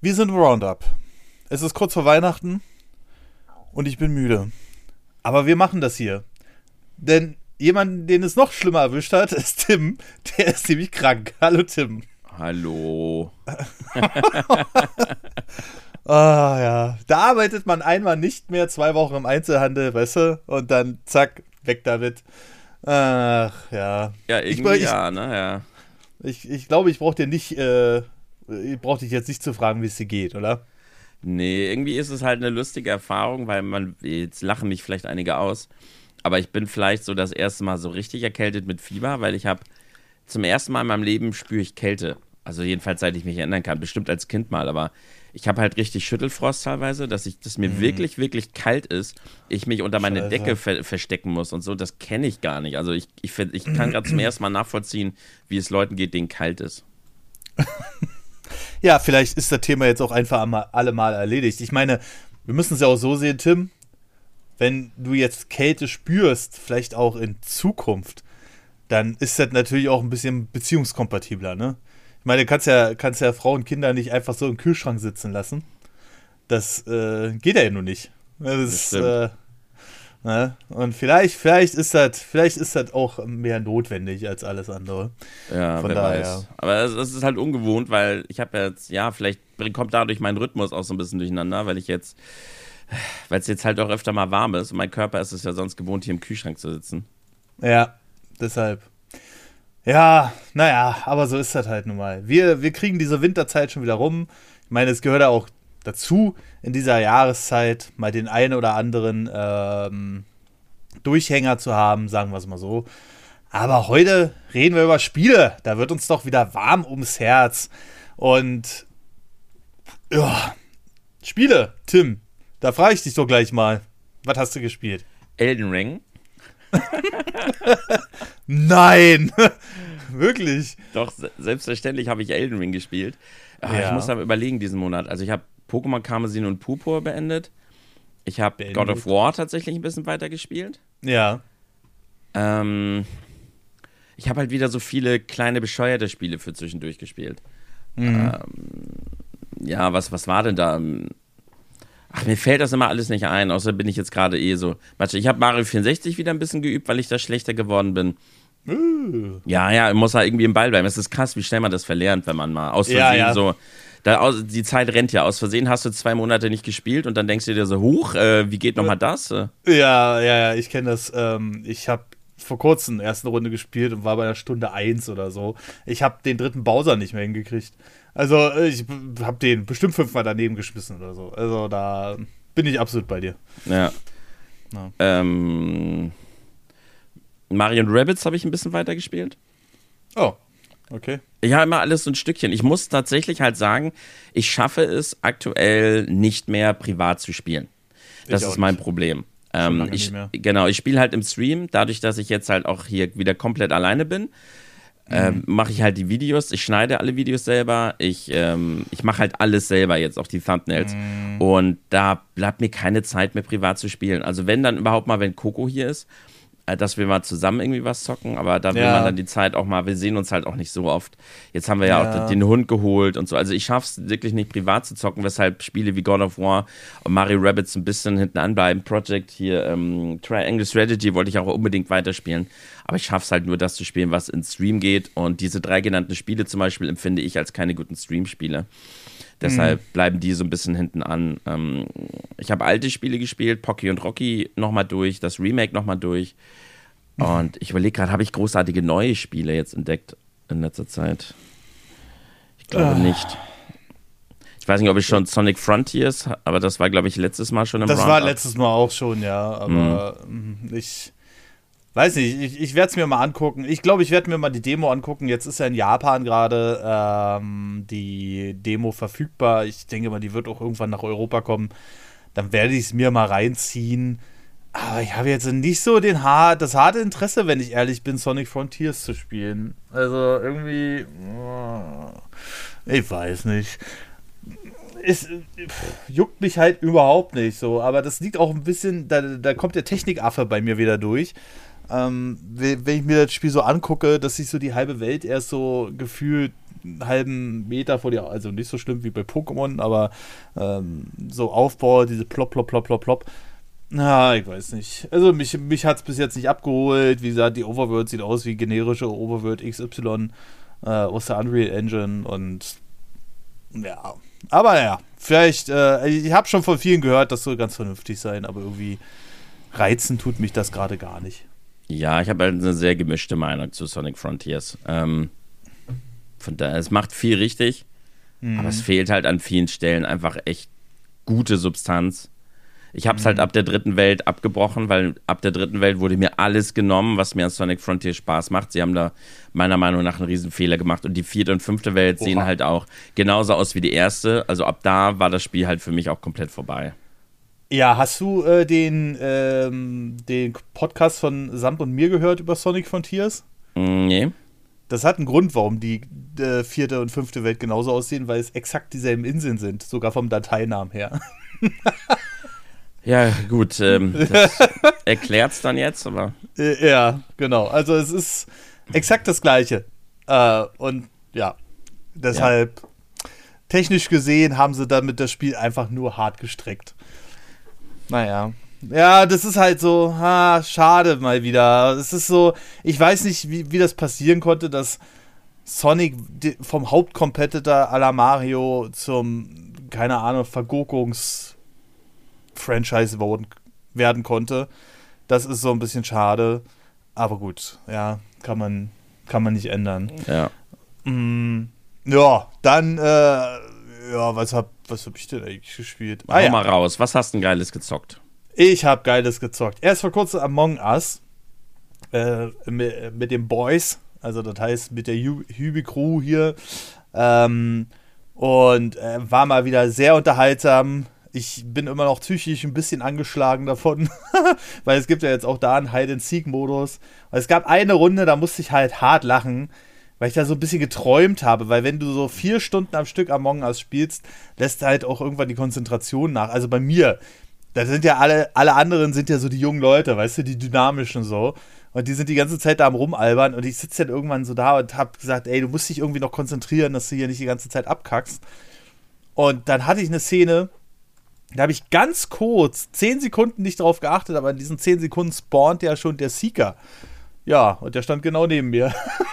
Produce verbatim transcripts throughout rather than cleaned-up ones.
Wir sind im Roundup. Es ist kurz vor Weihnachten und ich bin müde. Aber wir machen das hier. Denn jemand, den es noch schlimmer erwischt hat, ist Tim. Der ist ziemlich krank. Hallo Tim. Hallo. Ah ja, da arbeitet man einmal nicht mehr, zwei Wochen im Einzelhandel, weißt du? Und dann zack, weg damit. Ach ja. Ja, irgendwie ich, ja, ne, ja. Ich, ich glaube, ich brauche dir nicht, äh, ich brauche dich jetzt nicht zu fragen, wie es dir geht, oder? Nee, irgendwie ist es halt eine lustige Erfahrung, weil man, jetzt lachen mich vielleicht einige aus, aber ich bin vielleicht so das erste Mal so richtig erkältet mit Fieber, weil ich habe zum ersten Mal in meinem Leben spüre ich Kälte. Also jedenfalls, seit ich mich erinnern kann, bestimmt als Kind mal, aber ich habe halt richtig Schüttelfrost teilweise, dass ich, dass mir mm. wirklich, wirklich kalt ist, ich mich unter meine Scheiße. Decke ver- verstecken muss und so, das kenne ich gar nicht. Also ich, ich, ich kann gerade zum ersten Mal nachvollziehen, wie es Leuten geht, denen kalt ist. Ja, vielleicht ist das Thema jetzt auch einfach einmal, alle Mal erledigt. Ich meine, wir müssen es ja auch so sehen, Tim, wenn du jetzt Kälte spürst, vielleicht auch in Zukunft, dann ist das natürlich auch ein bisschen beziehungskompatibler, ne? Ich meine, du kannst ja, kannst ja Frauen und Kinder nicht einfach so im Kühlschrank sitzen lassen. Das äh, geht ja nur nicht. Das, das äh, ne? Und vielleicht, vielleicht ist das, vielleicht ist das auch mehr notwendig als alles andere. Ja, Von wer daher. weiß. Aber es, es ist halt ungewohnt, weil ich habe jetzt, ja, vielleicht kommt dadurch mein Rhythmus auch so ein bisschen durcheinander, weil ich jetzt, weil es jetzt halt auch öfter mal warm ist und mein Körper ist es ja sonst gewohnt, hier im Kühlschrank zu sitzen. Ja, deshalb. Ja, naja, aber so ist das halt nun mal. Wir, wir kriegen diese Winterzeit schon wieder rum. Ich meine, es gehört ja auch dazu, in dieser Jahreszeit mal den einen oder anderen ähm, Durchhänger zu haben, sagen wir es mal so. Aber heute reden wir über Spiele. Da wird uns doch wieder warm ums Herz. Und ja, Spiele, Tim, da frage ich dich doch gleich mal. Was hast du gespielt? Elden Ring. Nein! Wirklich? Doch, selbstverständlich habe ich Elden Ring gespielt. Ach, Ja. Ich muss aber überlegen diesen Monat. Also ich habe Pokémon Karmesin und Purpur beendet. Ich habe Beendet. God of War tatsächlich ein bisschen weiter gespielt. Ja. Ähm, ich habe halt wieder so viele kleine bescheuerte Spiele für zwischendurch gespielt. Mhm. Ähm, ja, was, was war denn da? Ach, mir fällt das immer alles nicht ein, außer bin ich jetzt gerade eh so. Warte, ich habe Mario vierundsechzig wieder ein bisschen geübt, weil ich da schlechter geworden bin. Uh. Ja, ja, muss halt irgendwie im Ball bleiben. Es ist krass, wie schnell man das verlernt, wenn man mal aus Versehen Ja, ja. so. Da, aus, die Zeit rennt ja. Aus Versehen hast du zwei Monate nicht gespielt und dann denkst du dir so, huch, äh, wie geht nochmal das? Ja, ja, ja, ich kenne das. Ähm, ich habe vor kurzem erst eine Runde gespielt und war bei der Stunde eins oder so. Ich habe den dritten Bowser nicht mehr hingekriegt. Also ich habe den bestimmt fünfmal daneben geschmissen oder so. Also da bin ich absolut bei dir. Ja. Ja. Ähm, Mario und Rabbids habe ich ein bisschen weiter gespielt. Oh, okay. Ja, immer alles so ein Stückchen. Ich muss tatsächlich halt sagen, ich schaffe es aktuell nicht mehr privat zu spielen. Das Ich auch ist mein nicht. Problem. Schon Ähm, lange ich, nicht mehr. genau, ich spiele halt im Stream, dadurch, dass ich jetzt halt auch hier wieder komplett alleine bin. Ähm, mache ich halt die Videos, ich schneide alle Videos selber, ich, ähm, ich mache halt alles selber jetzt, auch die Thumbnails. Mhm. Und da bleibt mir keine Zeit mehr privat zu spielen. Also wenn dann überhaupt mal, wenn Coco hier ist, äh, dass wir mal zusammen irgendwie was zocken, aber da will Ja. man dann die Zeit auch mal, wir sehen uns halt auch nicht so oft. Jetzt haben wir ja, Ja. auch den Hund geholt und so. Also ich schaffe es wirklich nicht privat zu zocken, weshalb Spiele wie God of War und Mario Rabbids ein bisschen hinten anbleiben. Project hier, ähm, Triangle Strategy wollte ich auch unbedingt weiterspielen. Aber ich schaffe es halt nur, das zu spielen, was ins Stream geht. Und diese drei genannten Spiele zum Beispiel empfinde ich als keine guten Stream-Spiele. Deshalb Mhm. bleiben die so ein bisschen hinten an. Ähm, ich habe alte Spiele gespielt, Pocky und Rocky nochmal durch, das Remake nochmal durch. Und ich überlege gerade, habe ich großartige neue Spiele jetzt entdeckt in letzter Zeit? Ich glaube Ah. nicht. Ich weiß nicht, ob ich schon Sonic Frontiers, aber das war, glaube ich, letztes Mal schon im Das war Roundup. letztes Mal auch schon, ja. Aber mhm. ich weiß nicht, ich, ich werde es mir mal angucken. Ich glaube, ich werde mir mal die Demo angucken. Jetzt ist ja in Japan gerade ähm, die Demo verfügbar. Ich denke mal, die wird auch irgendwann nach Europa kommen. Dann werde ich es mir mal reinziehen. Aber ich habe jetzt nicht so den har- das harte Interesse, wenn ich ehrlich bin, Sonic Frontiers zu spielen. Also irgendwie, ich weiß nicht. Es pff, juckt mich halt überhaupt nicht so. Aber das liegt auch ein bisschen, da, da kommt der Technikaffe bei mir wieder durch. Ähm, wenn ich mir das Spiel so angucke, dass sich so die halbe Welt erst so gefühlt einen halben Meter vor dir, also nicht so schlimm wie bei Pokémon, aber ähm, so Aufbau, diese Plop, Plop, Plop, Plop, Plop. Na, ich weiß nicht. Also mich, mich hat es bis jetzt nicht abgeholt. Wie gesagt, die Overworld sieht aus wie generische Overworld X Y äh, aus der Unreal Engine und ja. Aber ja, vielleicht, äh, ich habe schon von vielen gehört, das soll ganz vernünftig sein, aber irgendwie reizen tut mich das gerade gar nicht. Ja, ich habe halt eine sehr gemischte Meinung zu Sonic Frontiers. Ähm, von daher, es macht viel richtig, mhm. aber es fehlt halt an vielen Stellen einfach echt gute Substanz. Ich habe es mhm. halt ab der dritten Welt abgebrochen, weil ab der dritten Welt wurde mir alles genommen, was mir an Sonic Frontiers Spaß macht. Sie haben da meiner Meinung nach einen riesen Fehler gemacht und die vierte und fünfte Welt Oha. sehen halt auch genauso aus wie die erste. Also ab da war das Spiel halt für mich auch komplett vorbei. Ja, hast du äh, den, ähm, den Podcast von Samt und mir gehört über Sonic Frontiers? Nee. Das hat einen Grund, warum die äh, vierte und fünfte Welt genauso aussehen, weil es exakt dieselben Inseln sind, sogar vom Dateinamen her. Ja, gut, ähm, das erklärt's dann jetzt, aber... Ja, genau. Also es ist exakt das Gleiche. Äh, und ja, deshalb, ja. technisch gesehen, haben sie damit das Spiel einfach nur hart gestreckt. Naja. Ja, das ist halt so, ha, schade mal wieder. Es ist so, ich weiß nicht, wie, wie das passieren konnte, dass Sonic vom Hauptcompetitor à la Mario zum, keine Ahnung, Vergurkungs-Franchise werden konnte. Das ist so ein bisschen schade. Aber gut, ja, kann man, kann man nicht ändern. Ja. Mm, ja, dann, äh, ja, was hab, was hab ich denn eigentlich gespielt? Ah, Hau ja. mal raus, was hast du denn Geiles gezockt? Ich hab Geiles gezockt. Erst vor kurzem Among Us äh, mit, mit den Boys, also das heißt mit der Hübi-Crew hier. Ähm, und äh, war mal wieder sehr unterhaltsam. Ich bin immer noch psychisch ein bisschen angeschlagen davon, weil es gibt ja jetzt auch da einen Hide-and-Seek-Modus. Und es gab eine Runde, da musste ich halt hart lachen, weil ich da so ein bisschen geträumt habe, weil wenn du so vier Stunden am Stück Among Us spielst, lässt halt auch irgendwann die Konzentration nach. Also bei mir, da sind ja alle, alle anderen sind ja so die jungen Leute, weißt du, die dynamischen so. Und die sind die ganze Zeit da am Rumalbern und ich sitze dann irgendwann so da und hab gesagt, ey, du musst dich irgendwie noch konzentrieren, dass du hier nicht die ganze Zeit abkackst. Und dann hatte ich eine Szene, da habe ich ganz kurz, zehn Sekunden nicht drauf geachtet, aber in diesen zehn Sekunden spawnt ja schon der Seeker. Ja, und der stand genau neben mir.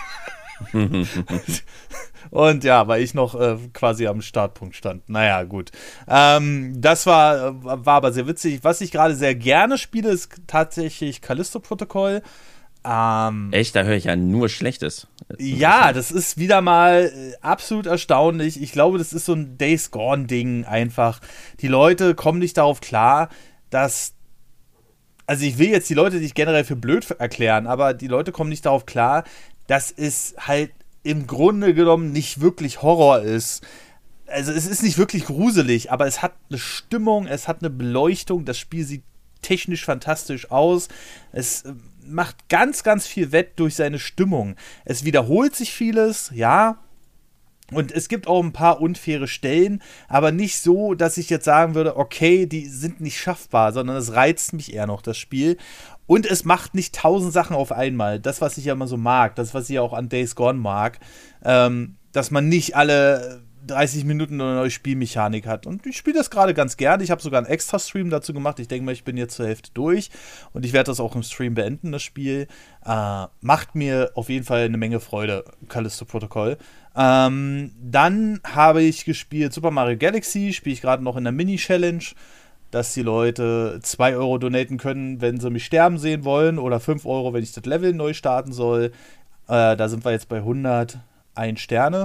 Und ja, weil ich noch äh, quasi am Startpunkt stand. Naja, gut. Ähm, das war, war aber sehr witzig. Was ich gerade sehr gerne spiele, ist tatsächlich Callisto-Protokoll. Ähm, Echt? Da höre ich ja nur Schlechtes. Ja, das ist wieder mal äh, absolut erstaunlich. Ich glaube, das ist so ein Days-Gone-Ding einfach. Die Leute kommen nicht darauf klar, dass also ich will jetzt die Leute nicht generell für blöd erklären, aber die Leute kommen nicht darauf klar, dass es halt im Grunde genommen nicht wirklich Horror ist. Also es ist nicht wirklich gruselig, aber es hat eine Stimmung, es hat eine Beleuchtung, das Spiel sieht technisch fantastisch aus. Es macht ganz, ganz viel wett durch seine Stimmung. Es wiederholt sich vieles, ja. Und es gibt auch ein paar unfaire Stellen, aber nicht so, dass ich jetzt sagen würde, okay, die sind nicht schaffbar, sondern es reizt mich eher noch, das Spiel. Und es macht nicht tausend Sachen auf einmal. Das, was ich ja immer so mag, das, was ich auch an Days Gone mag, ähm, dass man nicht alle dreißig Minuten eine neue Spielmechanik hat. Und ich spiele das gerade ganz gerne. Ich habe sogar einen Extra-Stream dazu gemacht. Ich denke mal, ich bin jetzt zur Hälfte durch. Und ich werde das auch im Stream beenden, das Spiel. Äh, macht mir auf jeden Fall eine Menge Freude, Callisto Protocol. Ähm, dann habe ich gespielt Super Mario Galaxy. Spiele ich gerade noch in der Mini-Challenge, dass die Leute zwei Euro donaten können, wenn sie mich sterben sehen wollen. Oder fünf Euro, wenn ich das Level neu starten soll. Äh, da sind wir jetzt bei hunderteins Sterne.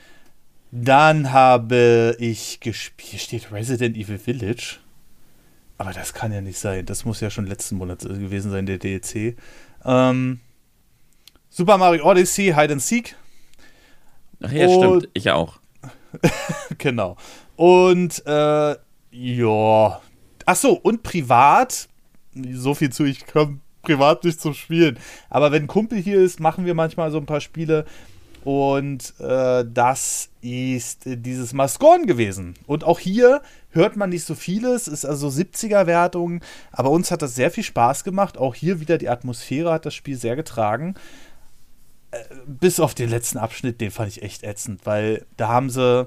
Dann habe ich gespielt, hier steht Resident Evil Village. Aber das kann ja nicht sein. Das muss ja schon letzten Monat gewesen sein, der D L C. Ähm, Super Mario Odyssey, Hide and Seek. Ach ja, und, stimmt. Ich auch. Genau. Und, äh, ja. Achso, und privat. So viel zu, ich komme privat nicht zum Spielen. Aber wenn ein Kumpel hier ist, machen wir manchmal so ein paar Spiele. Und äh, das ist dieses Mascorn gewesen. Und auch hier hört man nicht so vieles, ist also siebziger-Wertung, aber uns hat das sehr viel Spaß gemacht. Auch hier wieder die Atmosphäre hat das Spiel sehr getragen. bis auf den letzten Abschnitt, den fand ich echt ätzend, weil da haben sie.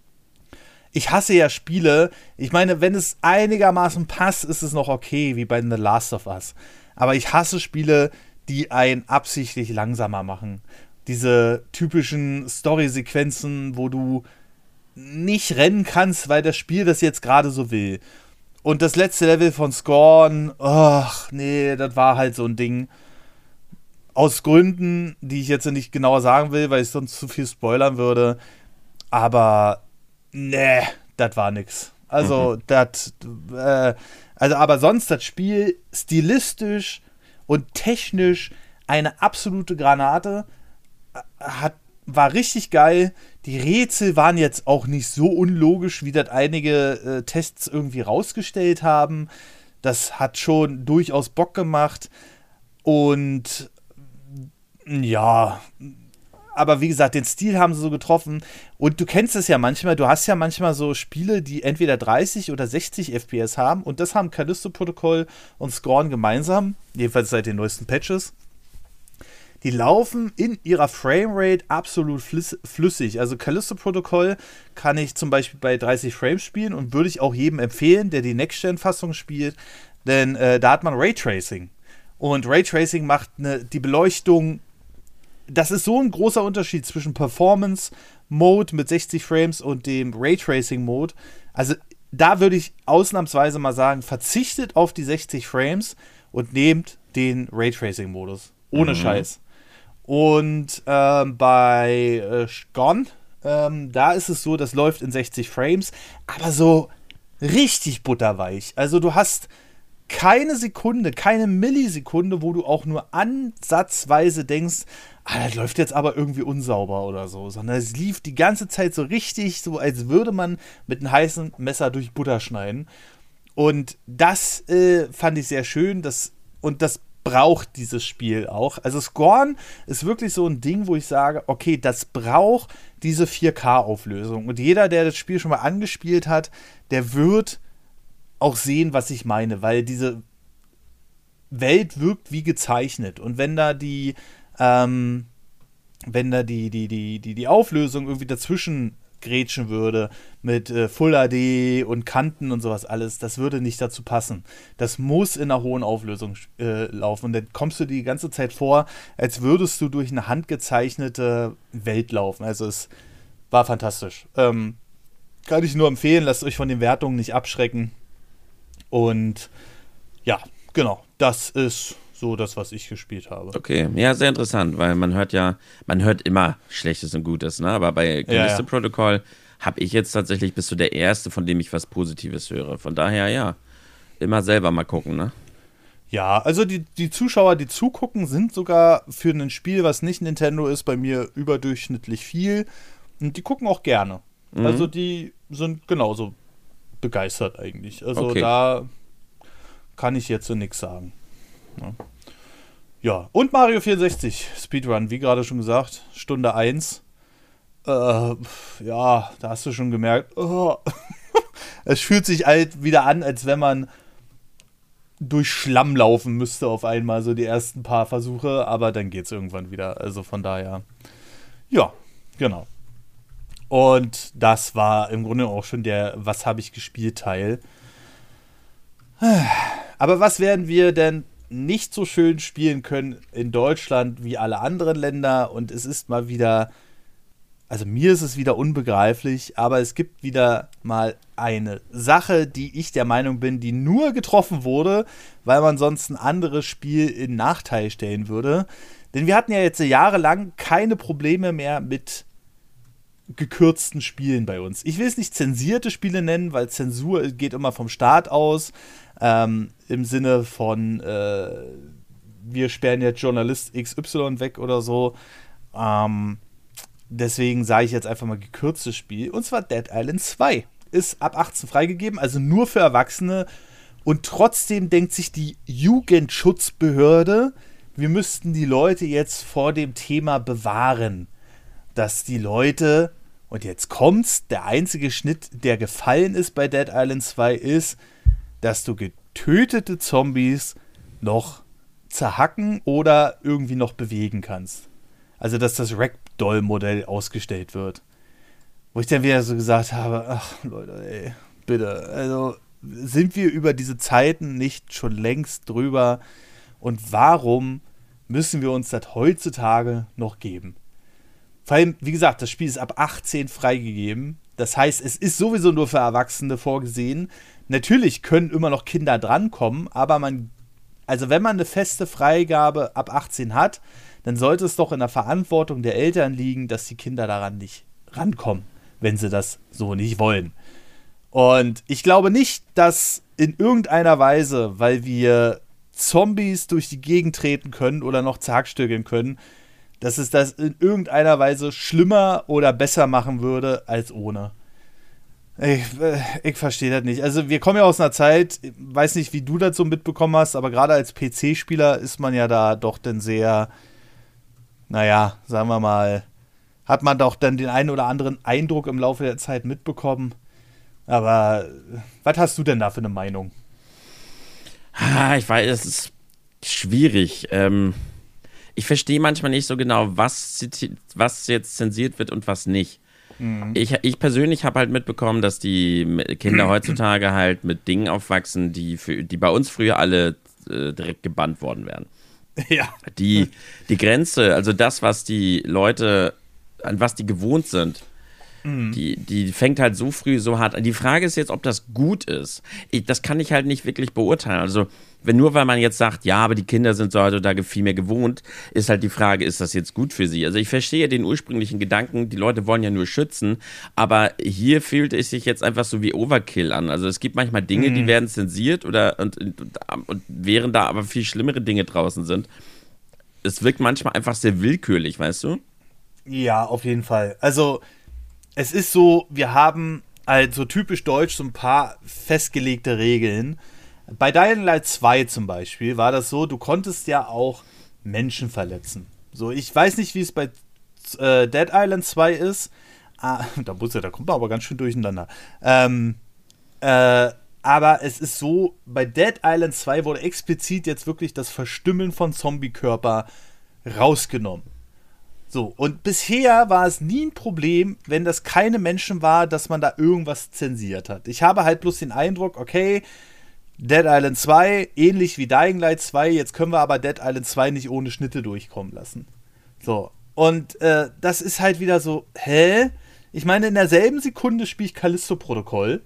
Ich hasse ja Spiele. Ich meine, wenn es einigermaßen passt, ist es noch okay, wie bei The Last of Us. Aber ich hasse Spiele, die einen absichtlich langsamer machen. Diese typischen Story-Sequenzen, wo du nicht rennen kannst, weil das Spiel das jetzt gerade so will. Und das letzte Level von Scorn, ach nee, das war halt so ein Ding. Aus Gründen, die ich jetzt nicht genauer sagen will, weil ich sonst zu viel spoilern würde. Aber nee, das war nix. Also, mhm. das, äh, also, aber sonst das Spiel stilistisch und technisch eine absolute Granate. Hat, war richtig geil. Die Rätsel waren jetzt auch nicht so unlogisch, wie das einige äh, Tests irgendwie rausgestellt haben. Das hat schon durchaus Bock gemacht. Und ja, aber wie gesagt, den Stil haben sie so getroffen. Und du kennst es ja manchmal, du hast ja manchmal so Spiele, die entweder dreißig oder sechzig F P S haben. Und das haben Callisto-Protokoll und Scorn gemeinsam, jedenfalls seit den neuesten Patches. Die laufen in ihrer Framerate absolut flüssig. Also Callisto-Protokoll kann ich zum Beispiel bei dreißig Frames spielen und würde ich auch jedem empfehlen, der die Next-Gen-Fassung spielt, denn äh, da hat man Raytracing. Und Raytracing macht ne, die Beleuchtung. Das ist so ein großer Unterschied zwischen Performance-Mode mit sechzig Frames und dem Raytracing-Mode. Also da würde ich ausnahmsweise mal sagen, verzichtet auf die sechzig Frames und nehmt den Raytracing-Modus. Ohne mhm. Scheiß. Und ähm, bei äh, Gone, ähm, da ist es so, das läuft in sechzig Frames, aber so richtig butterweich. Also du hast keine Sekunde, keine Millisekunde, wo du auch nur ansatzweise denkst, ah, das läuft jetzt aber irgendwie unsauber oder so, sondern es lief die ganze Zeit so richtig, so als würde man mit einem heißen Messer durch Butter schneiden. Und das äh, fand ich sehr schön, das, und das braucht dieses Spiel auch. Also Scorn ist wirklich so ein Ding, wo ich sage, okay, das braucht diese vier K-Auflösung. Und jeder, der das Spiel schon mal angespielt hat, der wird auch sehen, was ich meine, weil diese Welt wirkt wie gezeichnet. Und wenn da die ähm, wenn da die, die, die, die, die Auflösung irgendwie dazwischen grätschen würde mit äh, Full H D und Kanten und sowas alles, das würde nicht dazu passen. Das muss in einer hohen Auflösung äh, laufen. Und dann kommst du die ganze Zeit vor, als würdest du durch eine handgezeichnete Welt laufen. Also es war fantastisch. Ähm, kann ich nur empfehlen, lasst euch von den Wertungen nicht abschrecken. Und ja, genau, das ist so das, was ich gespielt habe. Okay, ja, sehr interessant, weil man hört ja, man hört immer Schlechtes und Gutes, ne? Aber bei Callisto Protocol ja, ja. habe ich jetzt tatsächlich, bist du der Erste, von dem ich was Positives höre. Von daher, ja, immer selber mal gucken, ne? Ja, also die, die Zuschauer, die zugucken, sind sogar für ein Spiel, was nicht Nintendo ist, bei mir überdurchschnittlich viel. Und die gucken auch gerne. Mhm. Also die sind genauso begeistert eigentlich. Also okay. Da kann ich jetzt so nichts sagen. Ja. Ja, und Mario vierundsechzig Speedrun, wie gerade schon gesagt, Stunde eins. Äh, ja, da hast du schon gemerkt, oh. Es fühlt sich halt wieder an, als wenn man durch Schlamm laufen müsste auf einmal, so die ersten paar Versuche, aber dann geht's irgendwann wieder. Also von daher, ja, genau. Und das war im Grunde auch schon der Was habe ich gespielt Teil. Aber was werden wir denn nicht so schön spielen können in Deutschland wie alle anderen Länder? Und es ist mal wieder, also mir ist es wieder unbegreiflich, aber es gibt wieder mal eine Sache, die ich der Meinung bin, die nur getroffen wurde, weil man sonst ein anderes Spiel in Nachteil stellen würde. Denn wir hatten ja jetzt jahrelang keine Probleme mehr mit gekürzten Spielen bei uns. Ich will es nicht zensierte Spiele nennen, weil Zensur geht immer vom Staat aus. Ähm, im Sinne von äh, wir sperren jetzt Journalist X Y weg oder so. Ähm, deswegen sage ich jetzt einfach mal gekürztes Spiel. Und zwar Dead Island zwei. Ist ab achtzehn freigegeben, also nur für Erwachsene. Und trotzdem denkt sich die Jugendschutzbehörde, wir müssten die Leute jetzt vor dem Thema bewahren. Dass die Leute, und jetzt kommt's, der einzige Schnitt, der gefallen ist bei Dead Island zwei, ist, dass du getötete Zombies noch zerhacken oder irgendwie noch bewegen kannst. Also, dass das Ragdoll-Modell ausgestellt wird. Wo ich dann wieder so gesagt habe, ach, Leute, ey, bitte. Also, sind wir über diese Zeiten nicht schon längst drüber? Und warum müssen wir uns das heutzutage noch geben? Vor allem, wie gesagt, das Spiel ist ab achtzehn freigegeben. Das heißt, es ist sowieso nur für Erwachsene vorgesehen. Natürlich können immer noch Kinder drankommen, aber man, also wenn man eine feste Freigabe ab achtzehn hat, dann sollte es doch in der Verantwortung der Eltern liegen, dass die Kinder daran nicht rankommen, wenn sie das so nicht wollen. Und ich glaube nicht, dass in irgendeiner Weise, weil wir Zombies durch die Gegend treten können oder noch zerhackstückeln können, dass es das in irgendeiner Weise schlimmer oder besser machen würde als ohne. Ich, ich verstehe das nicht. Also wir kommen ja aus einer Zeit, ich weiß nicht, wie du das so mitbekommen hast, aber gerade als P C-Spieler ist man ja da doch dann sehr, naja, sagen wir mal, hat man doch dann den einen oder anderen Eindruck im Laufe der Zeit mitbekommen. Aber was hast du denn da für eine Meinung? Ah, ich weiß, es ist schwierig. Ähm, ich verstehe manchmal nicht so genau, was, was jetzt zensiert wird und was nicht. Mhm. Ich, ich persönlich habe halt mitbekommen, dass die Kinder heutzutage halt mit Dingen aufwachsen, die, für, die bei uns früher alle äh, direkt gebannt worden wären. Ja. Die, die Grenze, also das, was die Leute, an was die gewohnt sind, Mhm. Die, die fängt halt so früh so hart an. Die Frage ist jetzt, ob das gut ist. Ich, das kann ich halt nicht wirklich beurteilen. Also, wenn nur weil man jetzt sagt, ja, aber die Kinder sind so heutzutage viel mehr gewohnt, ist halt die Frage, ist das jetzt gut für sie? Also, ich verstehe den ursprünglichen Gedanken, die Leute wollen ja nur schützen, aber hier fühlt es sich jetzt einfach so wie Overkill an. Also, es gibt manchmal Dinge, mhm. die werden zensiert oder und, und, und während da aber viel schlimmere Dinge draußen sind. Es wirkt manchmal einfach sehr willkürlich, weißt du? Ja, auf jeden Fall. Also, es ist so, wir haben also typisch deutsch so ein paar festgelegte Regeln. Bei Dying Light zwei zum Beispiel war das so, du konntest ja auch Menschen verletzen. So, ich weiß nicht, wie es bei äh, Dead Island zwei ist. Ah, da, muss ja, da kommt man aber ganz schön durcheinander. Ähm, äh, aber es ist so, bei Dead Island zwei wurde explizit jetzt wirklich das Verstümmeln von Zombie-Körper rausgenommen. So, und bisher war es nie ein Problem, wenn das keine Menschen war, dass man da irgendwas zensiert hat. Ich habe halt bloß den Eindruck, okay, Dead Island zwei, ähnlich wie Dying Light zwei, jetzt können wir aber Dead Island zwei nicht ohne Schnitte durchkommen lassen. So, und äh, das ist halt wieder so, hä? Ich meine, in derselben Sekunde spiele ich Callisto-Protokoll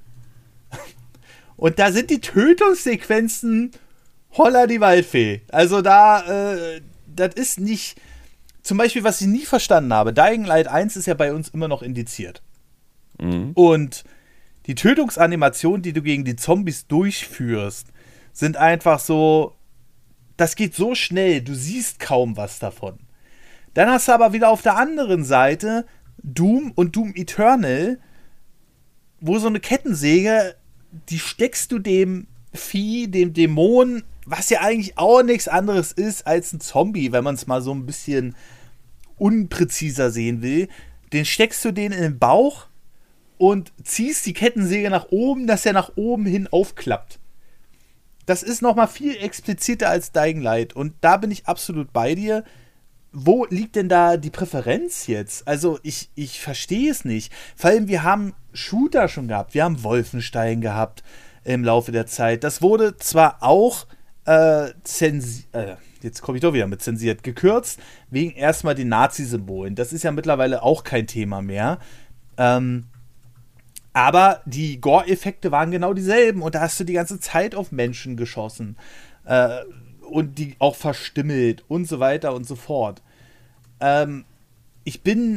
und da sind die Tötungssequenzen holla die Waldfee. Also da, äh, das ist nicht... Zum Beispiel, was ich nie verstanden habe, Dying Light eins ist ja bei uns immer noch indiziert. Mhm. Und die Tötungsanimationen, die du gegen die Zombies durchführst, sind einfach so, das geht so schnell, du siehst kaum was davon. Dann hast du aber wieder auf der anderen Seite Doom und Doom Eternal, wo so eine Kettensäge, die steckst du dem Vieh, dem Dämon, was ja eigentlich auch nichts anderes ist als ein Zombie, wenn man es mal so ein bisschen unpräziser sehen will, den steckst du den in den Bauch und ziehst die Kettensäge nach oben, dass er nach oben hin aufklappt. Das ist nochmal viel expliziter als Dying Light und da bin ich absolut bei dir. Wo liegt denn da die Präferenz jetzt? Also ich, ich verstehe es nicht. Vor allem, wir haben Shooter schon gehabt, wir haben Wolfenstein gehabt im Laufe der Zeit. Das wurde zwar auch Äh, zensi- äh, jetzt komme ich doch wieder mit zensiert, gekürzt, wegen erstmal den Nazi-Symbolen. Das ist ja mittlerweile auch kein Thema mehr. Ähm, aber die Gore-Effekte waren genau dieselben und da hast du die ganze Zeit auf Menschen geschossen. Äh, und die auch verstümmelt und so weiter und so fort. Ähm, ich bin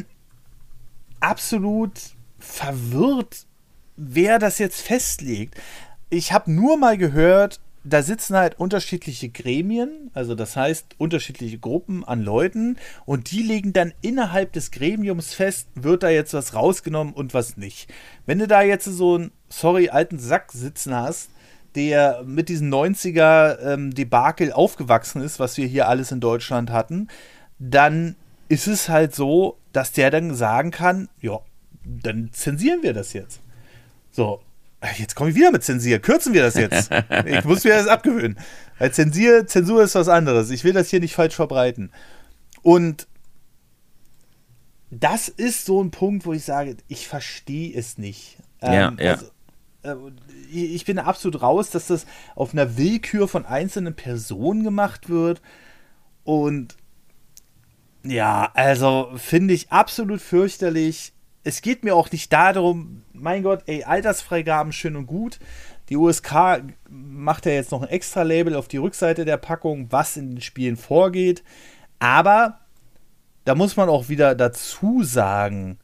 absolut verwirrt, wer das jetzt festlegt. Ich habe nur mal gehört, da sitzen halt unterschiedliche Gremien, also das heißt unterschiedliche Gruppen an Leuten und die legen dann innerhalb des Gremiums fest, wird da jetzt was rausgenommen und was nicht. Wenn du da jetzt so einen, sorry, alten Sack sitzen hast, der mit diesen neunziger-Debakel ähm, aufgewachsen ist, was wir hier alles in Deutschland hatten, dann ist es halt so, dass der dann sagen kann, ja, dann zensieren wir das jetzt. So. Jetzt komme ich wieder mit Zensier. Kürzen wir das jetzt. Ich muss mir das abgewöhnen. Weil Zensier, Zensur ist was anderes. Ich will das hier nicht falsch verbreiten. Und das ist so ein Punkt, wo ich sage, ich verstehe es nicht. Ja, Ähm, ja. also, äh, ich bin absolut raus, dass das auf einer Willkür von einzelnen Personen gemacht wird. Und ja, also finde ich absolut fürchterlich. Es geht mir auch nicht darum, mein Gott, ey, Altersfreigaben schön und gut. Die U S K macht ja jetzt noch ein extra Label auf die Rückseite der Packung, was in den Spielen vorgeht. Aber da muss man auch wieder dazu sagen,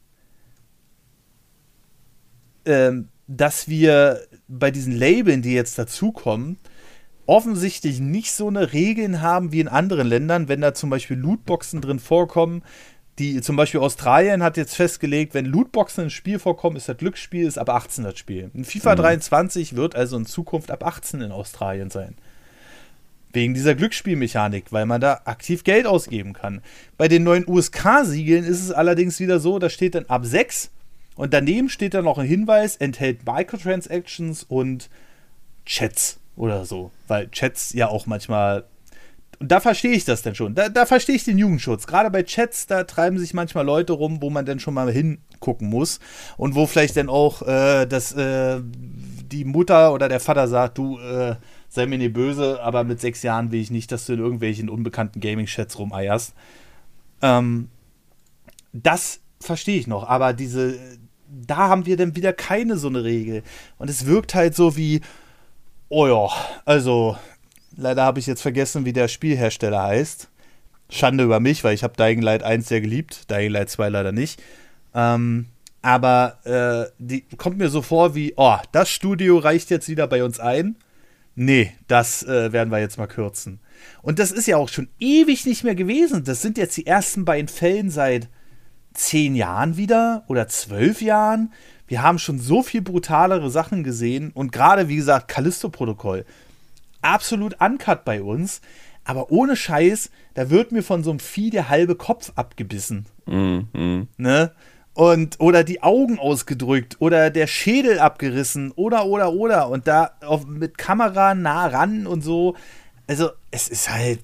ähm, dass wir bei diesen Labeln, die jetzt dazukommen, offensichtlich nicht so eine Regeln haben wie in anderen Ländern, wenn da zum Beispiel Lootboxen drin vorkommen. Die, zum Beispiel Australien hat jetzt festgelegt, wenn Lootboxen im Spiel vorkommen, ist das Glücksspiel, ist ab achtzehn das Spiel. In FIFA mhm. dreiundzwanzig wird also in Zukunft ab achtzehn in Australien sein. Wegen dieser Glücksspielmechanik, weil man da aktiv Geld ausgeben kann. Bei den neuen U S K-Siegeln ist es allerdings wieder so, da steht dann ab sechs und daneben steht dann noch ein Hinweis, enthält Microtransactions und Chats oder so. Weil Chats ja auch manchmal, und da verstehe ich das denn schon, da, da verstehe ich den Jugendschutz. Gerade bei Chats, da treiben sich manchmal Leute rum, wo man dann schon mal hingucken muss und wo vielleicht dann auch äh, das, äh, die Mutter oder der Vater sagt, du, äh, sei mir nicht böse, aber mit sechs Jahren will ich nicht, dass du in irgendwelchen unbekannten Gaming-Chats rumeierst. Ähm, das verstehe ich noch, aber diese, da haben wir dann wieder keine so eine Regel. Und es wirkt halt so wie, oh ja, also, leider habe ich jetzt vergessen, wie der Spielhersteller heißt. Schande über mich, weil ich habe Dying Light eins sehr geliebt, Dying Light zwei leider nicht. Ähm, aber äh, die kommt mir so vor wie, oh, das Studio reicht jetzt wieder bei uns ein. Nee, das äh, werden wir jetzt mal kürzen. Und das ist ja auch schon ewig nicht mehr gewesen. Das sind jetzt die ersten beiden Fällen seit zehn Jahren wieder oder zwölf Jahren. Wir haben schon so viel brutalere Sachen gesehen. Und gerade, wie gesagt, Callisto-Protokoll. Absolut uncut bei uns. Aber ohne Scheiß, da wird mir von so einem Vieh der halbe Kopf abgebissen. Mhm. Ne? Und, oder die Augen ausgedrückt oder der Schädel abgerissen oder, oder, oder. Und da auf, mit Kamera nah ran und so. Also, es ist halt,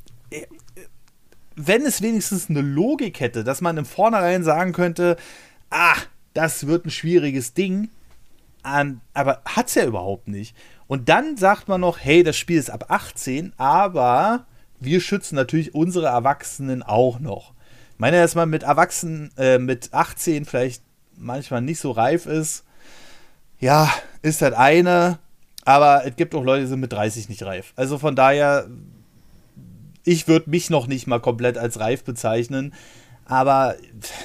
wenn es wenigstens eine Logik hätte, dass man im Vornherein sagen könnte, ah, das wird ein schwieriges Ding. Um, aber hat's ja überhaupt nicht. Und dann sagt man noch, hey, das Spiel ist ab achtzehn, aber wir schützen natürlich unsere Erwachsenen auch noch. Ich meine, dass man mit Erwachsenen, äh, mit achtzehn vielleicht manchmal nicht so reif ist, ja, ist halt eine, aber es gibt auch Leute, die sind mit dreißig nicht reif. Also von daher, ich würde mich noch nicht mal komplett als reif bezeichnen, aber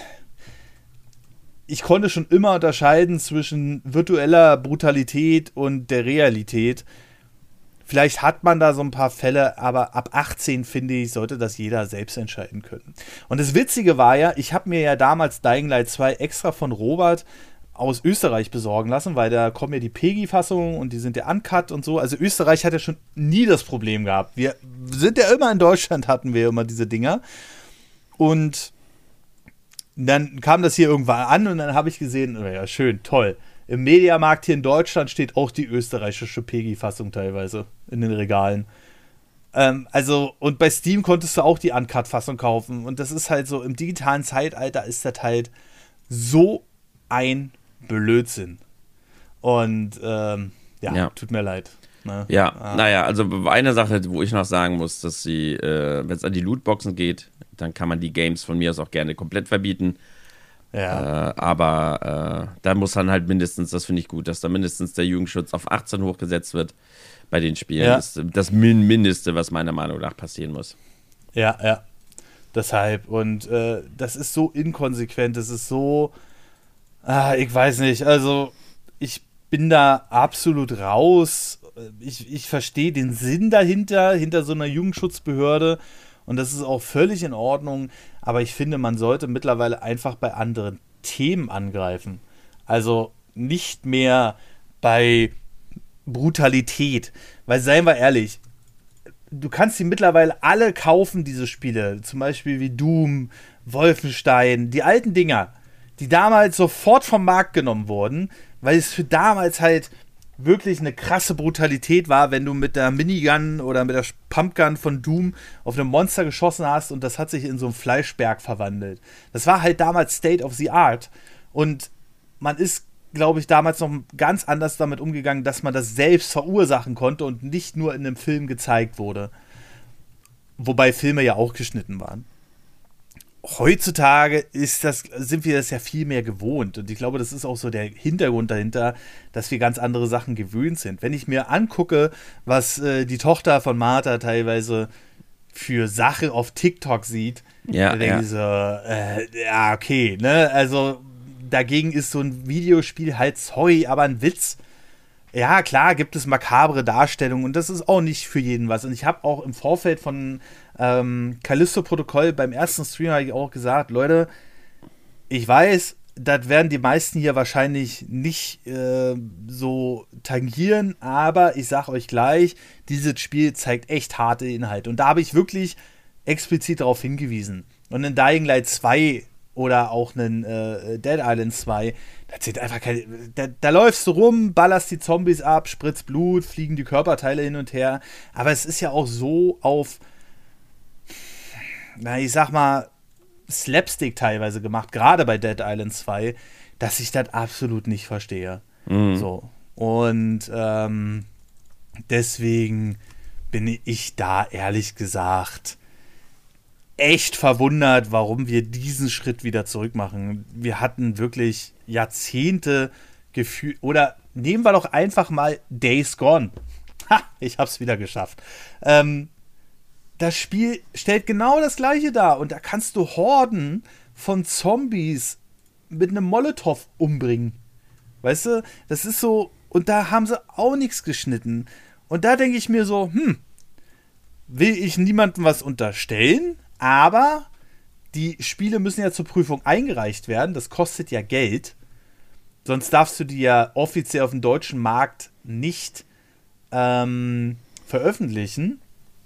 ich konnte schon immer unterscheiden zwischen virtueller Brutalität und der Realität. Vielleicht hat man da so ein paar Fälle, aber ab achtzehn, finde ich, sollte das jeder selbst entscheiden können. Und das Witzige war ja, ich habe mir ja damals Dying Light zwei extra von Robert aus Österreich besorgen lassen, weil da kommen ja die P E G I-Fassungen und die sind ja uncut und so. Also Österreich hat ja schon nie das Problem gehabt. Wir sind ja immer in Deutschland, hatten wir immer diese Dinger. Und dann kam das hier irgendwann an und dann habe ich gesehen, oh ja, schön, toll. Im Mediamarkt hier in Deutschland steht auch die österreichische P E G I-Fassung teilweise in den Regalen. Ähm, also, und bei Steam konntest du auch die Uncut-Fassung kaufen. Und das ist halt so, im digitalen Zeitalter ist das halt so ein Blödsinn. Und ähm, ja, ja, tut mir leid. Ne? Ja, ah. naja, also eine Sache, wo ich noch sagen muss, dass sie, äh, wenn es an die Lootboxen geht, dann kann man die Games von mir aus auch gerne komplett verbieten. Ja. Äh, aber äh, da muss dann halt mindestens, das finde ich gut, dass da mindestens der Jugendschutz auf achtzehn hochgesetzt wird bei den Spielen. Ja. Das ist das Mindeste, was meiner Meinung nach passieren muss. Ja, ja. Deshalb. Und äh, das ist so inkonsequent, das ist so, ah, ich weiß nicht, also ich bin da absolut raus. Ich, ich verstehe den Sinn dahinter, hinter so einer Jugendschutzbehörde. Und das ist auch völlig in Ordnung. Aber ich finde, man sollte mittlerweile einfach bei anderen Themen angreifen. Also nicht mehr bei Brutalität. Weil, seien wir ehrlich, du kannst die mittlerweile alle kaufen, diese Spiele. Zum Beispiel wie Doom, Wolfenstein, die alten Dinger, die damals sofort vom Markt genommen wurden, weil es für damals halt wirklich eine krasse Brutalität war, wenn du mit der Minigun oder mit der Pumpgun von Doom auf ein Monster geschossen hast und das hat sich in so einen Fleischberg verwandelt. Das war halt damals State of the Art. Und man ist, glaube ich, damals noch ganz anders damit umgegangen, dass man das selbst verursachen konnte und nicht nur in einem Film gezeigt wurde. Wobei Filme ja auch geschnitten waren. Heutzutage ist das, sind wir das ja viel mehr gewohnt. Und ich glaube, das ist auch so der Hintergrund dahinter, dass wir ganz andere Sachen gewöhnt sind. Wenn ich mir angucke, was äh, die Tochter von Martha teilweise für Sache auf TikTok sieht, ja, dann denke ja. ich so, äh, ja, okay, ne? Also dagegen ist so ein Videospiel halt, sorry, aber ein Witz. Ja, klar, gibt es makabre Darstellungen und das ist auch nicht für jeden was. Und ich habe auch im Vorfeld von ähm, Callisto-Protokoll beim ersten Stream habe ich auch gesagt, Leute, ich weiß, das werden die meisten hier wahrscheinlich nicht äh, so tangieren, aber ich sag euch gleich, dieses Spiel zeigt echt harte Inhalte. Und da habe ich wirklich explizit darauf hingewiesen. Und in Dying Light zwei oder auch einen äh, Dead Island zwei, da zählt einfach keine, da, da läufst du rum, ballerst die Zombies ab, spritzt Blut, fliegen die Körperteile hin und her, aber es ist ja auch so auf, na, ich sag mal, Slapstick teilweise gemacht, gerade bei Dead Island zwei, dass ich das absolut nicht verstehe. Mhm. So. Und ähm, deswegen bin ich da ehrlich gesagt echt verwundert, warum wir diesen Schritt wieder zurück machen. Wir hatten wirklich Jahrzehnte Gefühl, oder nehmen wir doch einfach mal Days Gone. Ha, ich hab's wieder geschafft. Ähm, das Spiel stellt genau das Gleiche dar und da kannst du Horden von Zombies mit einem Molotow umbringen. Weißt du, das ist so, und da haben sie auch nichts geschnitten. Und da denke ich mir so, hm, will ich niemandem was unterstellen? Aber die Spiele müssen ja zur Prüfung eingereicht werden. Das kostet ja Geld. Sonst darfst du die ja offiziell auf dem deutschen Markt nicht ähm, veröffentlichen.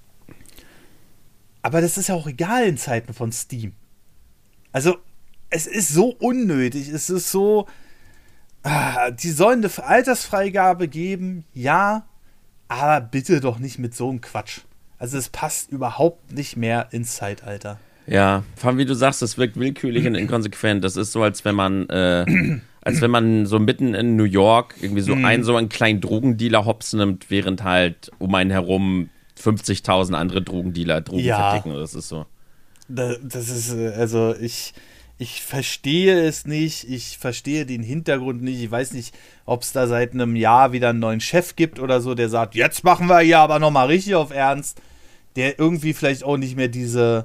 Aber das ist ja auch egal in Zeiten von Steam. Also, es ist so unnötig. Es ist so... Ah, die sollen eine Altersfreigabe geben, ja. Aber bitte doch nicht mit so einem Quatsch. Also es passt überhaupt nicht mehr ins Zeitalter. Ja, vor allem wie du sagst, das wirkt willkürlich und inkonsequent. Das ist so, als wenn man, äh, als wenn man so mitten in New York irgendwie so einen so einen kleinen Drogendealer hops nimmt, während halt um einen herum fünfzigtausend andere Drogendealer Drogen Ja. verticken. Das ist so. Da, das ist, äh, also ich, ich verstehe es nicht, ich verstehe den Hintergrund nicht. Ich weiß nicht, ob es da seit einem Jahr wieder einen neuen Chef gibt oder so, der sagt, jetzt machen wir hier aber nochmal richtig auf Ernst. Der irgendwie vielleicht auch nicht mehr diese,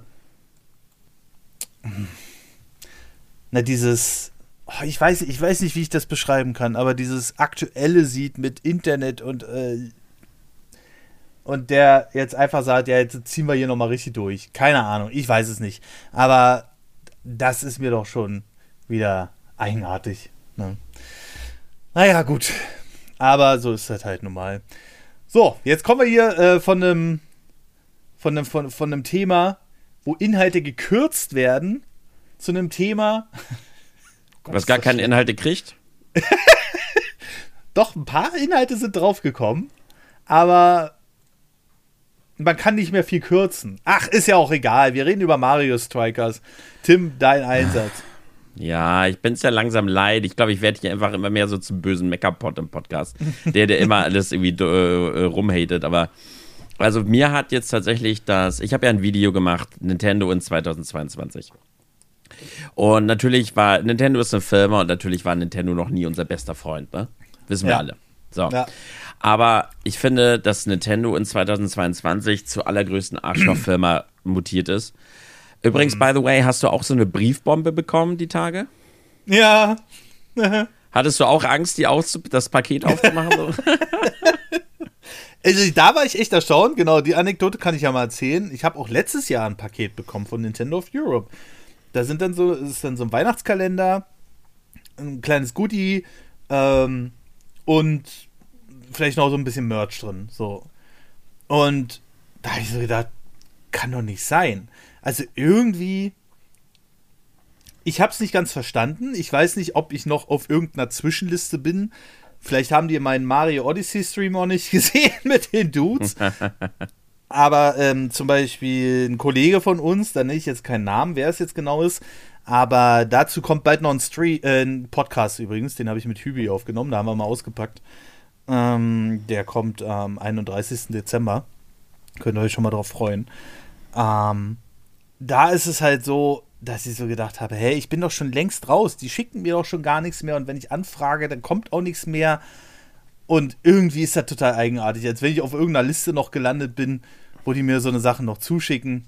na dieses, oh, ich weiß, ich weiß nicht, wie ich das beschreiben kann, aber dieses Aktuelle sieht mit Internet und äh, und der jetzt einfach sagt, ja, jetzt ziehen wir hier nochmal richtig durch. Keine Ahnung, ich weiß es nicht. Aber das ist mir doch schon wieder eigenartig. Ne? Naja, gut. Aber so ist das halt normal. So, jetzt kommen wir hier äh, von einem von einem, von, von einem Thema, wo Inhalte gekürzt werden, zu einem Thema, Was gar keine Inhalte kriegt? Doch, ein paar Inhalte sind draufgekommen, aber man kann nicht mehr viel kürzen. Ach, ist ja auch egal. Wir reden über Mario Strikers. Tim, dein Einsatz. Ja, ich bin's ja langsam leid. Ich glaube, ich werde hier einfach immer mehr so zum bösen Meckerpot im Podcast. Der, der immer alles irgendwie äh, rumhatet. Aber also mir hat jetzt tatsächlich das, ich habe ja ein Video gemacht, Nintendo in zweitausendzweiundzwanzig. Und natürlich war, Nintendo ist eine Firma und natürlich war Nintendo noch nie unser bester Freund, ne? Wissen wir Ja. alle. So. Ja. Aber ich finde, dass Nintendo in zweitausendzweiundzwanzig zur allergrößten Arschlochfirma mutiert ist. Übrigens, Mhm. by the way, hast du auch so eine Briefbombe bekommen die Tage? Ja. Hattest du auch Angst, die auszu- das Paket aufzumachen? So? Also da war ich echt erstaunt. Genau, die Anekdote kann ich ja mal erzählen. Ich habe auch letztes Jahr ein Paket bekommen von Nintendo of Europe. Da sind dann so, ist dann so ein Weihnachtskalender, ein kleines Goodie ähm, und vielleicht noch so ein bisschen Merch drin. So. Und da habe ich so gedacht, kann doch nicht sein. Also irgendwie, ich habe es nicht ganz verstanden. Ich weiß nicht, ob ich noch auf irgendeiner Zwischenliste bin Vielleicht haben die meinen Mario Odyssey Stream auch nicht gesehen mit den Dudes. Aber ähm, zum Beispiel ein Kollege von uns, da nenne ich jetzt keinen Namen, wer es jetzt genau ist, aber dazu kommt bald noch ein, Stream, äh, ein Podcast übrigens, den habe ich mit Hübi aufgenommen, da haben wir mal ausgepackt. Ähm, der kommt am einunddreißigsten Dezember. Könnt ihr euch schon mal drauf freuen. Ähm, da ist es halt so, dass ich so gedacht habe, hey, ich bin doch schon längst raus, die schicken mir doch schon gar nichts mehr und wenn ich anfrage, dann kommt auch nichts mehr. Und irgendwie ist das total eigenartig, als wenn ich auf irgendeiner Liste noch gelandet bin, wo die mir so eine Sache noch zuschicken.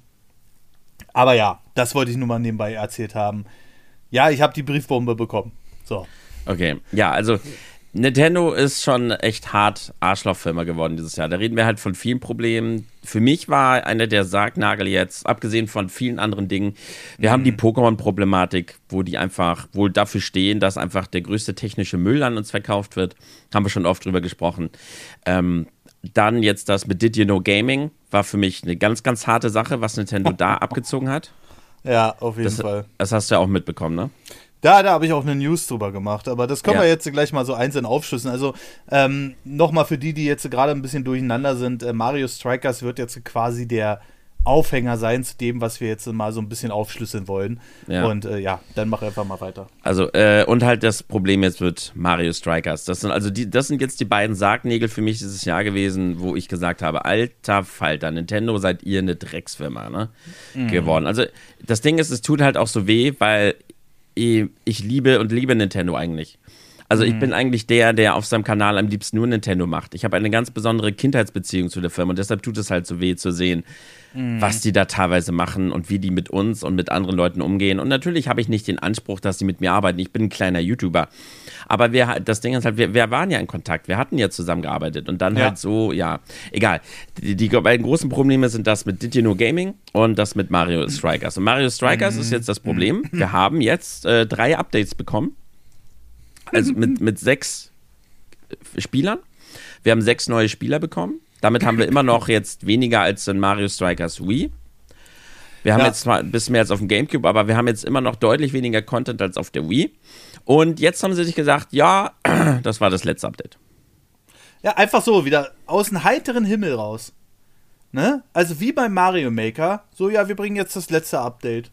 Aber ja, das wollte ich nur mal nebenbei erzählt haben. Ja, ich habe die Briefbombe bekommen. So. Okay, ja, also Nintendo ist schon echt hart Arschlochfirma geworden dieses Jahr. Da reden wir halt von vielen Problemen. Für mich war einer der Sargnagel jetzt, abgesehen von vielen anderen Dingen, wir mhm. haben die Pokémon-Problematik, wo die einfach wohl dafür stehen, dass einfach der größte technische Müll an uns verkauft wird. Haben wir schon oft drüber gesprochen. Ähm, dann jetzt das mit Did You Know Gaming war für mich eine ganz, ganz harte Sache, was Nintendo da abgezogen hat. Ja, auf jeden das, Fall. Das hast du ja auch mitbekommen, ne? Da, da habe ich auch eine News drüber gemacht, aber das können ja. wir jetzt gleich mal so einzeln aufschlüsseln. Also ähm, nochmal für die, die jetzt gerade ein bisschen durcheinander sind, äh, Mario Strikers wird jetzt quasi der Aufhänger sein zu dem, was wir jetzt mal so ein bisschen aufschlüsseln wollen. Ja. Und äh, ja, dann mach einfach mal weiter. Also, äh, und halt das Problem jetzt wird Mario Strikers. Das sind also die, das sind jetzt die beiden Sargnägel für mich dieses Jahr gewesen, wo ich gesagt habe, alter Falter, Nintendo, seid ihr eine Drecksfirma, ne? Mhm. geworden. Also, das Ding ist, es tut halt auch so weh, weil ich liebe und liebe Nintendo eigentlich. Also ich mhm. bin eigentlich der, der auf seinem Kanal am liebsten nur Nintendo macht. Ich habe eine ganz besondere Kindheitsbeziehung zu der Firma und deshalb tut es halt so weh zu sehen, mhm. was die da teilweise machen und wie die mit uns und mit anderen Leuten umgehen. Und natürlich habe ich nicht den Anspruch, dass sie mit mir arbeiten. Ich bin ein kleiner YouTuber. Aber wir, das Ding ist halt, wir, wir waren ja in Kontakt. Wir hatten ja zusammengearbeitet und dann ja. halt so, ja, egal. Die, die beiden großen Probleme sind das mit Did You Know Gaming und das mit Mario Strikers. Und Mario Strikers mhm. ist jetzt das Problem. Wir haben jetzt äh, drei Updates bekommen. Also mit, mit sechs Spielern. Wir haben sechs neue Spieler bekommen. Damit haben wir immer noch jetzt weniger als in Mario Strikers Wii. Wir haben ja. jetzt zwar ein bisschen mehr als auf dem Gamecube, aber wir haben jetzt immer noch deutlich weniger Content als auf der Wii. Und jetzt haben sie sich gesagt, ja, das war das letzte Update. Ja, einfach so, wieder aus dem heiteren Himmel raus. Ne? Also wie beim Mario Maker, so ja, wir bringen jetzt das letzte Update.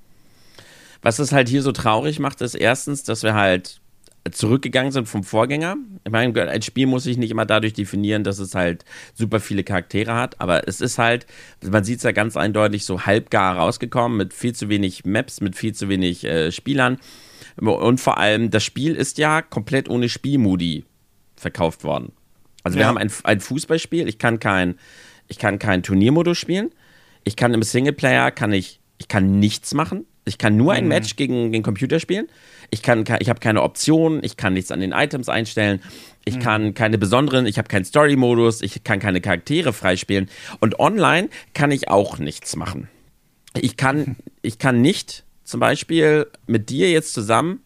Was es halt hier so traurig macht, ist erstens, dass wir halt zurückgegangen sind vom Vorgänger. Ich meine, ein Spiel muss sich nicht immer dadurch definieren, dass es halt super viele Charaktere hat, aber es ist halt, man sieht es ja ganz eindeutig, so halbgar rausgekommen, mit viel zu wenig Maps, mit viel zu wenig äh, Spielern und vor allem, das Spiel ist ja komplett ohne Spielmodi verkauft worden. Also ja. wir haben ein, ein Fußballspiel, ich kann kein, ich kann keinen Turniermodus spielen, ich kann im Singleplayer, kann ich, ich kann nichts machen. Ich kann nur ein Match gegen den Computer spielen. Ich kann, ich habe keine Optionen, ich kann nichts an den Items einstellen. Ich mhm. kann keine besonderen, ich habe keinen Story-Modus, ich kann keine Charaktere freispielen. Und online kann ich auch nichts machen. Ich kann, ich kann nicht zum Beispiel mit dir jetzt zusammen,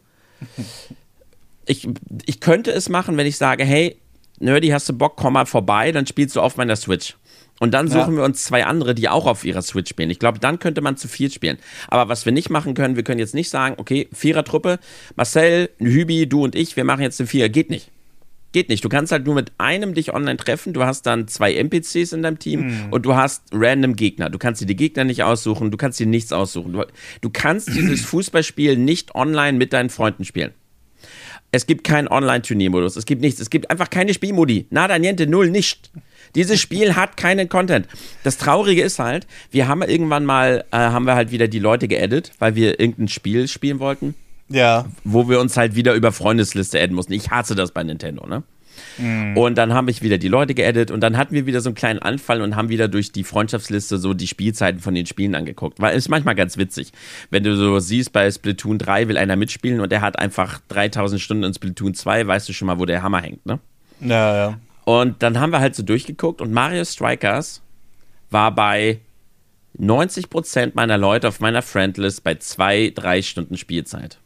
ich, ich könnte es machen, wenn ich sage, hey, Nerdy, hast du Bock, komm mal vorbei, dann spielst du auf meiner Switch. Und dann suchen ja. wir uns zwei andere, die auch auf ihrer Switch spielen. Ich glaube, dann könnte man zu viel spielen. Aber was wir nicht machen können, wir können jetzt nicht sagen, okay, Vierertruppe, Marcel, Hübi, du und ich, wir machen jetzt eine Vierer. Geht nicht. Geht nicht. Du kannst halt nur mit einem dich online treffen, du hast dann zwei N P Cs in deinem Team mhm. und du hast random Gegner. Du kannst dir die Gegner nicht aussuchen, du kannst dir nichts aussuchen. Du, du kannst dieses Fußballspiel nicht online mit deinen Freunden spielen. Es gibt keinen Online-Turniermodus, es gibt nichts, es gibt einfach keine Spielmodi. Nada, niente, null, nicht. Dieses Spiel hat keinen Content. Das Traurige ist halt, wir haben irgendwann mal, äh, haben wir halt wieder die Leute geaddet, weil wir irgendein Spiel spielen wollten. Ja. Wo wir uns halt wieder über Freundesliste adden mussten. Ich hasse das bei Nintendo, ne? Mm. Und dann habe ich wieder die Leute geaddet und dann hatten wir wieder so einen kleinen Anfall und haben wieder durch die Freundschaftsliste so die Spielzeiten von den Spielen angeguckt. Weil es ist manchmal ganz witzig, wenn du so siehst, bei Splatoon drei will einer mitspielen und der hat einfach dreitausend Stunden in Splatoon zwei, weißt du schon mal, wo der Hammer hängt, ne? Ja, ja. Und dann haben wir halt so durchgeguckt und Mario Strikers war bei neunzig Prozent meiner Leute auf meiner Friendlist bei zwei, drei Stunden Spielzeit.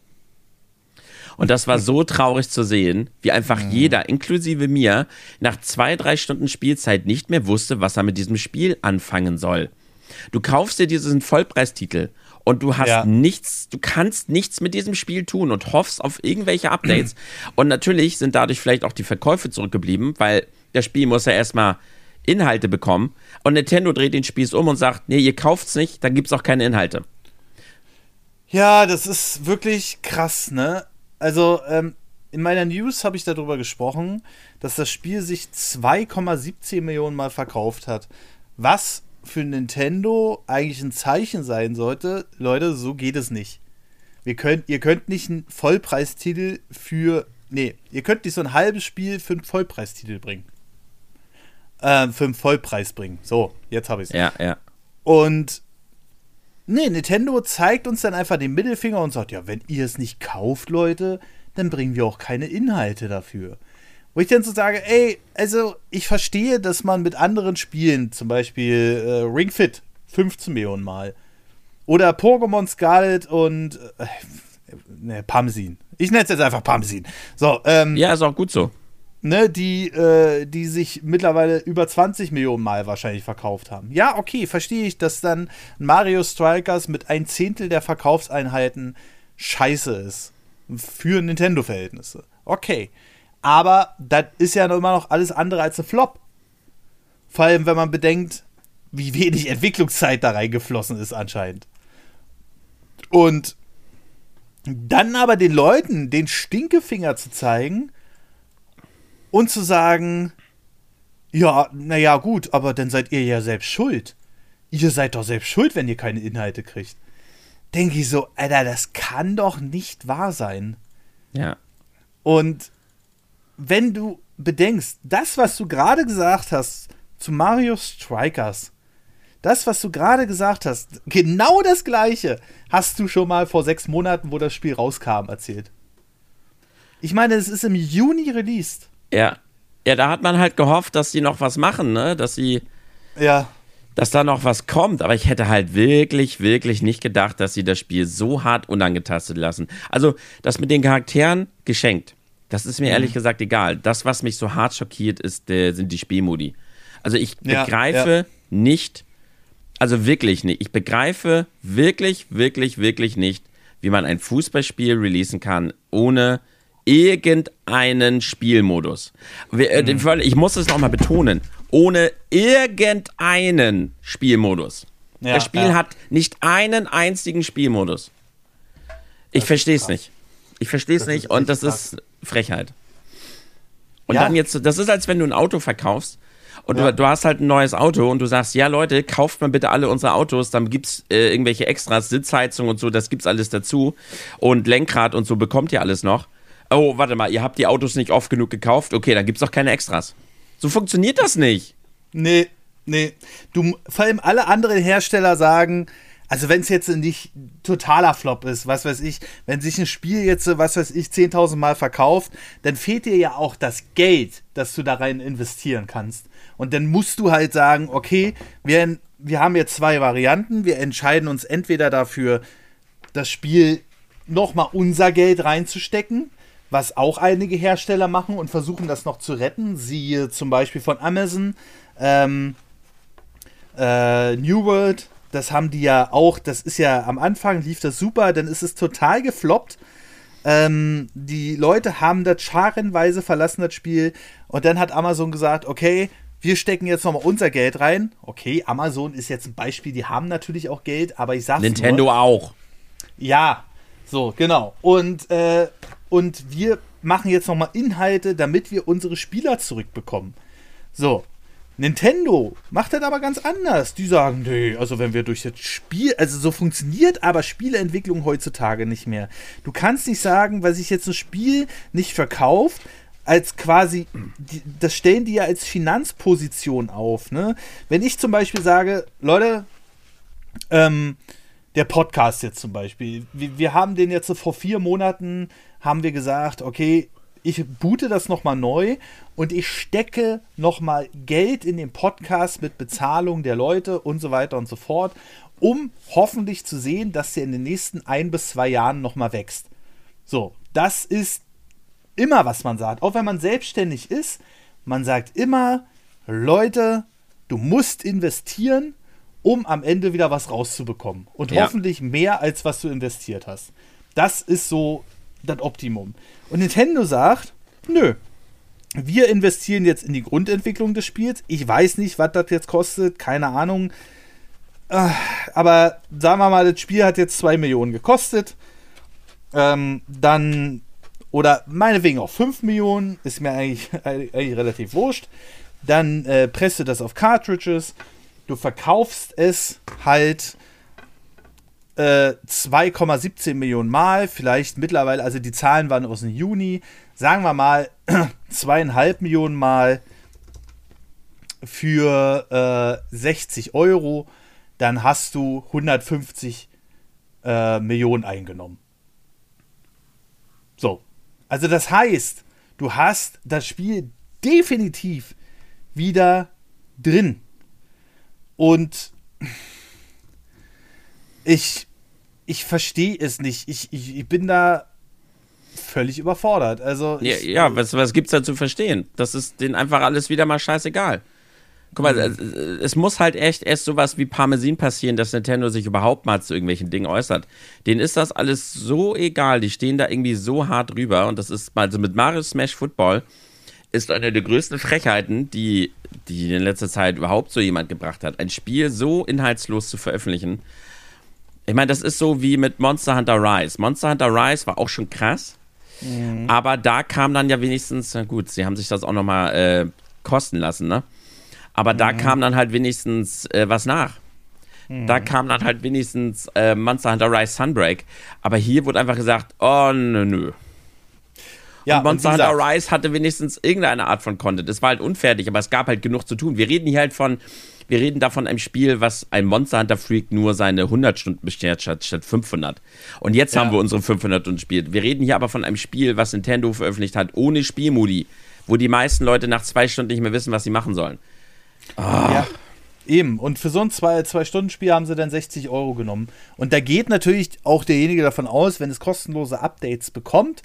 Und das war so traurig zu sehen, wie einfach mhm. jeder, inklusive mir, nach zwei, drei Stunden Spielzeit nicht mehr wusste, was er mit diesem Spiel anfangen soll. Du kaufst dir diesen Vollpreistitel und du hast Ja. nichts, du kannst nichts mit diesem Spiel tun und hoffst auf irgendwelche Updates. Und natürlich sind dadurch vielleicht auch die Verkäufe zurückgeblieben, weil das Spiel muss ja erstmal Inhalte bekommen und Nintendo dreht den Spieß um und sagt, nee, ihr kauft's nicht, dann gibt's auch keine Inhalte. Ja, das ist wirklich krass, ne? Also, ähm, in meiner News habe ich darüber gesprochen, dass das Spiel sich zwei Komma siebzehn Millionen Mal verkauft hat. Was für Nintendo eigentlich ein Zeichen sein sollte, Leute, so geht es nicht. Wir könnt, ihr könnt nicht einen Vollpreistitel für, nee, ihr könnt nicht so ein halbes Spiel für einen Vollpreistitel bringen. Ähm, für einen Vollpreis bringen. So, jetzt habe ich es. Ja, ja. Und nee, Nintendo zeigt uns dann einfach den Mittelfinger und sagt, ja, wenn ihr es nicht kauft, Leute, dann bringen wir auch keine Inhalte dafür. Wo ich dann so sage, ey, also ich verstehe, dass man mit anderen Spielen, zum Beispiel äh, Ring Fit, fünfzehn Millionen Mal, oder Pokémon Scarlet und äh, ne, Pamsin. Ich nenne es jetzt einfach Pamsin. So, ähm, Ja, ist auch gut so. ne, die, äh, die sich mittlerweile über zwanzig Millionen Mal wahrscheinlich verkauft haben. Ja, okay, verstehe ich, dass dann Mario Strikers mit ein Zehntel der Verkaufseinheiten scheiße ist. Für Nintendo-Verhältnisse. Okay. Aber das ist ja immer noch alles andere als ein Flop. Vor allem, wenn man bedenkt, wie wenig Entwicklungszeit da reingeflossen ist anscheinend. Und dann aber den Leuten den Stinkefinger zu zeigen und zu sagen, ja, naja, gut, aber dann seid ihr ja selbst schuld. Ihr seid doch selbst schuld, wenn ihr keine Inhalte kriegt. Denke ich so, Alter, das kann doch nicht wahr sein. Ja. Und wenn du bedenkst, das, was du gerade gesagt hast zu Mario Strikers, das, was du gerade gesagt hast, genau das Gleiche hast du schon mal vor sechs Monaten, wo das Spiel rauskam, erzählt. Ich meine, es ist im Juni released. Ja. Ja, da hat man halt gehofft, dass die noch was machen, ne? Dass sie, Ja. dass da noch was kommt. Aber ich hätte halt wirklich, wirklich nicht gedacht, dass sie das Spiel so hart unangetastet lassen. Also, das mit den Charakteren geschenkt. Das ist mir Mhm. ehrlich gesagt egal. Das, was mich so hart schockiert, ist, äh, sind die Spielmodi. Also ich Ja, begreife ja. nicht, also wirklich nicht, ich begreife wirklich, wirklich, wirklich nicht, wie man ein Fußballspiel releasen kann, ohne irgendeinen Spielmodus. Wir, äh, Mhm. Ich muss es nochmal betonen, ohne irgendeinen Spielmodus. Ja, das Spiel ja. hat nicht einen einzigen Spielmodus. Ich verstehe es nicht. Ich verstehe es Das nicht ist und echt das krass. ist Frechheit. Und Ja. dann jetzt, das ist, als wenn du ein Auto verkaufst und Ja. du, du hast halt ein neues Auto und du sagst, ja Leute, kauft mal bitte alle unsere Autos, dann gibt's äh, irgendwelche Extras, Sitzheizung und so, das gibt's alles dazu und Lenkrad und so bekommt ihr alles noch. Oh, warte mal, ihr habt die Autos nicht oft genug gekauft, okay, dann gibt's doch keine Extras. So funktioniert das nicht. Nee, nee. Du, vor allem alle anderen Hersteller sagen, also wenn es jetzt nicht totaler Flop ist, was weiß ich, wenn sich ein Spiel jetzt, was weiß ich, zehntausend Mal verkauft, dann fehlt dir ja auch das Geld, das du da rein investieren kannst. Und dann musst du halt sagen, okay, wir, wir haben jetzt zwei Varianten, wir entscheiden uns entweder dafür, das Spiel nochmal unser Geld reinzustecken, was auch einige Hersteller machen und versuchen das noch zu retten, siehe zum Beispiel von Amazon, ähm, äh, New World, das haben die ja auch, das ist ja am Anfang lief das super, dann ist es total gefloppt. Ähm, die Leute haben das scharenweise verlassen, das Spiel, und dann hat Amazon gesagt, okay, wir stecken jetzt nochmal unser Geld rein. Okay, Amazon ist jetzt ein Beispiel, die haben natürlich auch Geld, aber ich sag's Nintendo nur, auch. ja, so, genau. Und, äh, und wir machen jetzt nochmal Inhalte, damit wir unsere Spieler zurückbekommen. So. Nintendo macht das aber ganz anders. Die sagen, nee, also wenn wir durch das Spiel, also so funktioniert aber Spieleentwicklung heutzutage nicht mehr. Du kannst nicht sagen, weil sich jetzt ein Spiel nicht verkauft, als quasi, die, das stellen die ja als Finanzposition auf, ne? Wenn ich zum Beispiel sage, Leute, ähm, der Podcast jetzt zum Beispiel, wir, wir haben den jetzt so vor vier Monaten, haben wir gesagt, okay, ich boote das nochmal neu und ich stecke nochmal Geld in den Podcast mit Bezahlung der Leute und so weiter und so fort, um hoffentlich zu sehen, dass der in den nächsten ein bis zwei Jahren nochmal wächst. So, das ist immer, was man sagt. Auch wenn man selbstständig ist, man sagt immer, Leute, du musst investieren, um am Ende wieder was rauszubekommen. Und Ja. hoffentlich mehr, als was du investiert hast. Das ist so das Optimum. Und Nintendo sagt, nö, wir investieren jetzt in die Grundentwicklung des Spiels. Ich weiß nicht, was das jetzt kostet, keine Ahnung. Äh, Aber sagen wir mal, das Spiel hat jetzt zwei Millionen gekostet. Ähm, dann, oder meinetwegen auch fünf Millionen, ist mir eigentlich, eigentlich relativ wurscht. Dann äh, presst du das auf Cartridges. Du verkaufst es halt äh, zwei Komma siebzehn Millionen Mal. Vielleicht mittlerweile, also die Zahlen waren aus dem Juni. Sagen wir mal zweieinhalb Millionen Mal für äh, sechzig Euro. Dann hast du hundertfünfzig äh, Millionen eingenommen. So. Also das heißt, du hast das Spiel definitiv wieder drin. Und ich, ich verstehe es nicht. Ich, ich, ich bin da völlig überfordert. Also Ja, ich, ja, was, was gibt's da zu verstehen? Das ist denen einfach alles wieder mal scheißegal. Guck mal, es, es muss halt echt erst sowas wie Parmesan passieren, dass Nintendo sich überhaupt mal zu irgendwelchen Dingen äußert. Denen ist das alles so egal, die stehen da irgendwie so hart drüber und das ist, also mit Mario Smash Football ist eine der größten Frechheiten, die, die in letzter Zeit überhaupt so jemand gebracht hat. Ein Spiel so inhaltslos zu veröffentlichen. Ich meine, das ist so wie mit Monster Hunter Rise. Monster Hunter Rise war auch schon krass, mhm. aber da kam dann ja wenigstens, na gut, sie haben sich das auch nochmal äh, kosten lassen, ne? Aber da mhm. kam dann halt wenigstens äh, was nach. Mhm. Da kam dann halt wenigstens äh, Monster Hunter Rise Sunbreak. Aber hier wurde einfach gesagt, oh, nö, nö. Ja, und Monster und Hunter Rise hatte wenigstens irgendeine Art von Content. Es war halt unfertig, aber es gab halt genug zu tun. Wir reden hier halt von, wir reden da von einem Spiel, was ein Monster Hunter Freak nur seine hundert Stunden beschert hat, statt fünfhundert. Und jetzt ja. haben wir unsere fünfhundert Stunden gespielt. Wir reden hier aber von einem Spiel, was Nintendo veröffentlicht hat, ohne Spielmodi, wo die meisten Leute nach zwei Stunden nicht mehr wissen, was sie machen sollen. Oh. Ja, eben. Und für so ein Zwei-Stunden-Spiel haben sie dann sechzig Euro genommen. Und da geht natürlich auch derjenige davon aus, wenn es kostenlose Updates bekommt,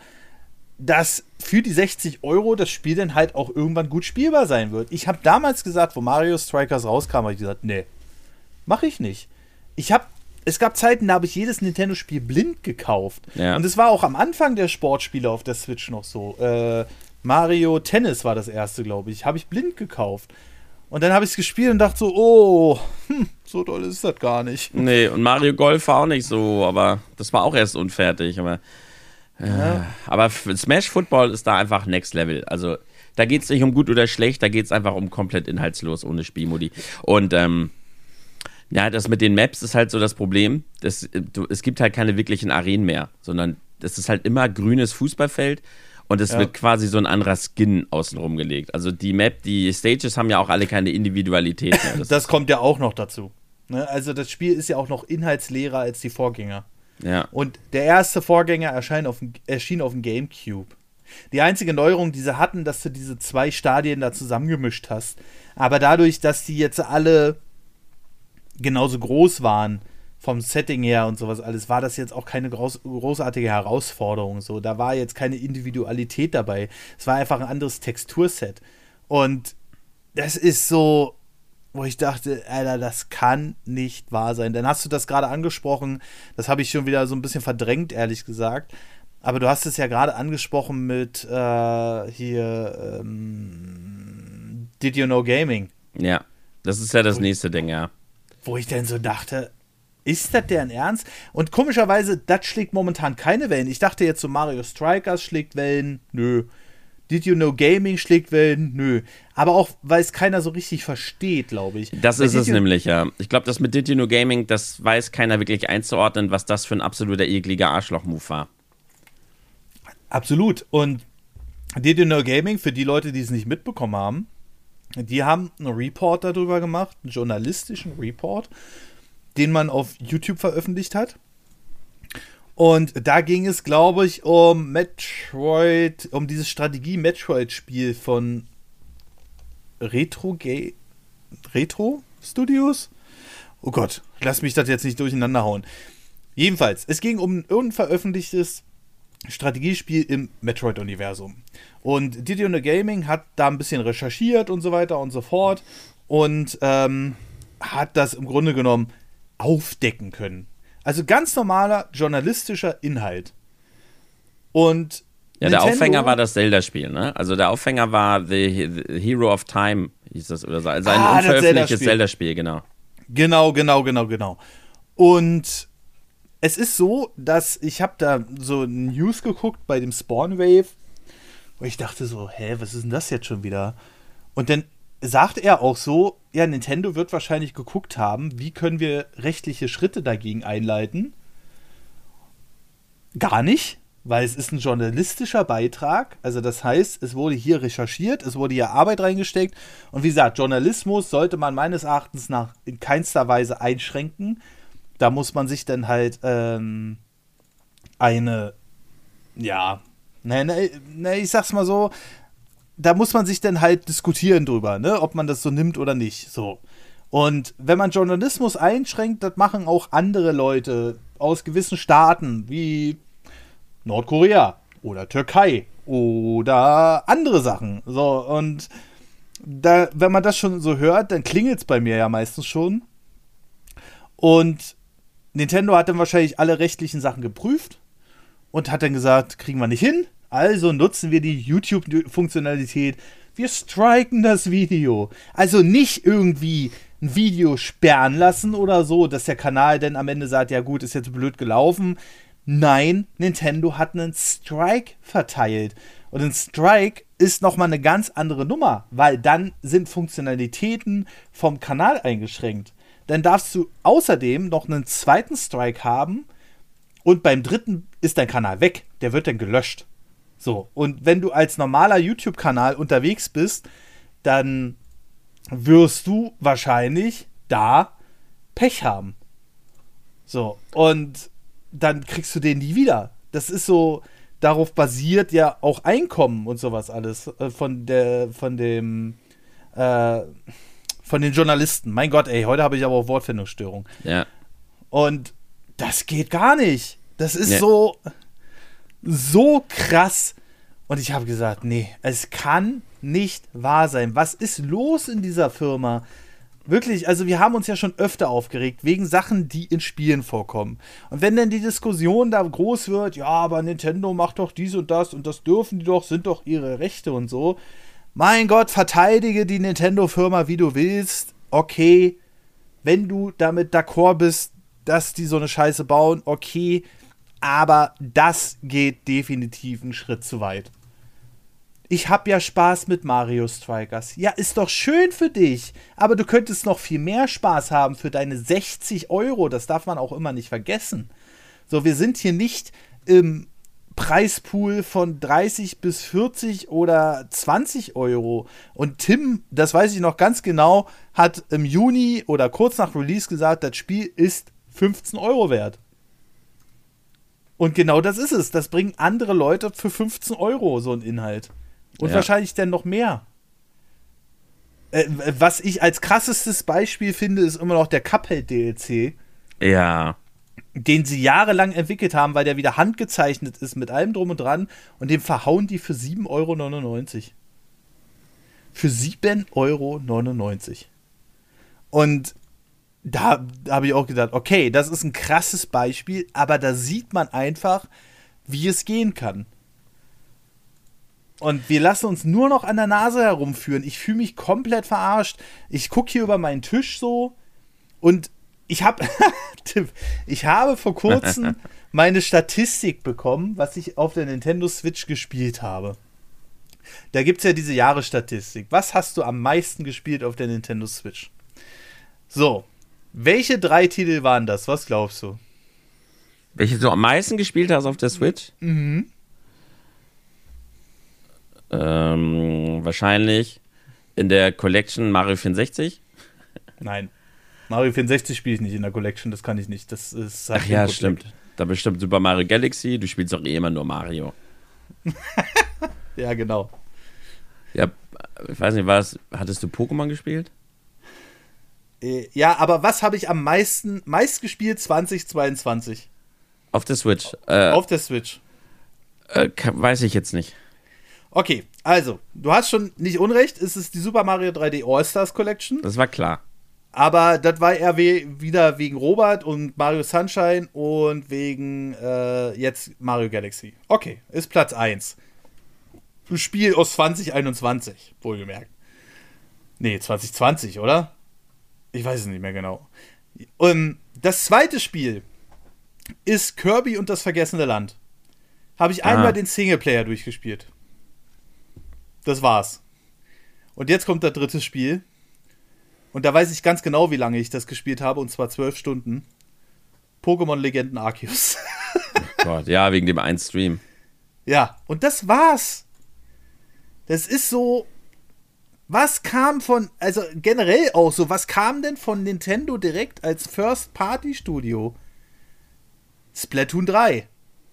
dass für die sechzig Euro das Spiel dann halt auch irgendwann gut spielbar sein wird. Ich habe damals gesagt, wo Mario Strikers rauskam, habe ich gesagt, nee, mache ich nicht. Ich habe, es gab Zeiten, da habe ich jedes Nintendo-Spiel blind gekauft. Ja. Und es war auch am Anfang der Sportspiele auf der Switch noch so. Äh, Mario Tennis war das erste, glaube ich. Habe ich blind gekauft. Und dann habe ich es gespielt und dachte so, oh, hm, so doll ist das gar nicht. Nee, und Mario Golf war auch nicht so, aber das war auch erst unfertig. Aber, äh, ja. aber Smash Football ist da einfach Next Level. Also da geht es nicht um gut oder schlecht, da geht es einfach um komplett inhaltslos, ohne Spielmodi. Und ähm, ja, das mit den Maps ist halt so das Problem. Das, du, es gibt halt keine wirklichen Arenen mehr, sondern es ist halt immer grünes Fußballfeld. Und es ja. wird quasi so ein anderer Skin außenrum gelegt. Also die Map, die Stages haben ja auch alle keine Individualität mehr. Das, das kommt ja auch noch dazu. Ne? Also das Spiel ist ja auch noch inhaltsleerer als die Vorgänger. Ja. Und der erste Vorgänger erschien auf, erschien auf dem GameCube. Die einzige Neuerung, die sie hatten, dass du diese zwei Stadien da zusammengemischt hast. Aber dadurch, dass die jetzt alle genauso groß waren, vom Setting her und sowas alles, war das jetzt auch keine groß, großartige Herausforderung. So. Da war jetzt keine Individualität dabei. Es war einfach ein anderes Texturset. Und das ist so, wo ich dachte, Alter, das kann nicht wahr sein. Dann hast du das gerade angesprochen, das habe ich schon wieder so ein bisschen verdrängt, ehrlich gesagt. Aber du hast es ja gerade angesprochen mit äh, hier ähm, Did You Know Gaming? Ja, das ist ja das wo nächste Ding, ja. Wo ich dann so dachte, ist das deren Ernst? Und komischerweise, das schlägt momentan keine Wellen. Ich dachte jetzt so, Mario Strikers schlägt Wellen, nö. Did You Know Gaming schlägt Wellen, nö. Aber auch, weil es keiner so richtig versteht, glaube ich. Das Weil ist Did es you nämlich, ja. Ich glaube, das mit Did You Know Gaming, das weiß keiner wirklich einzuordnen, was das für ein absoluter ekliger Arschloch-Move war. Absolut. Und Did You Know Gaming, für die Leute, die es nicht mitbekommen haben, die haben einen Report darüber gemacht, einen journalistischen Report, den man auf YouTube veröffentlicht hat. Und da ging es, glaube ich, um Metroid, um dieses Strategie-Metroid-Spiel von Retro Ga- Retro Studios? Oh Gott, lass mich das jetzt nicht durcheinander hauen. Jedenfalls, es ging um ein unveröffentlichtes Strategiespiel im Metroid-Universum. Und Did You Know Gaming hat da ein bisschen recherchiert und so weiter und so fort und ähm, hat das im Grunde genommen aufdecken können. Also ganz normaler journalistischer Inhalt. Und ja, Nintendo, der Aufhänger war das Zelda-Spiel, ne? Also der Aufhänger war The, The Hero of Time, hieß das oder so. Also ein ah, unveröffentlichtes Zelda-Spiel, genau. Genau, genau, genau, genau. Und es ist so, dass ich habe da so News geguckt bei dem Spawn Wave, wo ich dachte so, hä, was ist denn das jetzt schon wieder? Und dann sagt er auch so, ja, Nintendo wird wahrscheinlich geguckt haben, wie können wir rechtliche Schritte dagegen einleiten? Gar nicht, weil es ist ein journalistischer Beitrag. Also das heißt, es wurde hier recherchiert, es wurde hier Arbeit reingesteckt. Und wie gesagt, Journalismus sollte man meines Erachtens nach in keinster Weise einschränken. Da muss man sich dann halt ähm, eine, ja, ne, ne, ne, ich sag's mal so, da muss man sich dann halt diskutieren drüber, ne, ob man das so nimmt oder nicht. So. Und wenn man Journalismus einschränkt, das machen auch andere Leute aus gewissen Staaten, wie Nordkorea oder Türkei oder andere Sachen. So, und da, wenn man das schon so hört, dann klingelt es bei mir ja meistens schon. Und Nintendo hat dann wahrscheinlich alle rechtlichen Sachen geprüft und hat dann gesagt, kriegen wir nicht hin, also nutzen wir die YouTube-Funktionalität. Wir striken das Video. Also nicht irgendwie ein Video sperren lassen oder so, dass der Kanal dann am Ende sagt, ja gut, ist jetzt blöd gelaufen. Nein, Nintendo hat einen Strike verteilt. Und ein Strike ist nochmal eine ganz andere Nummer, weil dann sind Funktionalitäten vom Kanal eingeschränkt. Dann darfst du außerdem noch einen zweiten Strike haben und beim dritten ist dein Kanal weg. Der wird dann gelöscht. So, und wenn du als normaler YouTube-Kanal unterwegs bist, dann wirst du wahrscheinlich da Pech haben. So, und dann kriegst du den nie wieder. Das ist so, darauf basiert ja auch Einkommen und sowas alles äh, von der, von dem, äh, von den Journalisten. Mein Gott, ey, heute habe ich aber auch Wortfindungsstörung. Ja. Und das geht gar nicht. Das ist ja. so, so krass. Und ich habe gesagt, nee, es kann nicht wahr sein. Was ist los in dieser Firma? Wirklich, also wir haben uns ja schon öfter aufgeregt, wegen Sachen, die in Spielen vorkommen. Und wenn dann die Diskussion da groß wird, ja, aber Nintendo macht doch dies und das und das dürfen die doch, sind doch ihre Rechte und so. Mein Gott, verteidige die Nintendo-Firma, wie du willst. Okay, wenn du damit d'accord bist, dass die so eine Scheiße bauen, okay. Aber das geht definitiv einen Schritt zu weit. Ich hab ja Spaß mit Mario Strikers. Ja, ist doch schön für dich. Aber du könntest noch viel mehr Spaß haben für deine sechzig Euro. Das darf man auch immer nicht vergessen. So, wir sind hier nicht im Preispool von dreißig bis vierzig oder zwanzig Euro. Und Tim, das weiß ich noch ganz genau, hat im Juni oder kurz nach Release gesagt, das Spiel ist fünfzehn Euro wert. Und genau das ist es. Das bringen andere Leute für fünfzehn Euro, so ein Inhalt. Und ja. wahrscheinlich dann noch mehr. Äh, was ich als krassestes Beispiel finde, ist immer noch der Cuphead-D L C. Ja. Den sie jahrelang entwickelt haben, weil der wieder handgezeichnet ist mit allem drum und dran. Und den verhauen die für sieben Euro neunundneunzig. Für sieben Euro neunundneunzig. Und da, da habe ich auch gedacht, okay, das ist ein krasses Beispiel, aber da sieht man einfach, wie es gehen kann. Und wir lassen uns nur noch an der Nase herumführen. Ich fühle mich komplett verarscht. Ich gucke hier über meinen Tisch so und ich habe ich habe vor kurzem meine Statistik bekommen, was ich auf der Nintendo Switch gespielt habe. Da gibt es ja diese Jahresstatistik. Was hast du am meisten gespielt auf der Nintendo Switch? So, welche drei Titel waren das? Was glaubst du? Welche du am meisten gespielt hast auf der Switch? Mhm. Ähm, wahrscheinlich in der Collection Mario vierundsechzig. Nein. Mario vierundsechzig spiele ich nicht in der Collection, das kann ich nicht. Das ist halt Ach ja, stimmt. Da bestimmt Super Mario Galaxy, du spielst doch eh immer nur Mario. Ja, genau. Ja, ich weiß nicht, was, hattest du Pokémon gespielt? Ja, aber was habe ich am meisten, meist gespielt zwanzig zweiundzwanzig? Auf der Switch. Äh, Auf der Switch. Äh, weiß ich jetzt nicht. Okay, also, du hast schon nicht unrecht, es ist die Super Mario drei D All-Stars Collection. Das war klar. Aber das war eher we- wieder wegen Robert und Mario Sunshine und wegen äh, jetzt Mario Galaxy. Okay, ist Platz eins. Ein Spiel aus zwanzig einundzwanzig, wohlgemerkt. Nee, zwanzig zwanzig, oder? Ich weiß es nicht mehr genau. Und das zweite Spiel ist Kirby und das vergessene Land. Habe ich einmal Ah. den Singleplayer durchgespielt. Das war's. Und jetzt kommt das dritte Spiel. Und da weiß ich ganz genau, wie lange ich das gespielt habe, und zwar zwölf Stunden. Pokémon Legenden Arceus. Gott, ja, wegen dem einen Stream. Ja, und das war's. Das ist so, was kam von, also generell auch so, was kam denn von Nintendo direkt als First-Party-Studio? Splatoon drei.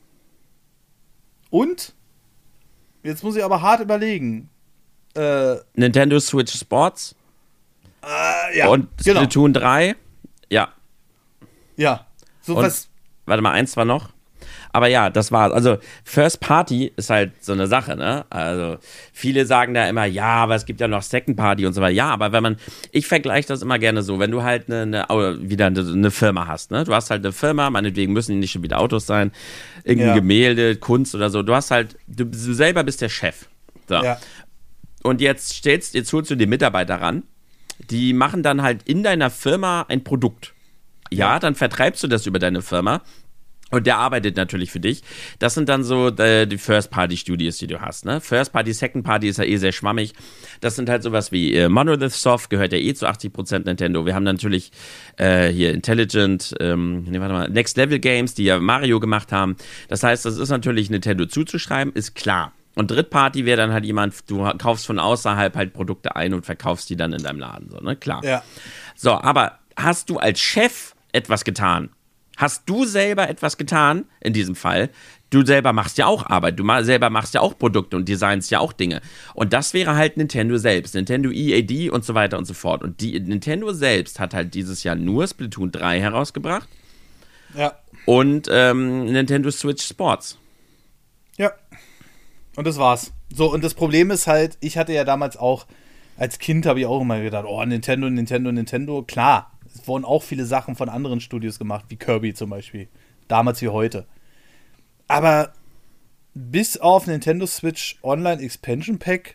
Und, jetzt muss ich aber hart überlegen. Äh, Nintendo Switch Sports äh, ja, und genau. Splatoon drei. Ja. Ja, so Und, was. warte mal, eins war noch. Aber ja, das war's. Also First Party ist halt so eine Sache, ne? Also viele sagen da immer, ja, aber es gibt ja noch Second Party und so weiter. Ja, aber wenn man, ich vergleiche das immer gerne so, wenn du halt eine, eine wieder eine, eine Firma hast, ne? Du hast halt eine Firma, meinetwegen müssen die nicht schon wieder Autos sein, irgendein Ja. Gemälde, Kunst oder so. Du hast halt, du, du selber bist der Chef. So. Ja, Und jetzt stellst, jetzt holst du die Mitarbeiter ran, die machen dann halt in deiner Firma ein Produkt. Ja, dann vertreibst du das über deine Firma und der arbeitet natürlich für dich. Das sind dann so äh, die First-Party-Studios, die du hast, ne? First-Party, Second-Party ist ja eh sehr schwammig. Das sind halt sowas wie äh, Monolith Soft, gehört ja eh zu achtzig Prozent Nintendo. Wir haben natürlich äh, hier Intelligent, ähm, nee, warte mal, Next Level Games, die ja Mario gemacht haben. Das heißt, das ist natürlich Nintendo zuzuschreiben, ist klar. Und Drittparty wäre dann halt jemand, du kaufst von außerhalb halt Produkte ein und verkaufst die dann in deinem Laden, so, ne? Klar. ja. So, aber hast du als Chef etwas getan? Hast du selber etwas getan, in diesem Fall? Du selber machst ja auch Arbeit, du ma- selber machst ja auch Produkte und designst ja auch Dinge. Und das wäre halt Nintendo selbst, Nintendo E A D und so weiter und so fort. Und die Nintendo selbst hat halt dieses Jahr nur Splatoon drei herausgebracht Ja. und ähm, Nintendo Switch Sports. Ja. Und das war's. So, und das Problem ist halt, ich hatte ja damals auch, als Kind habe ich auch immer gedacht, oh, Nintendo, Nintendo, Nintendo. Klar, es wurden auch viele Sachen von anderen Studios gemacht, wie Kirby zum Beispiel. Damals wie heute. Aber bis auf Nintendo Switch Online Expansion Pack,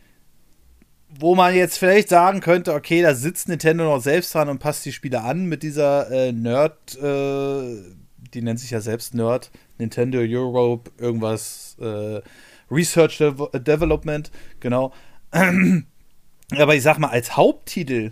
wo man jetzt vielleicht sagen könnte, okay, da sitzt Nintendo noch selbst dran und passt die Spiele an mit dieser äh, Nerd, äh, die nennt sich ja selbst Nerd, Nintendo Europe, irgendwas, äh, Research Dev- Development, genau. Aber ich sag mal, als Haupttitel,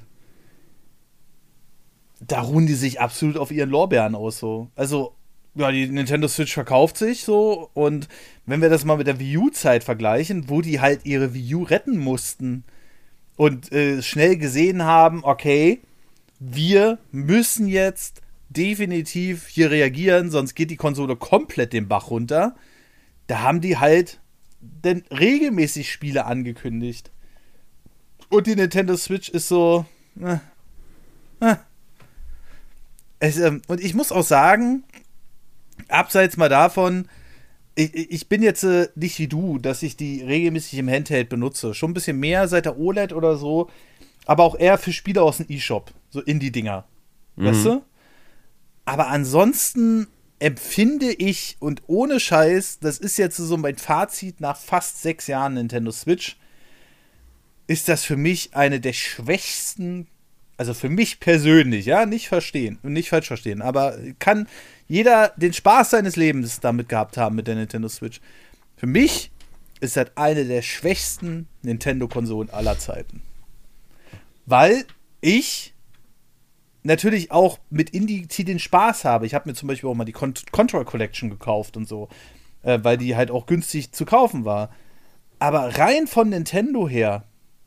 da ruhen die sich absolut auf ihren Lorbeeren aus, so. Also, ja, die Nintendo Switch verkauft sich so, und wenn wir das mal mit der Wii U-Zeit vergleichen, wo die halt ihre Wii U retten mussten und äh, schnell gesehen haben, okay, wir müssen jetzt definitiv hier reagieren, sonst geht die Konsole komplett den Bach runter. Da haben die halt denn regelmäßig Spiele angekündigt. Und die Nintendo Switch ist so. Äh, äh. Es, ähm, und ich muss auch sagen, abseits mal davon, ich, ich bin jetzt äh, nicht wie du, dass ich die regelmäßig im Handheld benutze. Schon ein bisschen mehr seit der O L E D oder so, aber auch eher für Spiele aus dem eShop. So Indie-Dinger. Mhm. Weißt du? Aber ansonsten empfinde ich, und ohne Scheiß, das ist jetzt so mein Fazit nach fast sechs Jahren Nintendo Switch, ist das für mich eine der schwächsten, also für mich persönlich, ja, nicht verstehen, nicht falsch verstehen, aber kann jeder den Spaß seines Lebens damit gehabt haben mit der Nintendo Switch. Für mich ist das eine der schwächsten Nintendo-Konsolen aller Zeiten. Weil ich natürlich auch mit Indie-Titeln Spaß habe. Ich habe mir zum Beispiel auch mal die Cont- Control Collection gekauft und so, äh, weil die halt auch günstig zu kaufen war. Aber rein von Nintendo her,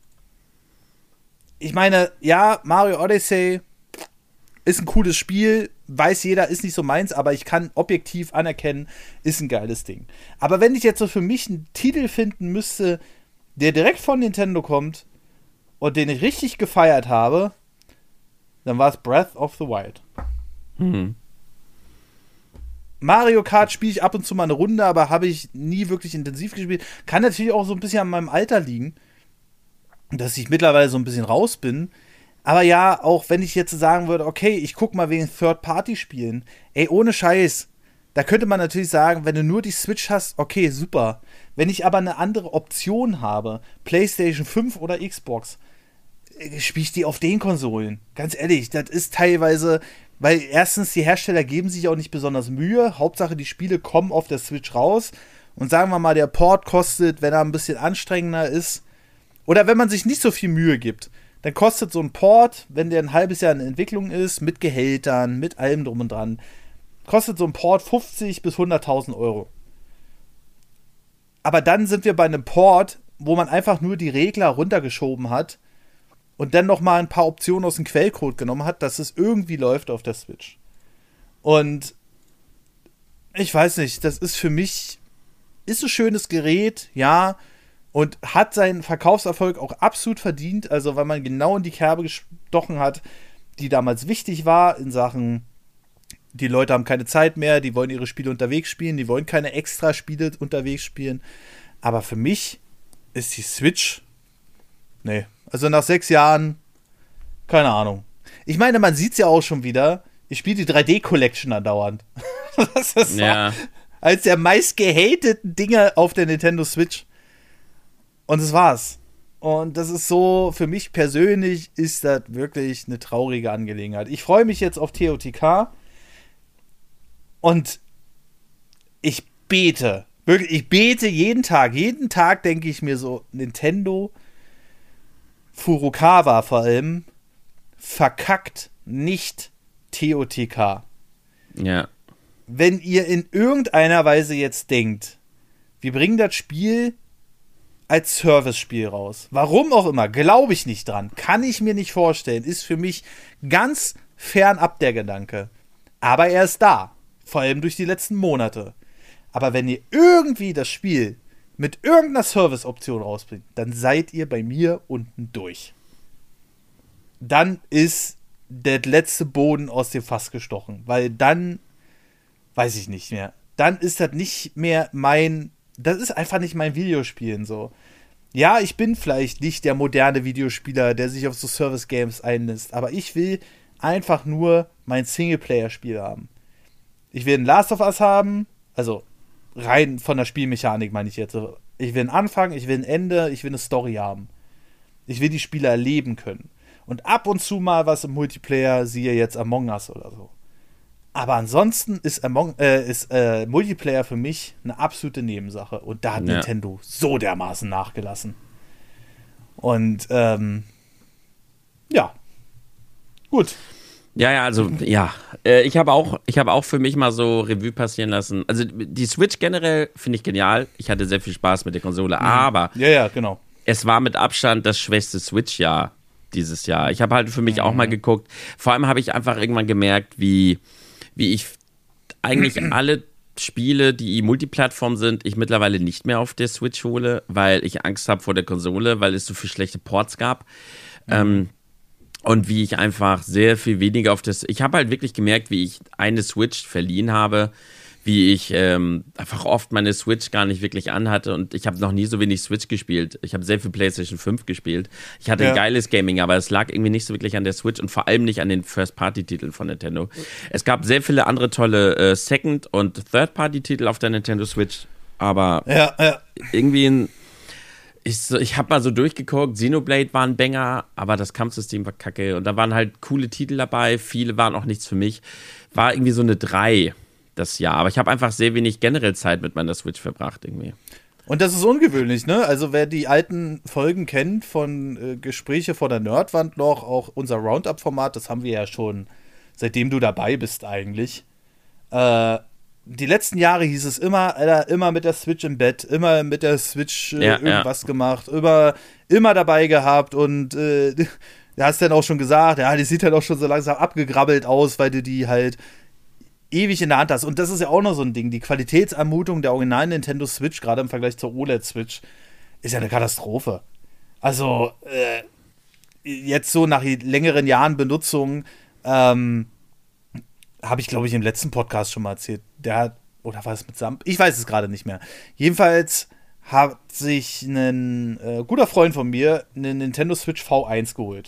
ich meine, ja, Mario Odyssey ist ein cooles Spiel, weiß jeder, ist nicht so meins, aber ich kann objektiv anerkennen, ist ein geiles Ding. Aber wenn ich jetzt so für mich einen Titel finden müsste, der direkt von Nintendo kommt und den ich richtig gefeiert habe, dann war es Breath of the Wild. Mhm. Mario Kart spiele ich ab und zu mal eine Runde, aber habe ich nie wirklich intensiv gespielt. Kann natürlich auch so ein bisschen an meinem Alter liegen, dass ich mittlerweile so ein bisschen raus bin. Aber ja, auch wenn ich jetzt sagen würde, okay, ich guck mal wegen Third-Party-Spielen, ey, ohne Scheiß, da könnte man natürlich sagen, wenn du nur die Switch hast, okay, super. Wenn ich aber eine andere Option habe, PlayStation fünf oder Xbox, spiele ich die auf den Konsolen. Ganz ehrlich, das ist teilweise, weil erstens, die Hersteller geben sich auch nicht besonders Mühe. Hauptsache, die Spiele kommen auf der Switch raus. Und sagen wir mal, der Port kostet, wenn er ein bisschen anstrengender ist, oder wenn man sich nicht so viel Mühe gibt, dann kostet so ein Port, wenn der ein halbes Jahr in Entwicklung ist, mit Gehältern, mit allem drum und dran, kostet so ein Port fünfzig bis hunderttausend Euro. Aber dann sind wir bei einem Port, wo man einfach nur die Regler runtergeschoben hat und dann noch mal ein paar Optionen aus dem Quellcode genommen hat, dass es irgendwie läuft auf der Switch. Und ich weiß nicht, das ist für mich, ist ein schönes Gerät, ja, und hat seinen Verkaufserfolg auch absolut verdient, also weil man genau in die Kerbe gestochen hat, die damals wichtig war in Sachen, die Leute haben keine Zeit mehr, die wollen ihre Spiele unterwegs spielen, die wollen keine Extra-Spiele unterwegs spielen. Aber für mich ist die Switch, nee, also nach sechs Jahren, keine Ahnung. Ich meine, man sieht es ja auch schon wieder, ich spiele die drei D-Collection andauernd. Das ist so ja. als der meist gehateten Dinge auf der Nintendo Switch. Und das war's. Und das ist so, für mich persönlich ist das wirklich eine traurige Angelegenheit. Ich freue mich jetzt auf T O T K und ich bete, wirklich, ich bete jeden Tag. Jeden Tag denke ich mir so, Nintendo, Furukawa vor allem, verkackt nicht T O T K. Ja. Wenn ihr in irgendeiner Weise jetzt denkt, wir bringen das Spiel als Service-Spiel raus. Warum auch immer, glaube ich nicht dran. Kann ich mir nicht vorstellen. Ist für mich ganz fernab der Gedanke. Aber er ist da. Vor allem durch die letzten Monate. Aber wenn ihr irgendwie das Spiel mit irgendeiner Service-Option rausbringt, dann seid ihr bei mir unten durch. Dann ist der letzte Boden aus dem Fass gestochen. Weil dann, weiß ich nicht mehr, dann ist das nicht mehr mein, das ist einfach nicht mein Videospielen so. Ja, ich bin vielleicht nicht der moderne Videospieler, der sich auf so Service-Games einlässt, aber ich will einfach nur mein Singleplayer-Spiel haben. Ich will ein Last of Us haben, also rein von der Spielmechanik meine ich jetzt. Ich will einen Anfang, ich will ein Ende, ich will eine Story haben. Ich will die Spiele erleben können. Und ab und zu mal was im Multiplayer, siehe jetzt Among Us oder so. Aber ansonsten ist, Among, äh, ist äh, Multiplayer für mich eine absolute Nebensache. Und da hat ja. Nintendo so dermaßen nachgelassen. Und ähm, ja, gut. Ja, ja, also, ja. Äh, ich habe auch, ich habe auch für mich mal so Revue passieren lassen. Also, die Switch generell finde ich genial. Ich hatte sehr viel Spaß mit der Konsole. Mhm. Aber ja, ja, genau. Es war mit Abstand das schwächste Switch-Jahr dieses Jahr. Ich habe halt für mich mhm. auch mal geguckt. Vor allem habe ich einfach irgendwann gemerkt, wie, wie ich eigentlich alle Spiele, die Multiplattform sind, ich mittlerweile nicht mehr auf der Switch hole, weil ich Angst habe vor der Konsole, weil es so viele schlechte Ports gab. Mhm. Ähm, und wie ich einfach sehr viel weniger auf das... Ich habe halt wirklich gemerkt, wie ich eine Switch verliehen habe, wie ich ähm, einfach oft meine Switch gar nicht wirklich anhatte und ich habe noch nie so wenig Switch gespielt. Ich habe sehr viel PlayStation fünf gespielt. Ich hatte ja. ein geiles Gaming, aber es lag irgendwie nicht so wirklich an der Switch und vor allem nicht an den First-Party-Titeln von Nintendo. Es gab sehr viele andere tolle äh, Second- und Third-Party-Titel auf der Nintendo Switch, aber ja, ja. irgendwie ein... Ich, so, ich habe mal so durchgeguckt, Xenoblade war ein Banger, aber das Kampfsystem war kacke und da waren halt coole Titel dabei, viele waren auch nichts für mich. War irgendwie so eine drei das Jahr, aber ich habe einfach sehr wenig generell Zeit mit meiner Switch verbracht irgendwie. Und das ist ungewöhnlich, ne? Also wer die alten Folgen kennt von äh, Gespräche vor der Nerdwand noch, auch unser Roundup-Format, das haben wir ja schon, seitdem du dabei bist eigentlich. Äh, die letzten Jahre hieß es immer, Alter, immer mit der Switch im Bett, immer mit der Switch äh, ja, irgendwas ja. gemacht, immer, immer dabei gehabt und äh, du hast dann auch schon gesagt, ja, die sieht halt auch schon so langsam abgegrabbelt aus, weil du die halt ewig in der Hand hast. Und das ist ja auch noch so ein Ding. Die Qualitätsanmutung der originalen Nintendo Switch, gerade im Vergleich zur O L E D-Switch, ist ja eine Katastrophe. Also, äh, jetzt so nach längeren Jahren Benutzung, ähm, habe ich, glaube ich, im letzten Podcast schon mal erzählt. Der hat, oder war es mit Sam? Ich weiß es gerade nicht mehr. Jedenfalls hat sich ein äh, guter Freund von mir eine Nintendo Switch V eins geholt.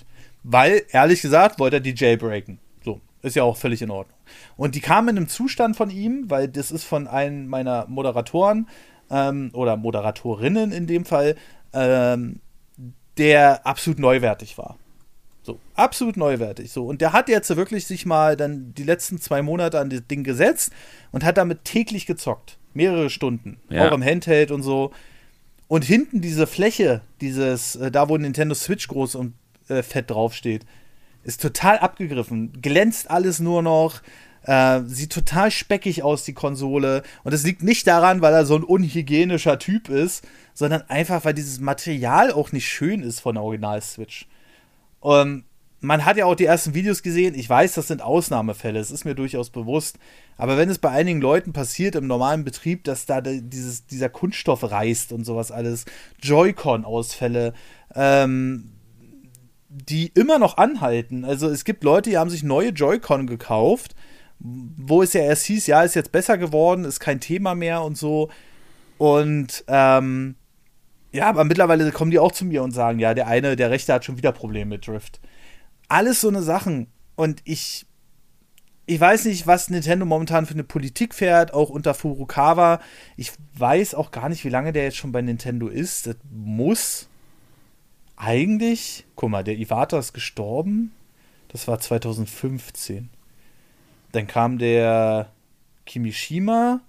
Weil, ehrlich gesagt, wollte er die jailbreaken. So, ist ja auch völlig in Ordnung. Und die kamen in einem Zustand von ihm, weil das ist von einem meiner Moderatoren ähm, oder Moderatorinnen in dem Fall, ähm, der absolut neuwertig war. So, absolut neuwertig. So, und der hat jetzt wirklich sich mal dann die letzten zwei Monate an das Ding gesetzt und hat damit täglich gezockt. Mehrere Stunden. Ja. Auch im Handheld und so. Und hinten diese Fläche, dieses, äh, da wo Nintendo Switch groß und äh, fett draufsteht, ist total abgegriffen. Glänzt alles nur noch. Äh, sieht total speckig aus, die Konsole. Und es liegt nicht daran, weil er so ein unhygienischer Typ ist, sondern einfach, weil dieses Material auch nicht schön ist von der Original-Switch. Und man hat ja auch die ersten Videos gesehen. Ich weiß, das sind Ausnahmefälle. Es ist mir durchaus bewusst. Aber wenn es bei einigen Leuten passiert im normalen Betrieb, dass da dieses, dieser Kunststoff reißt und sowas alles, Joy-Con-Ausfälle, ähm, die immer noch anhalten. Also es gibt Leute, die haben sich neue Joy-Con gekauft, wo es ja erst hieß, ja, ist jetzt besser geworden, ist kein Thema mehr und so. Und ähm, ja, aber mittlerweile kommen die auch zu mir und sagen, ja, der eine, der Rechte hat schon wieder Probleme mit Drift. Alles so eine Sachen. Und ich ich weiß nicht, was Nintendo momentan für eine Politik fährt, auch unter Furukawa. Ich weiß auch gar nicht, wie lange der jetzt schon bei Nintendo ist. Das muss eigentlich, guck mal, der Iwata ist gestorben. Das war zwanzig fünfzehn. Dann kam der Kimishima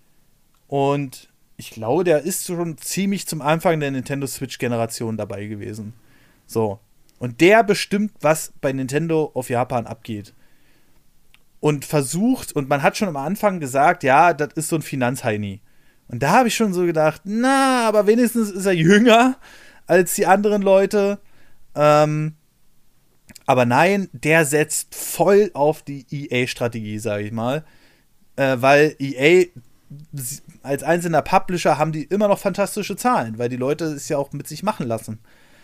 und ich glaube, der ist schon ziemlich zum Anfang der Nintendo Switch-Generation dabei gewesen. So. Und der bestimmt, was bei Nintendo auf Japan abgeht. Und versucht, und man hat schon am Anfang gesagt, ja, das ist so ein Finanzheini. Und da habe ich schon so gedacht, na, aber wenigstens ist er jünger als die anderen Leute. Ähm, aber nein, der setzt voll auf die E A-Strategie, sage ich mal. Äh, weil E A als einzelner Publisher haben die immer noch fantastische Zahlen, weil die Leute es ja auch mit sich machen lassen.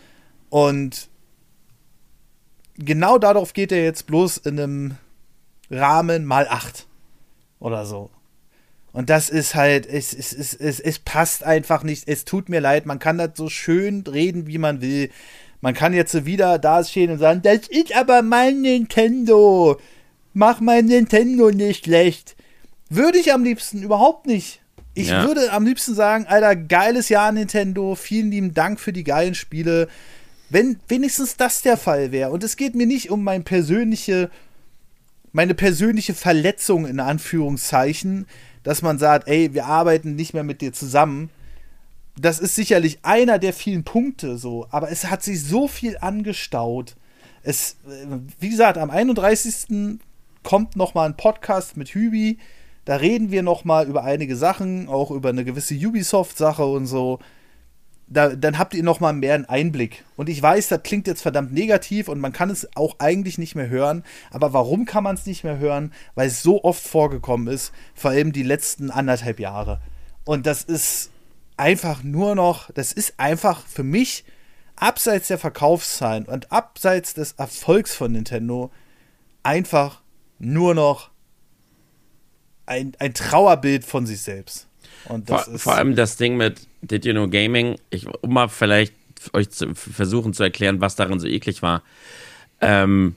Und genau darauf geht er jetzt bloß in einem Rahmen mal acht oder so. Und das ist halt, es, es, es, es, es passt einfach nicht. Es tut mir leid, man kann das so schön reden, wie man will. Man kann jetzt wieder da stehen und sagen, das ist aber mein Nintendo. Mach mein Nintendo nicht schlecht. Würde ich am liebsten überhaupt nicht. Ich ja. würde am liebsten sagen, Alter, geiles Jahr Nintendo, vielen lieben Dank für die geilen Spiele. Wenn wenigstens das der Fall wäre. Und es geht mir nicht um mein persönliche, meine persönliche Verletzung in Anführungszeichen, dass man sagt, ey, wir arbeiten nicht mehr mit dir zusammen. Das ist sicherlich einer der vielen Punkte so, aber es hat sich so viel angestaut. Es, wie gesagt, am einunddreißigsten kommt noch mal ein Podcast mit Hübi. Da reden wir noch mal über einige Sachen, auch über eine gewisse Ubisoft-Sache und so. Da, dann habt ihr noch mal mehr einen Einblick. Und ich weiß, das klingt jetzt verdammt negativ und man kann es auch eigentlich nicht mehr hören. Aber warum kann man es nicht mehr hören? Weil es so oft vorgekommen ist, vor allem die letzten anderthalb Jahre. Und das ist einfach nur noch, das ist einfach für mich, abseits der Verkaufszahlen und abseits des Erfolgs von Nintendo, einfach nur noch ein, ein Trauerbild von sich selbst. Und das vor, ist vor allem das Ding mit Did You Know Gaming, ich, um mal vielleicht euch zu versuchen zu erklären, was darin so eklig war. Ähm,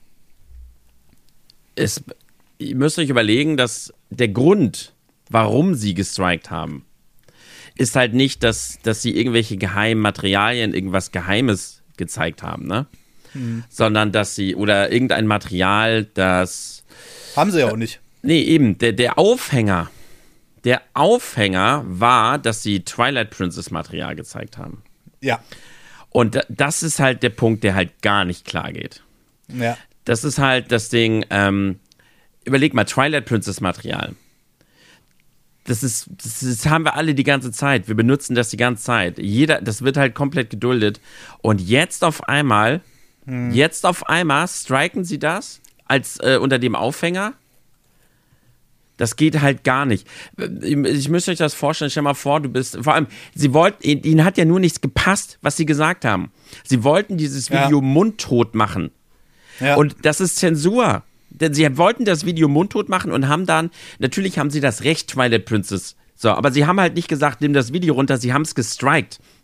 es, ihr müsst euch überlegen, dass der Grund, warum sie gestrikt haben, ist halt nicht, dass, dass sie irgendwelche geheimen Materialien, irgendwas Geheimes gezeigt haben, ne? Hm. Sondern dass sie, oder irgendein Material, das... Haben sie ja auch nicht. Nee, eben, der, der Aufhänger, der Aufhänger war, dass sie Twilight Princess Material gezeigt haben. Ja. Und das ist halt der Punkt, der halt gar nicht klar geht. Ja. Das ist halt das Ding, ähm, überleg mal, Twilight Princess Material. Das ist, das ist, das haben wir alle die ganze Zeit. Wir benutzen das die ganze Zeit. Jeder, das wird halt komplett geduldet. Und jetzt auf einmal, hm. jetzt auf einmal striken sie das als äh, unter dem Aufhänger. Das geht halt gar nicht. Ich müsste euch das vorstellen, stell mal vor, du bist, vor allem, sie wollten, ihnen hat ja nur nichts gepasst, was sie gesagt haben. Sie wollten dieses Video ja. mundtot machen. Ja. Und das ist Zensur. Denn sie wollten das Video mundtot machen und haben dann, natürlich haben sie das Recht, Twilight Princess. So, aber sie haben halt nicht gesagt, nimm das Video runter, sie haben es gestrikt.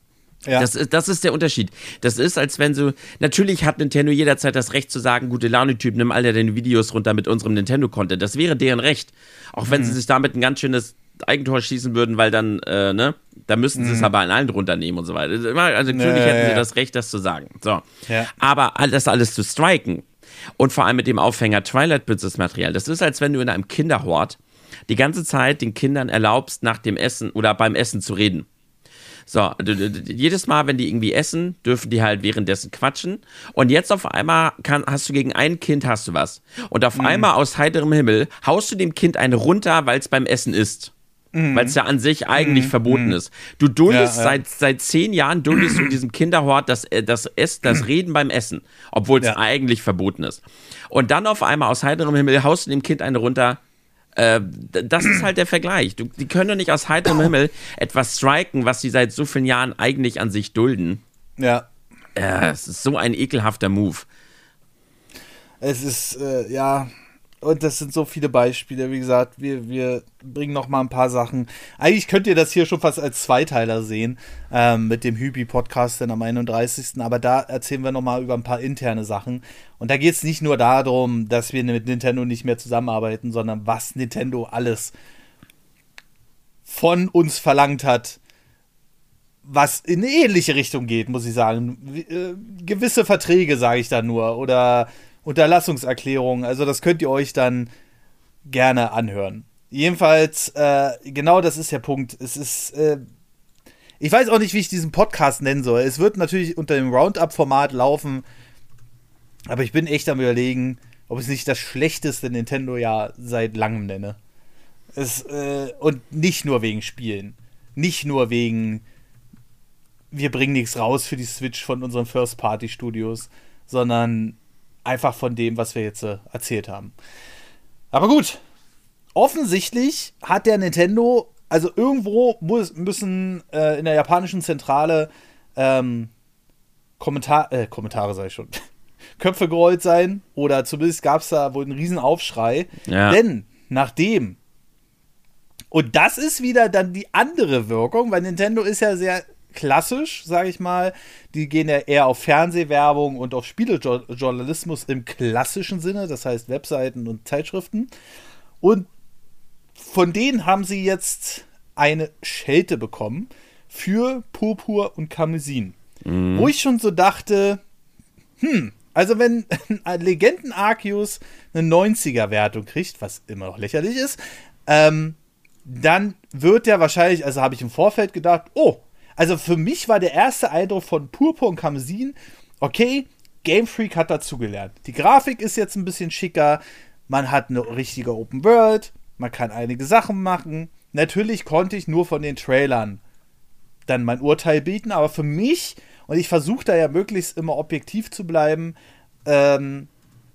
Ja. Das ist, das ist der Unterschied. Das ist, als wenn so, natürlich hat Nintendo jederzeit das Recht zu sagen, gute Laune-Typ, nimm all deine Videos runter mit unserem Nintendo-Content. Das wäre deren Recht. Auch wenn mhm. sie sich damit ein ganz schönes Eigentor schießen würden, weil dann, äh, ne, da müssten sie mhm. es aber an allen runternehmen und so weiter. Also natürlich ja, hätten ja, sie ja. das Recht, das zu sagen. So. Ja. Aber das alles zu striken und vor allem mit dem Aufhänger Twilight Princess Material, das ist, als wenn du in einem Kinderhort die ganze Zeit den Kindern erlaubst, nach dem Essen oder beim Essen zu reden. So, jedes Mal, wenn die irgendwie essen, dürfen die halt währenddessen quatschen. Und jetzt auf einmal kann, hast du gegen ein Kind hast du was. Und auf mhm. einmal aus heiterem Himmel haust du dem Kind eine runter, weil es beim Essen ist. Mhm. Weil es ja an sich eigentlich mhm. verboten ist. Du duldest ja, ja. seit seit zehn Jahren duldest du in diesem Kinderhort das, das, Ess, das Reden beim Essen, obwohl es ja. eigentlich verboten ist. Und dann auf einmal aus heiterem Himmel haust du dem Kind eine runter. Äh, das ist halt der Vergleich. Du, die können doch nicht aus heiterem Himmel etwas striken, was sie seit so vielen Jahren eigentlich an sich dulden. Ja. Äh, es ist so ein ekelhafter Move. Es ist, äh, ja, und das sind so viele Beispiele. Wie gesagt, wir, wir bringen noch mal ein paar Sachen. Eigentlich könnt ihr das hier schon fast als Zweiteiler sehen, ähm, mit dem Hübi-Podcast dann am einunddreißigsten Aber da erzählen wir noch mal über ein paar interne Sachen. Und da geht es nicht nur darum, dass wir mit Nintendo nicht mehr zusammenarbeiten, sondern was Nintendo alles von uns verlangt hat, was in eine ähnliche Richtung geht, muss ich sagen. Wie, äh, gewisse Verträge, sage ich da nur, oder Unterlassungserklärungen, also das könnt ihr euch dann gerne anhören. Jedenfalls, äh, genau das ist der Punkt. Es ist, äh, ich weiß auch nicht, wie ich diesen Podcast nennen soll. Es wird natürlich unter dem Roundup-Format laufen, aber ich bin echt am Überlegen, ob ich es nicht das schlechteste Nintendo-Jahr seit langem nenne. Es, äh, und nicht nur wegen Spielen. Nicht nur wegen, wir bringen nichts raus für die Switch von unseren First-Party-Studios, sondern einfach von dem, was wir jetzt äh, erzählt haben. Aber gut, offensichtlich hat der Nintendo, also irgendwo muss, müssen äh, in der japanischen Zentrale ähm, Kommentar, äh, Kommentare, sag ich schon, Köpfe gerollt sein, oder zumindest gab es da wohl einen riesen Aufschrei. Ja. Denn nachdem, und das ist wieder dann die andere Wirkung, weil Nintendo ist ja sehr klassisch, sage ich mal. Die gehen ja eher auf Fernsehwerbung und auf Spielejournalismus im klassischen Sinne, das heißt Webseiten und Zeitschriften. Und von denen haben sie jetzt eine Schelte bekommen für Purpur und Karmesin. Mhm. Wo ich schon so dachte, hm, also wenn ein Legenden Arceus eine neunziger-Wertung kriegt, was immer noch lächerlich ist, ähm, dann wird der wahrscheinlich, also habe ich im Vorfeld gedacht, oh, also für mich war der erste Eindruck von Purpur und Karmesin, okay, Game Freak hat dazugelernt. Die Grafik ist jetzt ein bisschen schicker, man hat eine richtige Open World, man kann einige Sachen machen. Natürlich konnte ich nur von den Trailern dann mein Urteil bieten, aber für mich, und ich versuche da ja möglichst immer objektiv zu bleiben, ähm,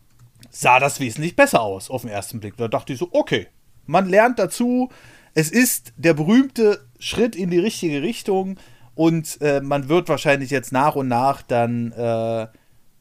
sah das wesentlich besser aus auf den ersten Blick. Da dachte ich so, okay, man lernt dazu, es ist der berühmte Schritt in die richtige Richtung und äh, man wird wahrscheinlich jetzt nach und nach dann äh,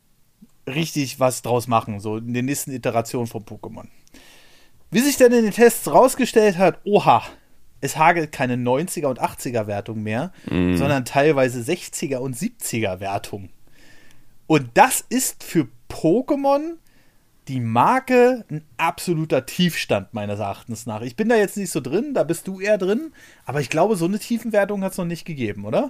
richtig was draus machen, so in den nächsten Iterationen von Pokémon. Wie sich dann in den Tests rausgestellt hat, oha, es hagelt keine neunziger- und achtziger-Wertung mehr, mhm. sondern teilweise sechziger- und siebziger-Wertung. Und das ist für Pokémon die Marke ein absoluter Tiefstand meines Erachtens nach. Ich bin da jetzt nicht so drin, da bist du eher drin, aber ich glaube, so eine Tiefenwertung hat es noch nicht gegeben, oder?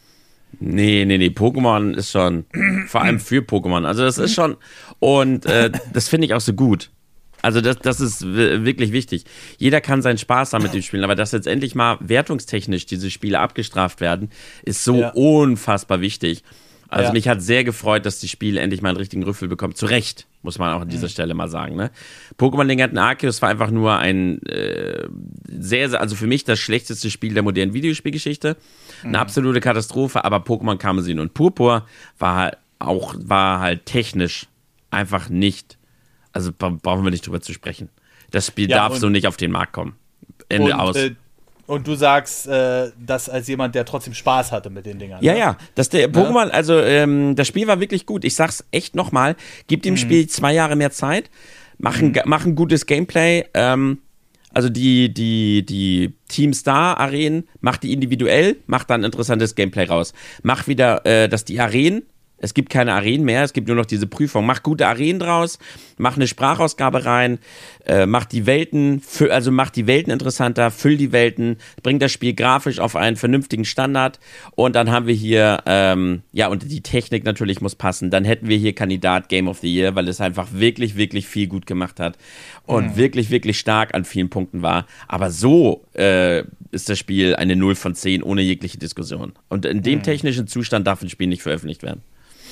Nee, nee, nee, Pokémon ist schon, vor allem für Pokémon, also das ist schon, und äh, das finde ich auch so gut. Also das, das ist w- wirklich wichtig. Jeder kann seinen Spaß damit spielen, aber dass jetzt endlich mal wertungstechnisch diese Spiele abgestraft werden, ist so ja. unfassbar wichtig. Also ja. mich hat sehr gefreut, dass die Spiele endlich mal einen richtigen Rüffel bekommen. Zu Recht, muss man auch an dieser mhm. Stelle mal sagen. Ne? Pokémon Legenden Arceus war einfach nur ein äh, sehr, sehr, also für mich das schlechteste Spiel der modernen Videospielgeschichte. Mhm. Eine absolute Katastrophe, aber Pokémon Karmesin und Purpur war auch, war halt technisch einfach nicht, also brauchen wir nicht drüber zu sprechen. Das Spiel ja, darf so nicht auf den Markt kommen. Ende und, aus. Äh, Und du sagst, äh, das als jemand, der trotzdem Spaß hatte mit den Dingern. Ja, ne? ja. Das der Pokémon, also ähm, das Spiel war wirklich gut. Ich sag's echt nochmal, gib dem mhm. Spiel zwei Jahre mehr Zeit, mach ein, mhm. mach ein gutes Gameplay, ähm, Also die, die, die Team Star Arenen, macht die individuell, macht dann interessantes Gameplay raus. Mach wieder, äh, dass die Arenen, es gibt keine Arenen mehr, es gibt nur noch diese Prüfung. Mach gute Arenen draus, mach eine Sprachausgabe rein, äh, mach die Welten, fü- also mach die Welten interessanter, füll die Welten, bring das Spiel grafisch auf einen vernünftigen Standard und dann haben wir hier, ähm, ja, und die Technik natürlich muss passen. Dann hätten wir hier Kandidat Game of the Year, weil es einfach wirklich, wirklich viel gut gemacht hat und mhm. wirklich, wirklich stark an vielen Punkten war. Aber so äh, ist das Spiel eine null von zehn ohne jegliche Diskussion. Und in dem mhm. technischen Zustand darf ein Spiel nicht veröffentlicht werden.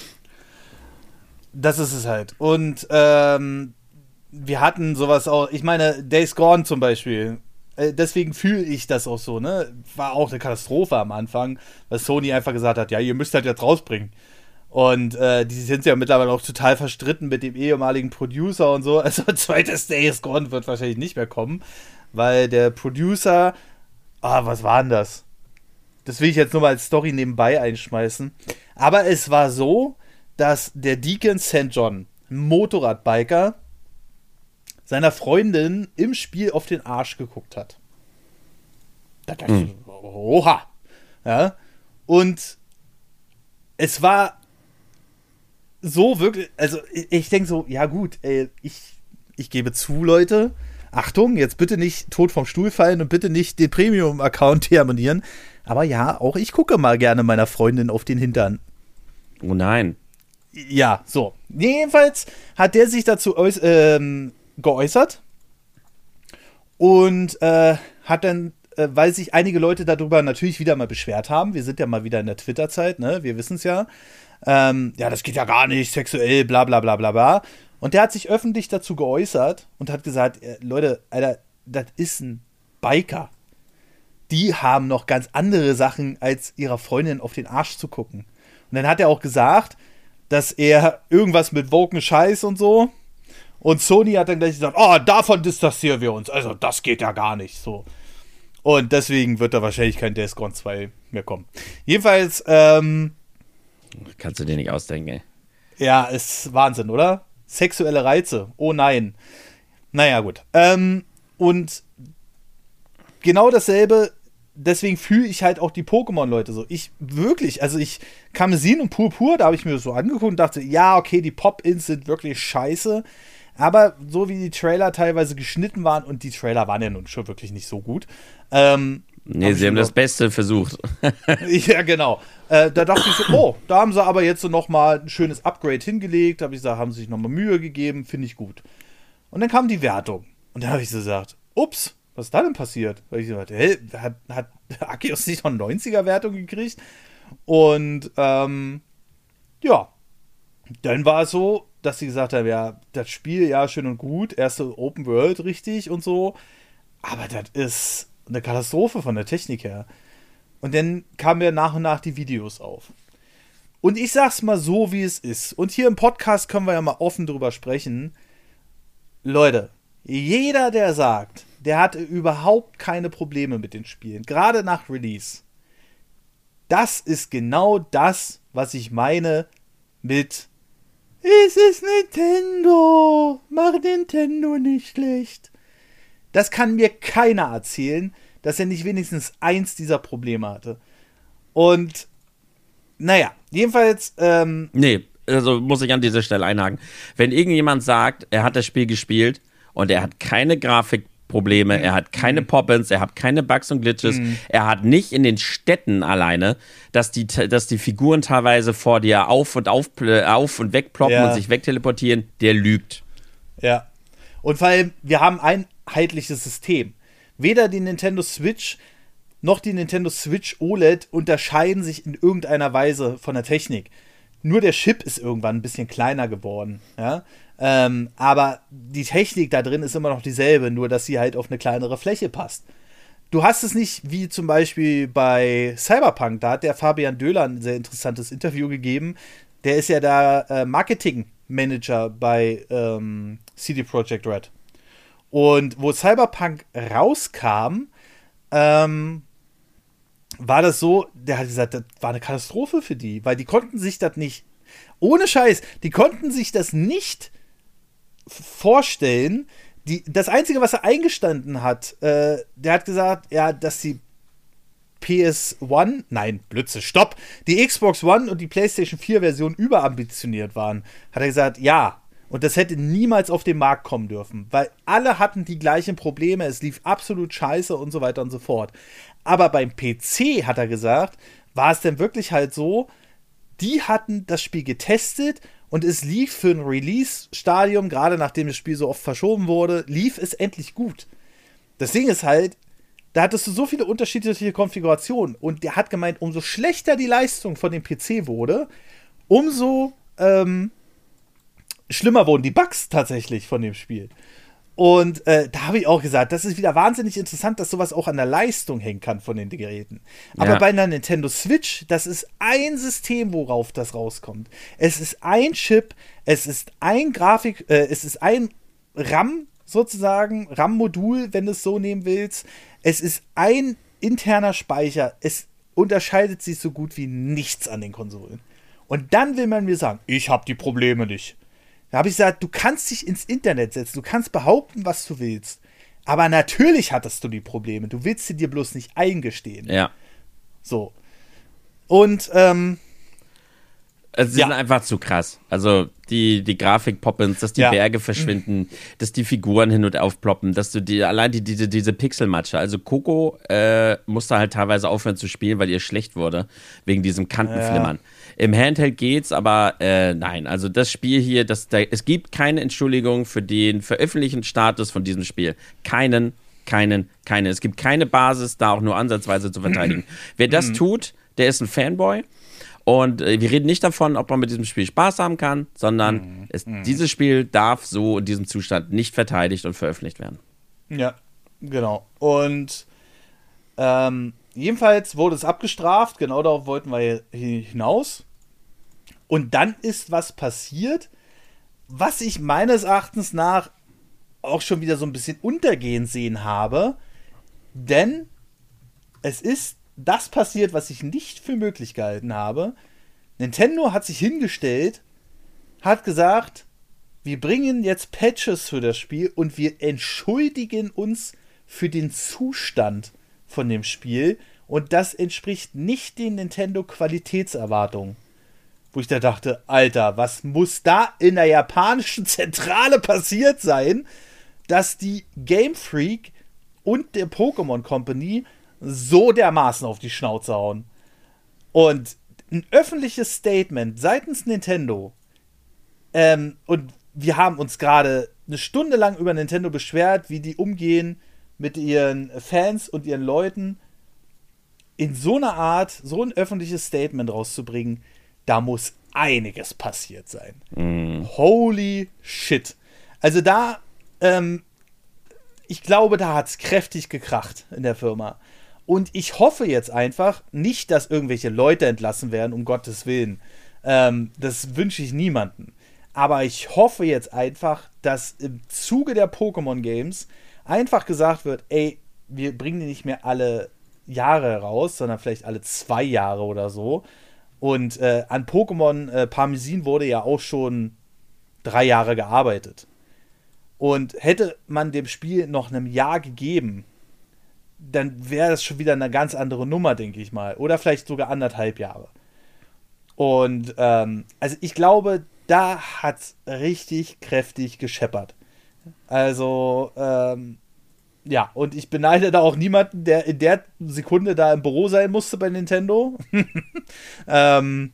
Das ist es halt. Und ähm, wir hatten sowas auch, ich meine, Days Gone zum Beispiel, äh, deswegen fühle ich das auch so, ne? War auch eine Katastrophe am Anfang, weil Sony einfach gesagt hat, ja, ihr müsst halt jetzt rausbringen. Und äh, die sind ja mittlerweile auch total verstritten mit dem ehemaligen Producer und so. Also ein zweites Days Gone wird wahrscheinlich nicht mehr kommen, weil der Producer, ah, was war denn das? Das will ich jetzt nur mal als Story nebenbei einschmeißen. Aber es war so, dass der Deacon Sankt John, ein Motorradbiker, seiner Freundin im Spiel auf den Arsch geguckt hat. Da dachte ich, mhm. oha. Ja. Und es war so wirklich, also ich, ich denke so, ja gut, ey, ich, ich gebe zu, Leute, Achtung, jetzt bitte nicht tot vom Stuhl fallen und bitte nicht den Premium-Account deabonnieren. Aber ja, auch ich gucke mal gerne meiner Freundin auf den Hintern. Oh nein. Ja, so. Jedenfalls hat der sich dazu äuß- ähm, geäußert und äh, hat dann, äh, weil sich einige Leute darüber natürlich wieder mal beschwert haben, wir sind ja mal wieder in der Twitter-Zeit, ne, wir wissen es ja, ähm, ja, das geht ja gar nicht, sexuell, bla bla bla bla bla. Und der hat sich öffentlich dazu geäußert und hat gesagt, äh, Leute, Alter, das ist ein Biker. Die haben noch ganz andere Sachen, als ihrer Freundin auf den Arsch zu gucken. Und dann hat er auch gesagt, dass er irgendwas mit Woken Scheiß und so. Und Sony hat dann gleich gesagt, oh, davon distanzieren wir uns. Also das geht ja gar nicht so. Und deswegen wird da wahrscheinlich kein Days Gone zwei mehr kommen. Jedenfalls, ähm... kannst du dir nicht ausdenken, ey. Ja, ist Wahnsinn, oder? Sexuelle Reize. Oh nein. Naja, gut. Ähm, und genau dasselbe, deswegen fühle ich halt auch die Pokémon-Leute so. Ich wirklich, also ich, Karmesin und Purpur, da habe ich mir das so angeguckt und dachte, ja, okay, die Pop-Ins sind wirklich scheiße. Aber so wie die Trailer teilweise geschnitten waren, und die Trailer waren ja nun schon wirklich nicht so gut. Ähm, nee, hab sie haben das Beste versucht. Ja, genau. Äh, da dachte ich so, oh, da haben sie aber jetzt so nochmal ein schönes Upgrade hingelegt. Da habe ich gesagt, haben sie sich nochmal Mühe gegeben, finde ich gut. Und dann kam die Wertung. Und dann habe ich so gesagt, ups, was ist da denn passiert? Weil ich so dachte, hä, hat, hat Arceus nicht noch eine neunziger-Wertung gekriegt? Und, ähm, ja. Dann war es so, dass sie gesagt haben, ja, das Spiel, ja, schön und gut, erste Open World, richtig und so. Aber das ist eine Katastrophe von der Technik her. Und dann kamen ja nach und nach die Videos auf. Und ich sag's mal so, wie es ist. Und hier im Podcast können wir ja mal offen drüber sprechen. Leute, jeder, der sagt, der hatte überhaupt keine Probleme mit den Spielen, gerade nach Release. Das ist genau das, was ich meine mit es ist Nintendo, mach Nintendo nicht schlecht. Das kann mir keiner erzählen, dass er nicht wenigstens eins dieser Probleme hatte. Und, naja, jedenfalls, ähm... Nee, also muss ich an dieser Stelle einhaken. Wenn irgendjemand sagt, er hat das Spiel gespielt und er hat keine Grafikprobleme, mhm. er hat keine Pop-Ins, er hat keine Bugs und Glitches, mhm. er hat nicht in den Städten alleine, dass die, dass die Figuren teilweise vor dir auf und auf, auf und wegploppen ja. und sich wegteleportieren, der lügt. Ja. Und vor allem, wir haben ein einheitliches System. Weder die Nintendo Switch noch die Nintendo Switch O L E D unterscheiden sich in irgendeiner Weise von der Technik. Nur der Chip ist irgendwann ein bisschen kleiner geworden. Ja? Ähm, aber die Technik da drin ist immer noch dieselbe, nur dass sie halt auf eine kleinere Fläche passt. Du hast es nicht wie zum Beispiel bei Cyberpunk, da hat der Fabian Döhler ein sehr interessantes Interview gegeben. Der ist ja da äh, Marketing-Manager bei ähm, C D Projekt Red. Und wo Cyberpunk rauskam, ähm, war das so, der hat gesagt, das war eine Katastrophe für die, weil die konnten sich das nicht, ohne Scheiß, die konnten sich das nicht vorstellen, die, das Einzige, was er eingestanden hat, äh, der hat gesagt, ja, dass die P S eins, nein, Blödsinn, stopp, die Xbox One und die PlayStation vier Version überambitioniert waren, hat er gesagt, ja, und das hätte niemals auf den Markt kommen dürfen, weil alle hatten die gleichen Probleme, es lief absolut scheiße und so weiter und so fort. Aber beim P C, hat er gesagt, war es denn wirklich halt so, die hatten das Spiel getestet und es lief für ein Release-Stadium, gerade nachdem das Spiel so oft verschoben wurde, lief es endlich gut. Das Ding ist halt, da hattest du so viele unterschiedliche Konfigurationen und der hat gemeint, umso schlechter die Leistung von dem P C wurde, umso ähm, schlimmer wurden die Bugs tatsächlich von dem Spiel. Und äh, da habe ich auch gesagt, das ist wieder wahnsinnig interessant, dass sowas auch an der Leistung hängen kann von den Geräten. Aber ja. bei einer Nintendo Switch, das ist ein System, worauf das rauskommt. Es ist ein Chip, es ist ein Grafik, äh, es ist ein RAM sozusagen, RAM-Modul, wenn du es so nehmen willst. Es ist ein interner Speicher. Es unterscheidet sich so gut wie nichts an den Konsolen. Und dann will man mir sagen, ich habe die Probleme nicht. Da habe ich gesagt, du kannst dich ins Internet setzen, du kannst behaupten, was du willst. Aber natürlich hattest du die Probleme. Du willst sie dir bloß nicht eingestehen. Ja. So. Und, ähm, also, sie ja. sind einfach zu krass. Also, die, die Grafik-Poppins, dass die ja. Berge verschwinden, dass die Figuren hin und aufploppen, dass du die, allein die, diese, diese Pixelmatsche. Also, Coco äh, musste halt teilweise aufhören zu spielen, weil ihr schlecht wurde, wegen diesem Kantenflimmern. Ja. Im Handheld geht's, aber äh, nein, also das Spiel hier, das, da, es gibt keine Entschuldigung für den veröffentlichten Status von diesem Spiel. Keinen, keinen, keinen. Es gibt keine Basis, da auch nur ansatzweise zu verteidigen. Wer das tut, der ist ein Fanboy. Und äh, wir reden nicht davon, ob man mit diesem Spiel Spaß haben kann, sondern mhm. es, dieses Spiel darf so in diesem Zustand nicht verteidigt und veröffentlicht werden. Ja, genau. Und ähm, jedenfalls wurde es abgestraft, genau darauf wollten wir hinaus. Und dann ist was passiert, was ich meines Erachtens nach auch schon wieder so ein bisschen untergehen sehen habe. Denn es ist das passiert, was ich nicht für möglich gehalten habe. Nintendo hat sich hingestellt, hat gesagt, wir bringen jetzt Patches für das Spiel und wir entschuldigen uns für den Zustand von dem Spiel und das entspricht nicht den Nintendo-Qualitätserwartungen. Wo ich da dachte, Alter, was muss da in der japanischen Zentrale passiert sein, dass die Game Freak und der Pokémon Company so dermaßen auf die Schnauze hauen. Und ein öffentliches Statement seitens Nintendo, ähm, und wir haben uns gerade eine Stunde lang über Nintendo beschwert, wie die umgehen mit ihren Fans und ihren Leuten, in so einer Art, so ein öffentliches Statement rauszubringen, da muss einiges passiert sein. Mm. Holy shit. Also da, ähm, ich glaube, da hat es kräftig gekracht in der Firma. Und ich hoffe jetzt einfach nicht, dass irgendwelche Leute entlassen werden, um Gottes Willen. Ähm, das wünsche ich niemandem. Aber ich hoffe jetzt einfach, dass im Zuge der Pokémon-Games einfach gesagt wird, ey, wir bringen die nicht mehr alle Jahre raus, sondern vielleicht alle zwei Jahre oder so. Und äh, an Pokémon äh, Parmesin wurde ja auch schon drei Jahre gearbeitet. Und hätte man dem Spiel noch ein Jahr gegeben, dann wäre das schon wieder eine ganz andere Nummer, denke ich mal. Oder vielleicht sogar anderthalb Jahre. Und ähm, also ich glaube, da hat es richtig kräftig gescheppert. Also, ähm, ja, und ich beneide da auch niemanden, der in der Sekunde da im Büro sein musste bei Nintendo. ähm,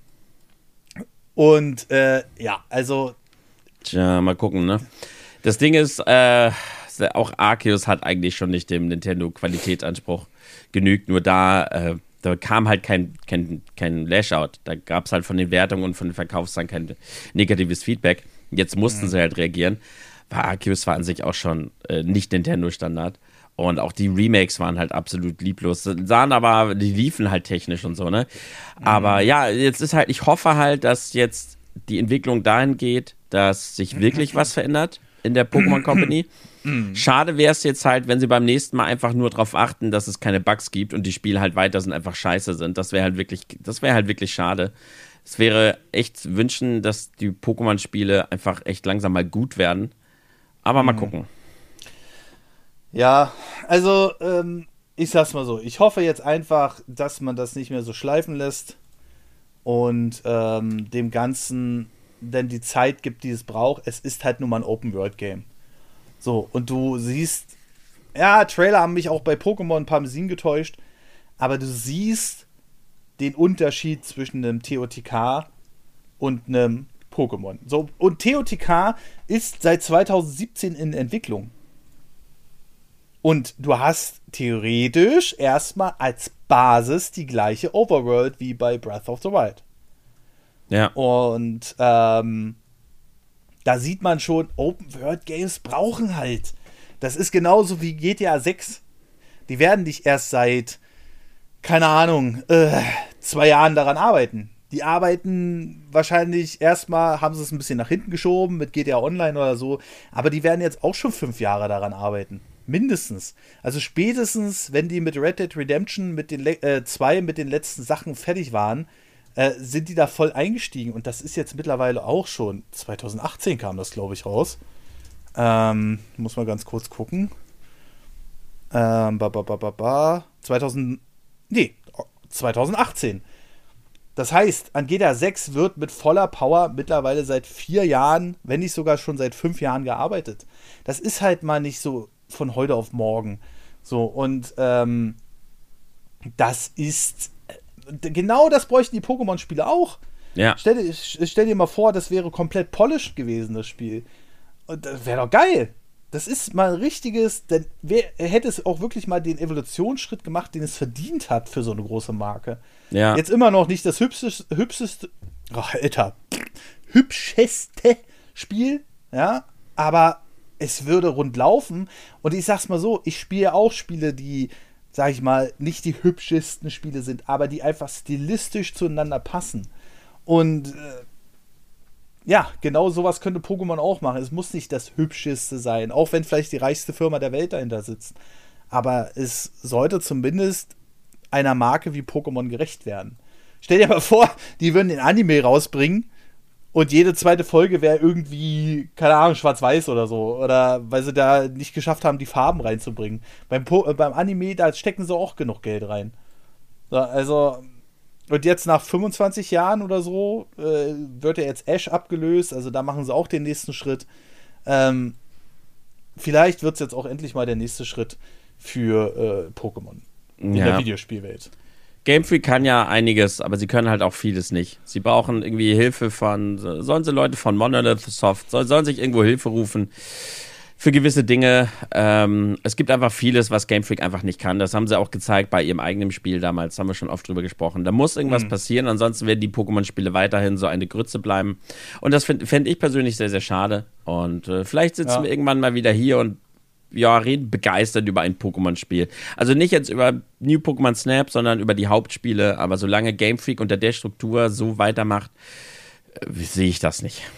und äh, ja, also. Tja, mal gucken, ne? Das Ding ist, äh, auch Arceus hat eigentlich schon nicht dem Nintendo-Qualitätsanspruch genügt, nur da, äh, da kam halt kein, kein, kein Lash-Out. Da gab es halt von den Wertungen und von den Verkaufszahlen kein negatives Feedback. Jetzt mussten mhm. sie halt reagieren. Weil Arceus war an sich auch schon äh, nicht Nintendo-Standard. Und auch die Remakes waren halt absolut lieblos. Sahen aber, die liefen halt technisch und so, ne? Mhm. Aber ja, jetzt ist halt, ich hoffe halt, dass jetzt die Entwicklung dahin geht, dass sich wirklich was verändert in der Pokémon Company. Schade wäre es jetzt halt, wenn sie beim nächsten Mal einfach nur darauf achten, dass es keine Bugs gibt und die Spiele halt weiter sind, einfach scheiße sind. Das wäre halt wirklich, das wäre halt wirklich schade. Es wäre echt wünschen, dass die Pokémon-Spiele einfach echt langsam mal gut werden. Aber mal gucken. Ja, also ähm, ich sag's mal so, ich hoffe jetzt einfach, dass man das nicht mehr so schleifen lässt und ähm, dem Ganzen denn die Zeit gibt, die es braucht. Es ist halt nur mal ein Open-World-Game. So, und du siehst, ja, Trailer haben mich auch bei Pokémon Parmesan getäuscht, aber du siehst den Unterschied zwischen einem T O T K und einem Pokémon. So, und T O T K ist seit zwanzig siebzehn in Entwicklung. Und du hast theoretisch erstmal als Basis die gleiche Overworld wie bei Breath of the Wild. Ja. Und ähm, da sieht man schon, Open-World-Games brauchen halt. Das ist genauso wie G T A sechs. Die werden nicht erst seit, keine Ahnung, äh, zwei Jahren daran arbeiten. Die arbeiten wahrscheinlich erstmal, haben sie es ein bisschen nach hinten geschoben mit G T A Online oder so, aber die werden jetzt auch schon fünf Jahre daran arbeiten. Mindestens. Also spätestens, wenn die mit Red Dead Redemption mit den äh, zwei mit den letzten Sachen fertig waren, äh, sind die da voll eingestiegen. Und das ist jetzt mittlerweile auch schon, zwanzig achtzehn kam das, glaube ich, raus. Ähm, muss mal ganz kurz gucken. Ähm, ba, ba, ba, ba, ba. zweitausend, nee, zwanzig achtzehn. Das heißt, an G T A sechs wird mit voller Power mittlerweile seit vier Jahren, wenn nicht sogar schon seit fünf Jahren gearbeitet. Das ist halt mal nicht so von heute auf morgen. So, und ähm, das ist genau das bräuchten die Pokémon-Spiele auch. Ja. Stell, stell dir mal vor, das wäre komplett polished gewesen, das Spiel. Und das wäre doch geil. Das ist mal ein richtiges, denn wer hätte es auch wirklich mal den Evolutionsschritt gemacht, den es verdient hat für so eine große Marke. Ja. Jetzt immer noch nicht das hübscheste, hübscheste, oh, Alter, hübscheste Spiel, ja, aber es würde rund laufen. Und ich sag's mal so, ich spiele auch Spiele, die, sag ich mal, nicht die hübschesten Spiele sind, aber die einfach stilistisch zueinander passen. Und äh, ja, genau sowas könnte Pokémon auch machen. Es muss nicht das Hübscheste sein, auch wenn vielleicht die reichste Firma der Welt dahinter sitzt. Aber es sollte zumindest einer Marke wie Pokémon gerecht werden. Stell dir mal vor, die würden den Anime rausbringen und jede zweite Folge wäre irgendwie, keine Ahnung, schwarz-weiß oder so. Oder weil sie da nicht geschafft haben, die Farben reinzubringen. Beim, po- äh, beim Anime, da stecken sie auch genug Geld rein. So, also, und jetzt nach fünfundzwanzig Jahren oder so äh, wird ja jetzt Ash abgelöst. Also da machen sie auch den nächsten Schritt. Ähm, vielleicht wird es jetzt auch endlich mal der nächste Schritt für äh, Pokémon in Ja. der Videospielwelt. Game Freak kann ja einiges, aber sie können halt auch vieles nicht. Sie brauchen irgendwie Hilfe von, sollen sie Leute von Monolith Soft, sollen, sollen sich irgendwo Hilfe rufen für gewisse Dinge. Ähm, es gibt einfach vieles, was Game Freak einfach nicht kann. Das haben sie auch gezeigt bei ihrem eigenen Spiel damals, haben wir schon oft drüber gesprochen. Da muss irgendwas mhm. passieren, ansonsten werden die Pokémon-Spiele weiterhin so eine Grütze bleiben. Und das fände fänd ich persönlich sehr, sehr schade. Und äh, vielleicht sitzen Ja. wir irgendwann mal wieder hier und ja, reden begeistert über ein Pokémon-Spiel. Also nicht jetzt über New Pokémon Snap, sondern über die Hauptspiele. Aber solange Game Freak unter der Struktur so weitermacht, äh, sehe ich das nicht.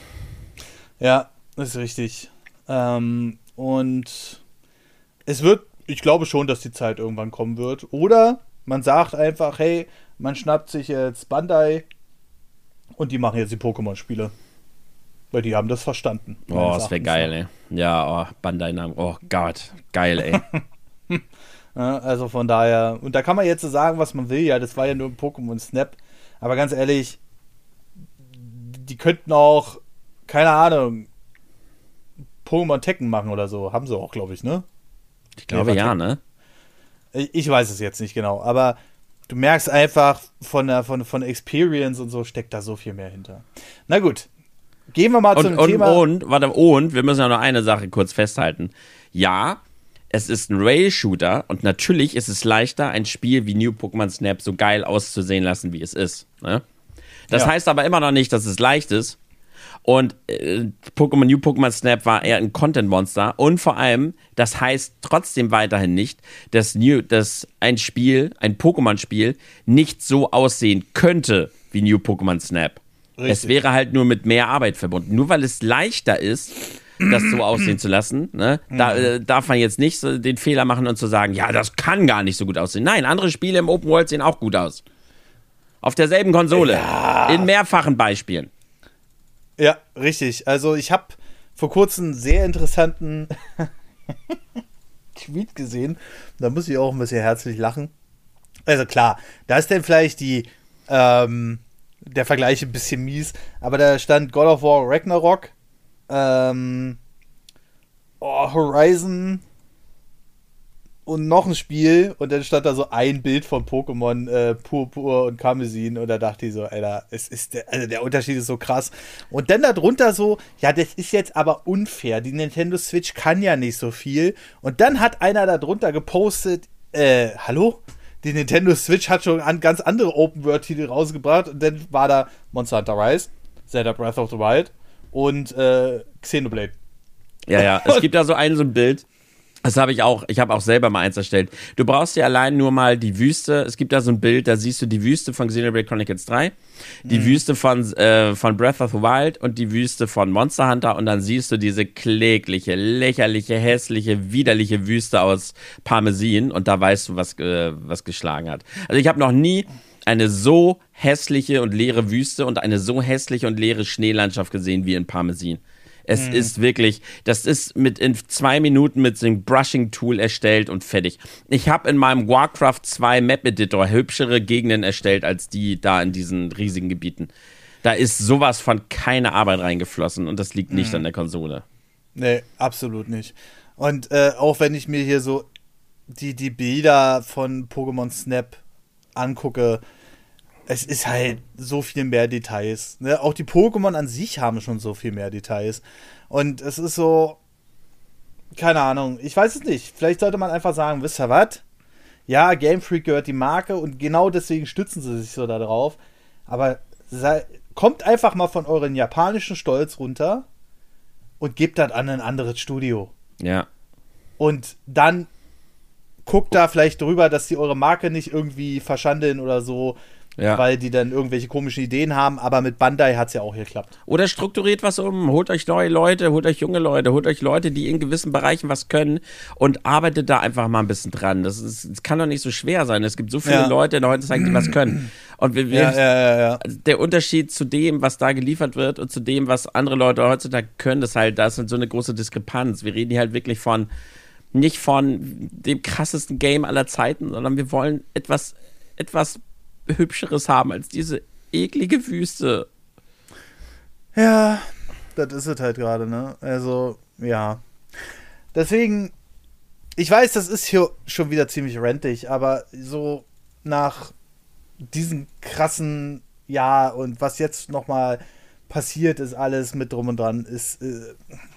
Ja, das ist richtig. Ähm, und es wird, ich glaube schon, dass die Zeit irgendwann kommen wird. Oder man sagt einfach, hey, man schnappt sich jetzt Bandai und die machen jetzt die Pokémon-Spiele. Weil die haben das verstanden. Oh, das wäre geil, ey. Ja, oh, Bandai-Namen. Oh Gott, geil, ey. Ja, also von daher, und da kann man jetzt so sagen, was man will. Ja, das war ja nur ein Pokémon Snap. Aber ganz ehrlich, die könnten auch, keine Ahnung, Pokémon Tekken machen oder so. Haben sie auch, glaube ich, ne? Ich glaube ja, ne? Ich, ich weiß es jetzt nicht genau, aber du merkst einfach, von der, von, von der Experience und so steckt da so viel mehr hinter. Na gut. Gehen wir mal und, zu dem und, Thema. Und, warte, und, wir müssen ja noch eine Sache kurz festhalten. Ja, es ist ein Rail-Shooter und natürlich ist es leichter, ein Spiel wie New Pokémon Snap so geil auszusehen lassen, wie es ist. Ne? Das Ja. heißt aber immer noch nicht, dass es leicht ist. Und äh, Pokémon New Pokémon Snap war eher ein Content-Monster. Und vor allem, das heißt trotzdem weiterhin nicht, dass, New, dass ein Spiel, ein Pokémon-Spiel, nicht so aussehen könnte wie New Pokémon Snap. Richtig. Es wäre halt nur mit mehr Arbeit verbunden. Nur weil es leichter ist, das so aussehen zu lassen, ne, da, äh, darf man jetzt nicht so den Fehler machen und zu sagen, ja, das kann gar nicht so gut aussehen. Nein, andere Spiele im Open World sehen auch gut aus. Auf derselben Konsole. Ja. In mehrfachen Beispielen. Ja, richtig. Also ich habe vor kurzem einen sehr interessanten Tweet gesehen. Da muss ich auch ein bisschen herzlich lachen. Also klar, da ist dann vielleicht die, ähm, der Vergleich ein bisschen mies, aber da stand God of War Ragnarok, ähm, oh, Horizon und noch ein Spiel und dann stand da so ein Bild von Pokémon äh, Purpur und Karmesin und da dachte ich so, Alter, es ist der, also der Unterschied ist so krass. Und dann darunter so, ja, das ist jetzt aber unfair, die Nintendo Switch kann ja nicht so viel. Und dann hat einer da drunter gepostet, äh, hallo? Die Nintendo Switch hat schon an ganz andere Open-World-Titel rausgebracht und dann war da Monster Hunter Rise, Zelda Breath of the Wild und äh, Xenoblade. Ja, ja, es gibt da so ein, so ein Bild. Das habe ich auch, ich habe auch selber mal eins erstellt. Du brauchst dir allein nur mal die Wüste, es gibt da so ein Bild, da siehst du die Wüste von Xenoblade Chronicles drei, die mhm. Wüste von, äh, von Breath of the Wild und die Wüste von Monster Hunter und dann siehst du diese klägliche, lächerliche, hässliche, widerliche Wüste aus Parmesin und da weißt du, was, äh, was geschlagen hat. Also ich habe noch nie eine so hässliche und leere Wüste und eine so hässliche und leere Schneelandschaft gesehen wie in Parmesin. Es mhm. ist wirklich, das ist mit in zwei Minuten mit so einem Brushing-Tool erstellt und fertig. Ich habe in meinem Warcraft zwei Map-Editor hübschere Gegenden erstellt als die da in diesen riesigen Gebieten. Da ist sowas von keine Arbeit reingeflossen und das liegt nicht mhm. an der Konsole. Nee, absolut nicht. Und äh, auch wenn ich mir hier so die, die Bilder von Pokémon Snap angucke, es ist halt so viel mehr Details. Ne? Auch die Pokémon an sich haben schon so viel mehr Details. Und es ist so, keine Ahnung, ich weiß es nicht. Vielleicht sollte man einfach sagen, wisst ihr was? Ja, Game Freak gehört die Marke und genau deswegen stützen sie sich so da drauf. Aber sei, kommt einfach mal von euren japanischen Stolz runter und gebt das an ein anderes Studio. Ja. Und dann guckt da vielleicht drüber, dass die eure Marke nicht irgendwie verschandeln oder so. Ja. Weil die dann irgendwelche komischen Ideen haben, aber mit Bandai hat es ja auch geklappt. Oder strukturiert was um, holt euch neue Leute, holt euch junge Leute, holt euch Leute, die in gewissen Bereichen was können und arbeitet da einfach mal ein bisschen dran. Das, ist, das kann doch nicht so schwer sein. Es gibt so viele ja. Leute in der heutzutage, die was können. Und wir, wir, ja, ja, ja, ja. der Unterschied zu dem, was da geliefert wird und zu dem, was andere Leute heutzutage können, ist halt, da ist halt so eine große Diskrepanz. Wir reden hier halt wirklich von, nicht von dem krassesten Game aller Zeiten, sondern wir wollen etwas, etwas Hübscheres haben als diese eklige Wüste. Ja, das ist es halt gerade, ne? Also, ja. Deswegen, ich weiß, das ist hier schon wieder ziemlich rentig, aber so nach diesem krassen Jahr und was jetzt nochmal passiert ist, alles mit drum und dran, ist, äh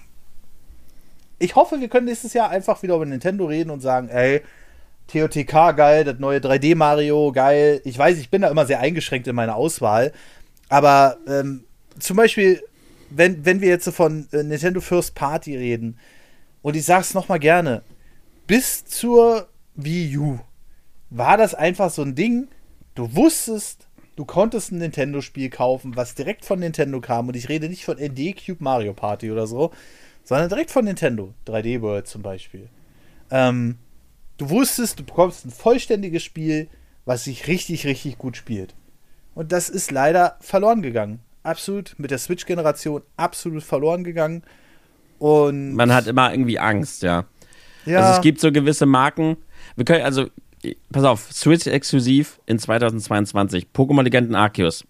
ich hoffe, wir können nächstes Jahr einfach wieder über Nintendo reden und sagen, ey, T O T K geil, das neue drei D Mario geil. Ich weiß, ich bin da immer sehr eingeschränkt in meiner Auswahl. Aber ähm, zum Beispiel, wenn, wenn wir jetzt so von äh, Nintendo First Party reden, und ich sag's nochmal gerne, bis zur Wii U war das einfach so ein Ding, du wusstest, du konntest ein Nintendo-Spiel kaufen, was direkt von Nintendo kam. Und ich rede nicht von N D Cube Mario Party oder so, sondern direkt von Nintendo. drei D World zum Beispiel. Ähm, Du wusstest, du bekommst ein vollständiges Spiel, was sich richtig, richtig gut spielt. Und das ist leider verloren gegangen. Absolut, mit der Switch-Generation absolut verloren gegangen. Und man hat immer irgendwie Angst, ja. ja. Also es gibt so gewisse Marken. Wir können, also, pass auf, Switch-exklusiv in zweitausendzweiundzwanzig. Pokémon Legenden Arceus.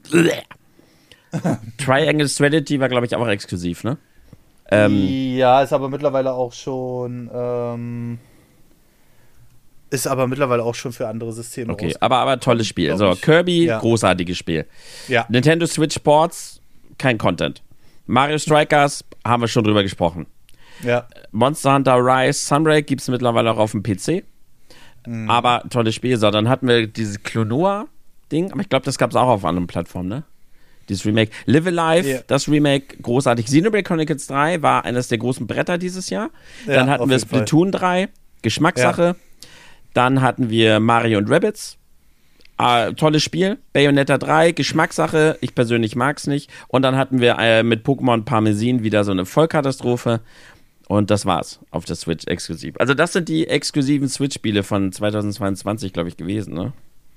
Triangle Strategy war, glaube ich, auch exklusiv, ne? Ähm, ja, ist aber mittlerweile auch schon... Ähm Ist aber mittlerweile auch schon für andere Systeme. Okay, aber, aber tolles Spiel. Also Kirby, ja. großartiges Spiel. Ja. Nintendo Switch Sports, kein Content. Mario Strikers, haben wir schon drüber gesprochen. Ja. Monster Hunter Rise, Sunbreak gibt es mittlerweile auch auf dem P C. Mhm. Aber tolles Spiel. So, dann hatten wir dieses Klonoa-Ding, aber ich glaube, das gab es auch auf anderen Plattformen, ne? Dieses Remake. Live Alive, yeah. das Remake, großartig. Xenoblade Chronicles drei war eines der großen Bretter dieses Jahr. Ja, dann hatten wir Splatoon drei, Geschmackssache. Ja. Dann hatten wir Mario und Rabbids. Äh, tolles Spiel. Bayonetta drei, Geschmackssache. Ich persönlich mag es nicht. Und dann hatten wir äh, mit Pokémon Parmesin wieder so eine Vollkatastrophe. Und das war's auf der Switch exklusiv. Also das sind die exklusiven Switch-Spiele von zweitausendzweiundzwanzig, glaube ich, gewesen, ne?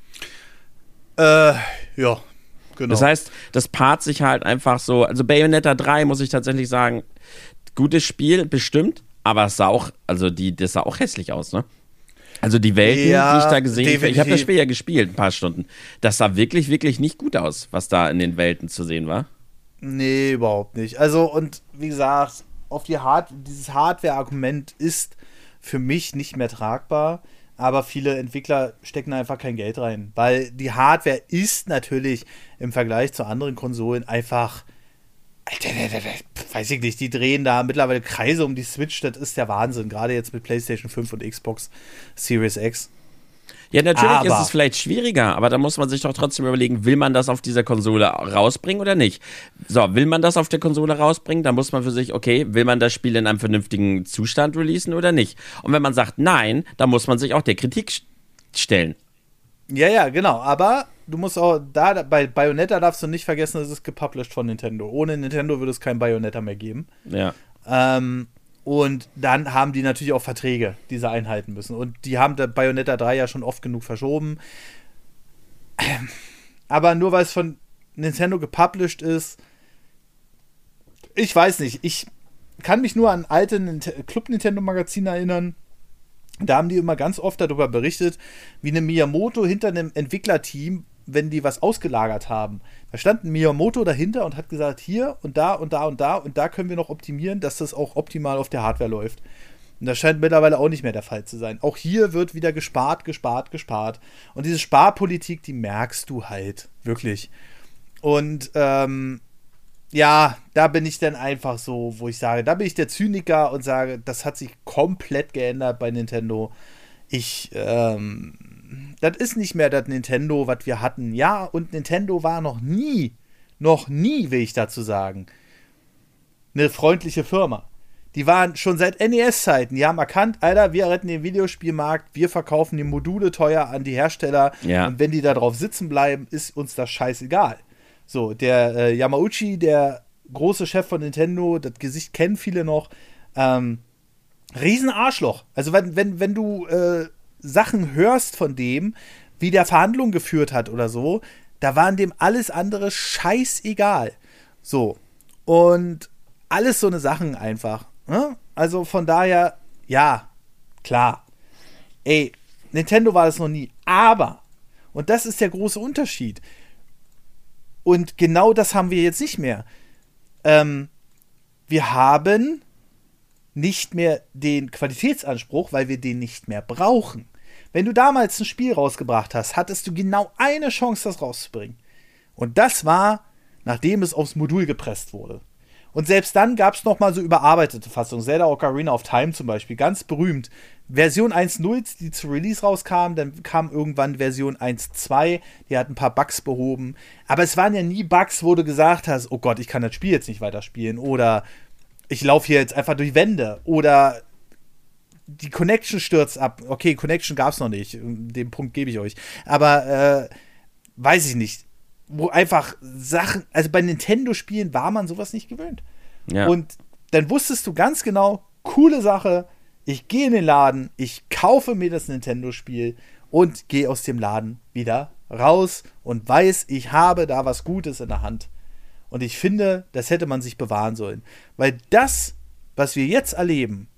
Äh, ja, genau. Das heißt, das paart sich halt einfach so. Also Bayonetta drei, muss ich tatsächlich sagen, gutes Spiel, bestimmt. aber es sah auch, also die, das sah auch hässlich aus, ne? Also die Welten, Ja, die ich da gesehen habe, ich habe das definitiv. Spiel ja gespielt, ein paar Stunden. Das sah wirklich, wirklich nicht gut aus, was da in den Welten zu sehen war. Nee, überhaupt nicht. Also, und wie gesagt, auf die Hard dieses Hardware-Argument ist für mich nicht mehr tragbar, aber viele Entwickler stecken einfach kein Geld rein, weil die Hardware ist natürlich im Vergleich zu anderen Konsolen einfach, Alter, weiß ich nicht, die drehen da mittlerweile Kreise um die Switch, das ist der Wahnsinn, gerade jetzt mit PlayStation fünf und Xbox Series X. Ja, natürlich Aber- ist es vielleicht schwieriger, aber da muss man sich doch trotzdem überlegen, will man das auf dieser Konsole rausbringen oder nicht? So, will man das auf der Konsole rausbringen, dann muss man für sich, okay, will man das Spiel in einem vernünftigen Zustand releasen oder nicht? Und wenn man sagt nein, dann muss man sich auch der Kritik st- stellen. Ja, ja, genau. Aber du musst auch, da bei Bayonetta darfst du nicht vergessen, es ist gepublished von Nintendo. Ohne Nintendo würde es kein Bayonetta mehr geben. Ja. Ähm, und dann haben die natürlich auch Verträge, die sie einhalten müssen. Und die haben der Bayonetta drei ja schon oft genug verschoben. Ähm, aber nur weil es von Nintendo gepublished ist, ich weiß nicht. Ich kann mich nur an alte Nint- Club Nintendo Magazine erinnern. Da haben die immer ganz oft darüber berichtet, wie eine Miyamoto hinter einem Entwicklerteam, wenn die was ausgelagert haben. Da stand ein Miyamoto dahinter und hat gesagt, hier und da und da und da und da können wir noch optimieren, dass das auch optimal auf der Hardware läuft. Und das scheint mittlerweile auch nicht mehr der Fall zu sein. Auch hier wird wieder gespart, gespart, gespart. Und diese Sparpolitik, die merkst du halt, wirklich. Und ähm, ja, da bin ich dann einfach so, wo ich sage, da bin ich der Zyniker und sage, das hat sich komplett geändert bei Nintendo. Ich, ähm, das ist nicht mehr das Nintendo, was wir hatten. Ja, und Nintendo war noch nie, noch nie, will ich dazu sagen, eine freundliche Firma. Die waren schon seit N E S-Zeiten, die haben erkannt, Alter, wir retten den Videospielmarkt, wir verkaufen die Module teuer an die Hersteller Ja. und wenn die da drauf sitzen bleiben, ist uns das scheißegal. So, der äh, Yamauchi, der große Chef von Nintendo, das Gesicht kennen viele noch, ähm, Riesenarschloch. Also wenn, wenn, wenn du äh, Sachen hörst von dem, wie der Verhandlungen geführt hat oder so, da waren dem alles andere scheißegal. So. Und alles so eine Sachen einfach. Ne? Also von daher, ja, klar. Ey, Nintendo war das noch nie. Aber, und das ist der große Unterschied, und genau das haben wir jetzt nicht mehr. Ähm, wir haben nicht mehr den Qualitätsanspruch, weil wir den nicht mehr brauchen. Wenn du damals ein Spiel rausgebracht hast, hattest du genau eine Chance, das rauszubringen. Und das war, nachdem es aufs Modul gepresst wurde. Und selbst dann gab es noch mal so überarbeitete Fassungen. Zelda Ocarina of Time zum Beispiel, ganz berühmt. Version eins Punkt null, die zu Release rauskam, dann kam irgendwann Version eins Punkt zwei, die hat ein paar Bugs behoben. Aber es waren ja nie Bugs, wo du gesagt hast, oh Gott, ich kann das Spiel jetzt nicht weiterspielen. Oder ich laufe hier jetzt einfach durch Wände. Oder die Connection stürzt ab. Okay, Connection gab es noch nicht. Den Punkt gebe ich euch. Aber, äh, weiß ich nicht. Wo einfach Sachen, also bei Nintendo-Spielen war man sowas nicht gewöhnt. Ja. Und dann wusstest du ganz genau, coole Sache, ich gehe in den Laden, ich kaufe mir das Nintendo-Spiel und gehe aus dem Laden wieder raus und weiß, ich habe da was Gutes in der Hand. Und ich finde, das hätte man sich bewahren sollen. Weil das, was wir jetzt erleben,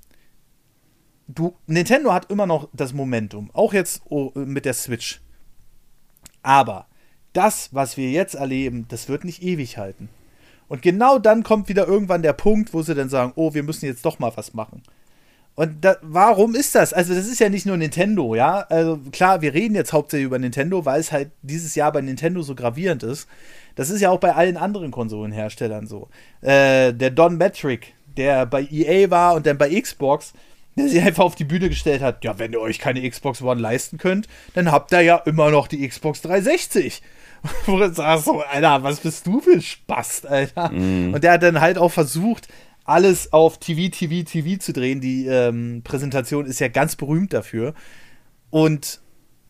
du, Nintendo hat immer noch das Momentum, auch jetzt oh, mit der Switch. Aber das, was wir jetzt erleben, das wird nicht ewig halten. Und genau dann kommt wieder irgendwann der Punkt, wo sie dann sagen, oh, wir müssen jetzt doch mal was machen. Und da, warum ist das? Also das ist ja nicht nur Nintendo, ja. Also klar, wir reden jetzt hauptsächlich über Nintendo, weil es halt dieses Jahr bei Nintendo so gravierend ist. Das ist ja auch bei allen anderen Konsolenherstellern so. Äh, der Don Metric, der bei E A war und dann bei Xbox, der sich einfach auf die Bühne gestellt hat, ja, wenn ihr euch keine Xbox One leisten könnt, dann habt ihr ja immer noch die Xbox dreihundertsechzig. Wo du sagst so, Alter, was bist du für ein Spast, Alter? Mm. Und der hat dann halt auch versucht, alles auf T V, T V, T V zu drehen. Die ähm, Präsentation ist ja ganz berühmt dafür. Und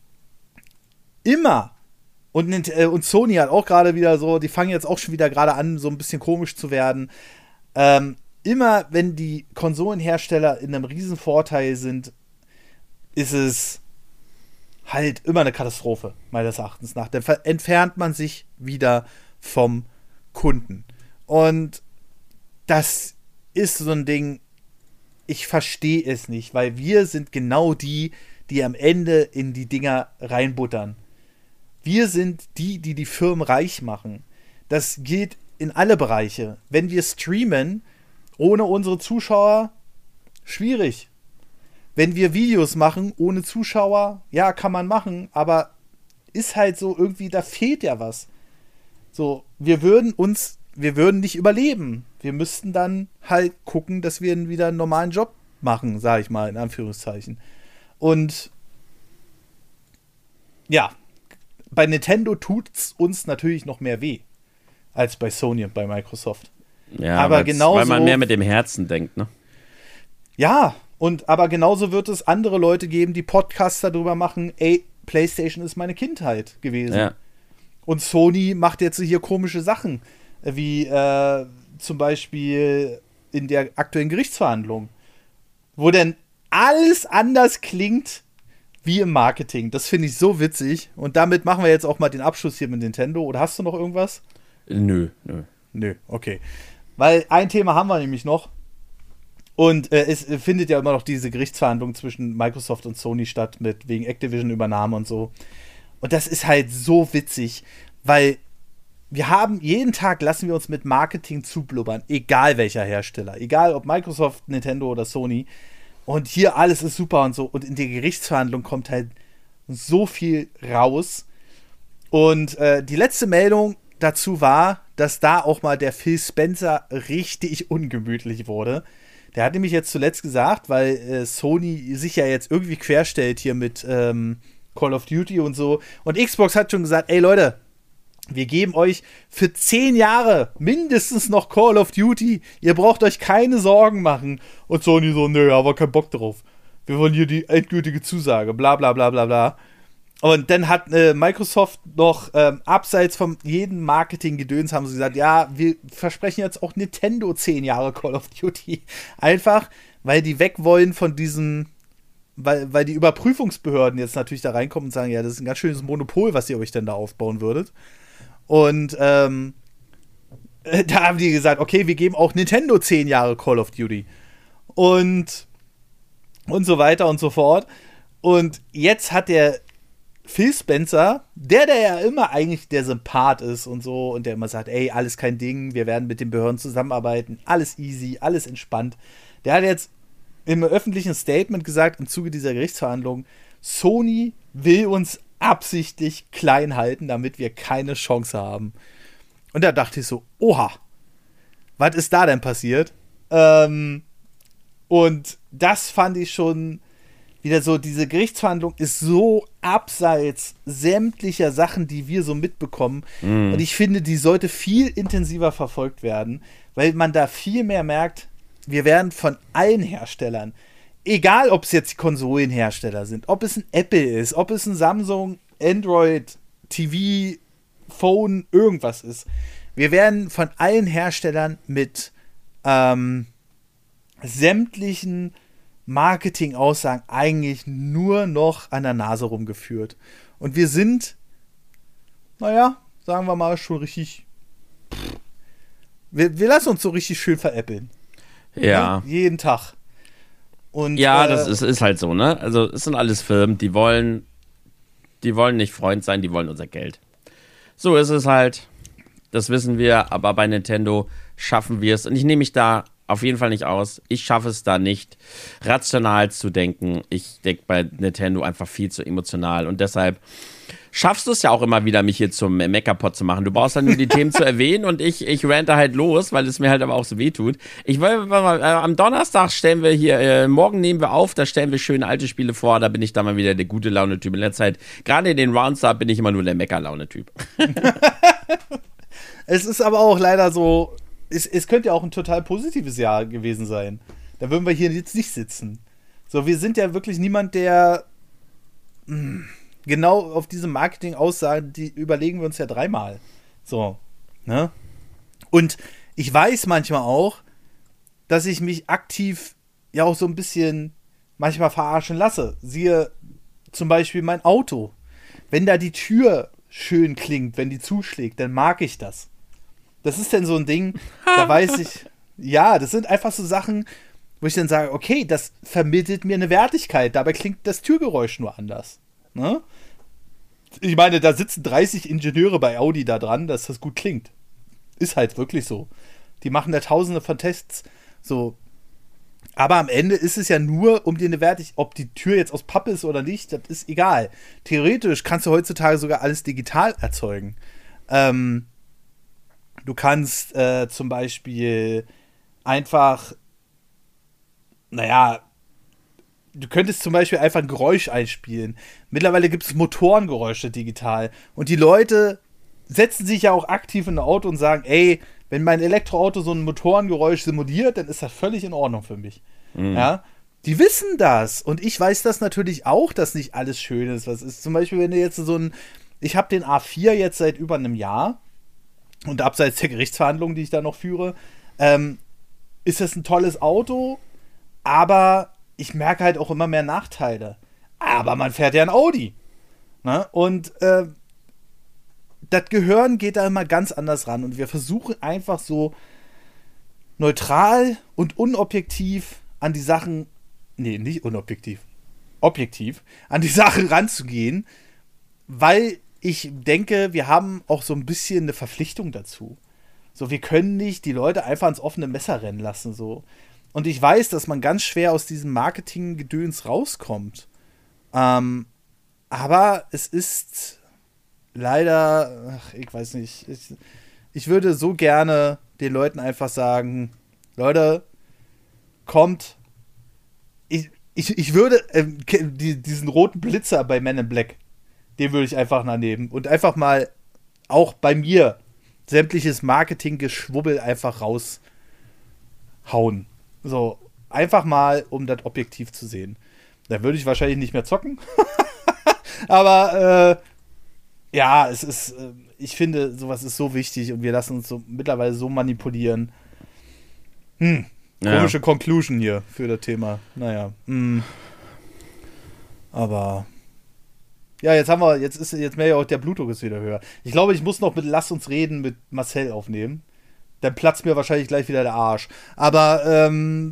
immer, und, äh, und Sony hat auch gerade wieder so, die fangen jetzt auch schon wieder gerade an, so ein bisschen komisch zu werden. Ähm, immer, wenn die Konsolenhersteller in einem riesen Vorteil sind, ist es halt immer eine Katastrophe, meines Erachtens nach. Dann entfernt man sich wieder vom Kunden. Und das ist so ein Ding, ich verstehe es nicht, weil wir sind genau die, die am Ende in die Dinger reinbuttern. Wir sind die, die die Firmen reich machen. Das geht in alle Bereiche. Wenn wir streamen, ohne unsere Zuschauer, schwierig. Wenn wir Videos machen, ohne Zuschauer, ja, kann man machen, aber ist halt so irgendwie, da fehlt ja was. So, wir würden uns, wir würden nicht überleben. Wir müssten dann halt gucken, dass wir wieder einen normalen Job machen, sag ich mal, in Anführungszeichen. Und ja, bei Nintendo tut's uns natürlich noch mehr weh, als bei Sony und bei Microsoft. Ja, aber genauso, weil man mehr mit dem Herzen denkt, ne? Ja, und aber genauso wird es andere Leute geben, die Podcasts darüber machen, ey, PlayStation ist meine Kindheit gewesen. Ja. Und Sony macht jetzt hier komische Sachen, wie äh, zum Beispiel in der aktuellen Gerichtsverhandlung, wo dann alles anders klingt wie im Marketing. Das finde ich so witzig. Und damit machen wir jetzt auch mal den Abschluss hier mit Nintendo. Oder hast du noch irgendwas? Nö, nö. Nö, okay. Weil ein Thema haben wir nämlich noch. Und äh, es findet ja immer noch diese Gerichtsverhandlung zwischen Microsoft und Sony statt, mit wegen Activision-Übernahme und so. Und das ist halt so witzig, weil wir haben, jeden Tag lassen wir uns mit Marketing zublubbern, egal welcher Hersteller, egal ob Microsoft, Nintendo oder Sony. Und hier alles ist super und so. Und in der Gerichtsverhandlung kommt halt so viel raus. Und äh, die letzte Meldung dazu war, dass da auch mal der Phil Spencer richtig ungemütlich wurde. Der hat nämlich jetzt zuletzt gesagt, weil äh, Sony sich ja jetzt irgendwie querstellt hier mit ähm, Call of Duty und so. Und Xbox hat schon gesagt, ey Leute, wir geben euch für zehn Jahre mindestens noch Call of Duty. Ihr braucht euch keine Sorgen machen. Und Sony so, nö, aber kein Bock drauf. Wir wollen hier die endgültige Zusage, bla bla bla bla bla. Und dann hat äh, Microsoft noch ähm, abseits von jedem Marketing-Gedöns haben sie gesagt, ja, wir versprechen jetzt auch Nintendo zehn Jahre Call of Duty. Einfach, weil die weg wollen von diesem, weil, weil die Überprüfungsbehörden jetzt natürlich da reinkommen und sagen, ja, das ist ein ganz schönes Monopol, was ihr euch denn da aufbauen würdet. Und ähm, äh, da haben die gesagt, okay, wir geben auch Nintendo zehn Jahre Call of Duty. Und und so weiter und so fort. Und jetzt hat der Phil Spencer, der, der ja immer eigentlich der Sympath ist und so und der immer sagt, ey, alles kein Ding, wir werden mit den Behörden zusammenarbeiten, alles easy, alles entspannt. Der hat jetzt im öffentlichen Statement gesagt, im Zuge dieser Gerichtsverhandlung, Sony will uns absichtlich klein halten, damit wir keine Chance haben. Und da dachte ich so, oha, was ist da denn passiert? Ähm, und das fand ich schon wieder so, diese Gerichtsverhandlung ist so abseits sämtlicher Sachen, die wir so mitbekommen. Mm. Und ich finde, die sollte viel intensiver verfolgt werden, weil man da viel mehr merkt, wir werden von allen Herstellern, egal ob es jetzt die Konsolenhersteller sind, ob es ein Apple ist, ob es ein Samsung, Android, T V, Phone, irgendwas ist, wir werden von allen Herstellern mit ähm, sämtlichen Marketing-Aussagen eigentlich nur noch an der Nase rumgeführt. Und wir sind, naja, sagen wir mal, schon richtig. Wir, wir lassen uns so richtig schön veräppeln. Ja. Ne? Jeden Tag. Und, ja, äh, das ist, ist halt so, ne? Also, es sind alles Firmen, die wollen, die wollen nicht Freund sein, die wollen unser Geld. So ist es halt. Das wissen wir, aber bei Nintendo schaffen wir es. Und ich nehme mich da auf jeden Fall nicht aus. Ich schaffe es da nicht, rational zu denken. Ich denke bei Nintendo einfach viel zu emotional. Und deshalb schaffst du es ja auch immer wieder, mich hier zum Meckerpot zu machen. Du brauchst dann nur die Themen zu erwähnen und ich, ich rante halt los, weil es mir halt aber auch so weh tut. Ich will mal, äh, am Donnerstag stellen wir hier, äh, morgen nehmen wir auf, da stellen wir schöne alte Spiele vor, da bin ich dann mal wieder der gute Laune-Typ. In letzter Zeit, gerade in den Rounds da, bin ich immer nur der Mecker-Laune-Typ. Es ist aber auch leider so, es, es könnte ja auch ein total positives Jahr gewesen sein. Da würden wir hier jetzt nicht sitzen. So, wir sind ja wirklich niemand, der mh, genau auf diese Marketing-Aussagen, die überlegen wir uns ja dreimal. So, ne? Und ich weiß manchmal auch, dass ich mich aktiv ja auch so ein bisschen manchmal verarschen lasse. Siehe zum Beispiel mein Auto. Wenn da die Tür schön klingt, wenn die zuschlägt, dann mag ich das. Das ist denn so ein Ding, da weiß ich, ja, das sind einfach so Sachen, wo ich dann sage, okay, das vermittelt mir eine Wertigkeit, dabei klingt das Türgeräusch nur anders. Ne? Ich meine, da sitzen dreißig Ingenieure bei Audi da dran, dass das gut klingt. Ist halt wirklich so. Die machen da tausende von Tests. So. Aber am Ende ist es ja nur um dir eine Wertigkeit, ob die Tür jetzt aus Pappe ist oder nicht, das ist egal. Theoretisch kannst du heutzutage sogar alles digital erzeugen. Ähm, du kannst äh, zum Beispiel einfach, naja, du könntest zum Beispiel einfach ein Geräusch einspielen. Mittlerweile gibt es Motorengeräusche digital. Und die Leute setzen sich ja auch aktiv in ein Auto und sagen, ey, wenn mein Elektroauto so ein Motorengeräusch simuliert, dann ist das völlig in Ordnung für mich. Mhm. Ja, die wissen das. Und ich weiß das natürlich auch, dass nicht alles schön ist. Was ist zum Beispiel, wenn du jetzt so ein, ich habe den A vier jetzt seit über einem Jahr und abseits der Gerichtsverhandlungen, die ich da noch führe, ähm, ist das ein tolles Auto, aber ich merke halt auch immer mehr Nachteile. Aber man fährt ja ein Audi. Ne? Und äh, das Gehirn geht da immer ganz anders ran. Und wir versuchen einfach so neutral und unobjektiv an die Sachen, nee, nicht unobjektiv, objektiv, an die Sachen ranzugehen, weil ich denke, wir haben auch so ein bisschen eine Verpflichtung dazu. So, wir können nicht die Leute einfach ins offene Messer rennen lassen, so. Und ich weiß, dass man ganz schwer aus diesem Marketing-Gedöns rauskommt. Ähm, aber es ist leider, ach, ich weiß nicht, ich, ich würde so gerne den Leuten einfach sagen, Leute, kommt, ich, ich, ich würde äh, die, diesen roten Blitzer bei Men in Black, den würde ich einfach daneben und einfach mal auch bei mir sämtliches Marketing-Geschwubbel einfach raushauen. So, einfach mal, um das objektiv zu sehen. Da würde ich wahrscheinlich nicht mehr zocken. Aber, äh, ja, es ist, äh, ich finde, sowas ist so wichtig und wir lassen uns so mittlerweile so manipulieren. Hm, komische ja. Conclusion hier für das Thema. Naja, hm. Aber, ja, jetzt haben wir, jetzt ist, jetzt mehr ja auch der Blutdruck ist wieder höher. Ich glaube, ich muss noch mit Lass uns reden mit Marcel aufnehmen. Dann platzt mir wahrscheinlich gleich wieder der Arsch. Aber, ähm,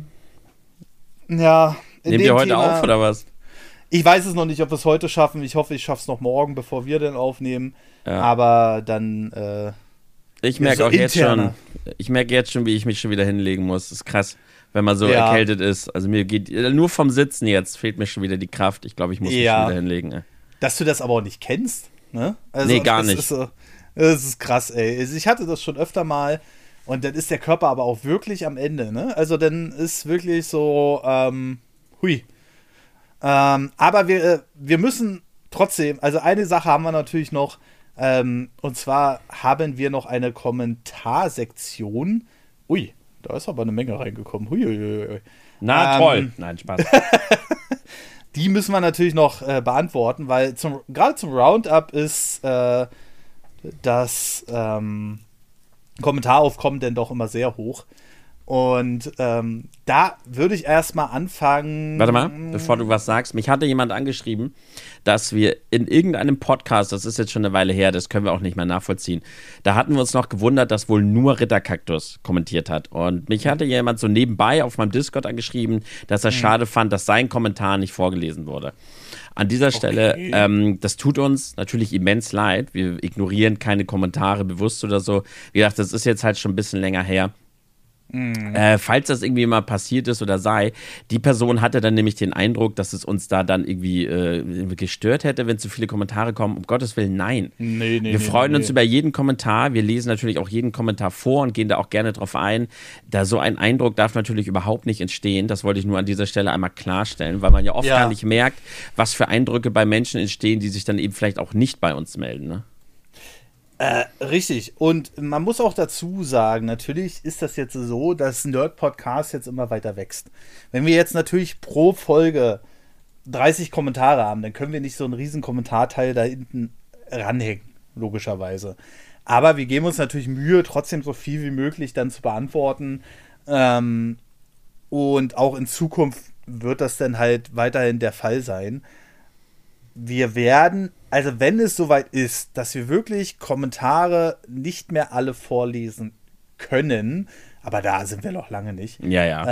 ja. Nehmt ihr heute Thema, auf, oder was? Ich weiß es noch nicht, ob wir es heute schaffen. Ich hoffe, ich schaffe es noch morgen, bevor wir dann aufnehmen. Ja. Aber dann, äh, Ich merke so auch jetzt schon, ich merke jetzt schon, wie ich mich schon wieder hinlegen muss. Das ist krass, wenn man so ja. erkältet ist. Also mir geht, nur vom Sitzen jetzt fehlt mir schon wieder die Kraft. Ich glaube, ich muss mich ja. schon wieder hinlegen. Ey. Dass du das aber auch nicht kennst, ne? Also, nee, gar nicht. Ist so, das ist krass, ey. Ich hatte das schon öfter mal. Und dann ist der Körper aber auch wirklich am Ende, ne? Also dann ist wirklich so, ähm, hui. Ähm, aber wir, äh, wir müssen trotzdem, also eine Sache haben wir natürlich noch, ähm, und zwar haben wir noch eine Kommentarsektion. Ui, da ist aber eine Menge reingekommen. Hui, hui, hui. Na ähm, toll. Nein, Spaß. Die müssen wir natürlich noch äh, beantworten, weil zum, gerade zum Roundup ist äh, das, ähm, Kommentaraufkommen denn doch immer sehr hoch. Und ähm, da würde ich erstmal anfangen. Warte mal, bevor du was sagst. Mich hatte jemand angeschrieben, dass wir in irgendeinem Podcast, das ist jetzt schon eine Weile her, das können wir auch nicht mehr nachvollziehen, da hatten wir uns noch gewundert, dass wohl nur Ritterkaktus kommentiert hat. Und mich hatte jemand so nebenbei auf meinem Discord angeschrieben, dass er mhm. schade fand, dass sein Kommentar nicht vorgelesen wurde. An dieser Stelle, okay. ähm, das tut uns natürlich immens leid. Wir ignorieren keine Kommentare bewusst oder so. Wie gesagt, das ist jetzt halt schon ein bisschen länger her. Mm. Äh, falls das irgendwie mal passiert ist oder sei, die Person hatte dann nämlich den Eindruck, dass es uns da dann irgendwie äh, gestört hätte, wenn zu viele Kommentare kommen. Um Gottes Willen, nein. Nee, nee, wir freuen nee, uns nee. über jeden Kommentar. Wir lesen natürlich auch jeden Kommentar vor und gehen da auch gerne drauf ein. Da so ein Eindruck darf natürlich überhaupt nicht entstehen. Das wollte ich nur an dieser Stelle einmal klarstellen, weil man ja oft ja. gar nicht merkt, was für Eindrücke bei Menschen entstehen, die sich dann eben vielleicht auch nicht bei uns melden, ne? Äh, richtig. Und man muss auch dazu sagen, natürlich ist das jetzt so, dass Nerd-Podcast jetzt immer weiter wächst. Wenn wir jetzt natürlich pro Folge dreißig Kommentare haben, dann können wir nicht so einen riesen Kommentarteil da hinten ranhängen, logischerweise. Aber wir geben uns natürlich Mühe, trotzdem so viel wie möglich dann zu beantworten. Ähm, und auch in Zukunft wird das dann halt weiterhin der Fall sein. Wir werden, also wenn es soweit ist, dass wir wirklich Kommentare nicht mehr alle vorlesen können, aber da sind wir noch lange nicht. Ja, ja. Ähm,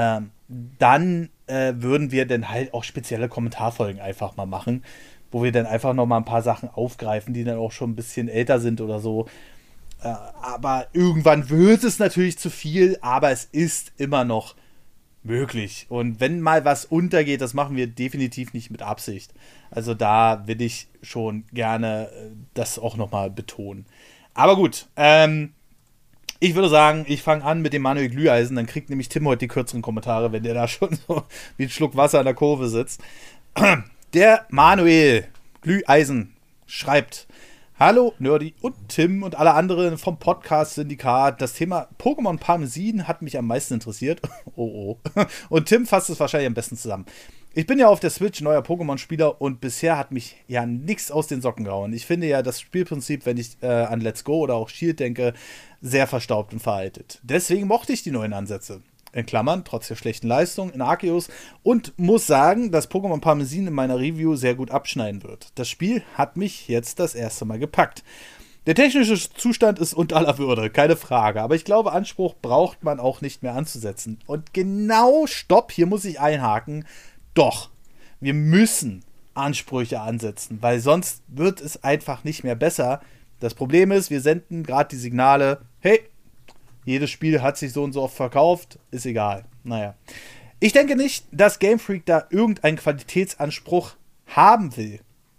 dann äh, würden wir dann halt auch spezielle Kommentarfolgen einfach mal machen, wo wir dann einfach noch mal ein paar Sachen aufgreifen, die dann auch schon ein bisschen älter sind oder so. Äh, aber irgendwann wird es natürlich zu viel, aber es ist immer noch möglich. Und wenn mal was untergeht, das machen wir definitiv nicht mit Absicht. Also da will ich schon gerne das auch noch mal betonen. Aber gut, ähm, ich würde sagen, ich fange an mit dem Manuel Glüheisen, dann kriegt nämlich Tim heute die kürzeren Kommentare, wenn der da schon so wie ein Schluck Wasser an der Kurve sitzt. Der Manuel Glüheisen schreibt: Hallo Nerdy und Tim und alle anderen vom Podcast-Syndikat. Das Thema Pokémon Parmesin hat mich am meisten interessiert. Oh oh. Und Tim fasst es wahrscheinlich am besten zusammen. Ich bin ja auf der Switch neuer Pokémon-Spieler und bisher hat mich ja nichts aus den Socken gehauen. Ich finde ja das Spielprinzip, wenn ich äh, an Let's Go oder auch Shield denke, sehr verstaubt und veraltet. Deswegen mochte ich die neuen Ansätze. In Klammern, trotz der schlechten Leistung in Arceus, und muss sagen, dass Pokémon Parmesin in meiner Review sehr gut abschneiden wird. Das Spiel hat mich jetzt das erste Mal gepackt. Der technische Zustand ist unter aller Würde, keine Frage, aber ich glaube, Anspruch braucht man auch nicht mehr anzusetzen. Und genau, stopp, hier muss ich einhaken, doch, wir müssen Ansprüche ansetzen, weil sonst wird es einfach nicht mehr besser. Das Problem ist, wir senden gerade die Signale, hey, jedes Spiel hat sich so und so oft verkauft, ist egal. Naja. Ich denke nicht, dass Game Freak da irgendeinen Qualitätsanspruch haben will.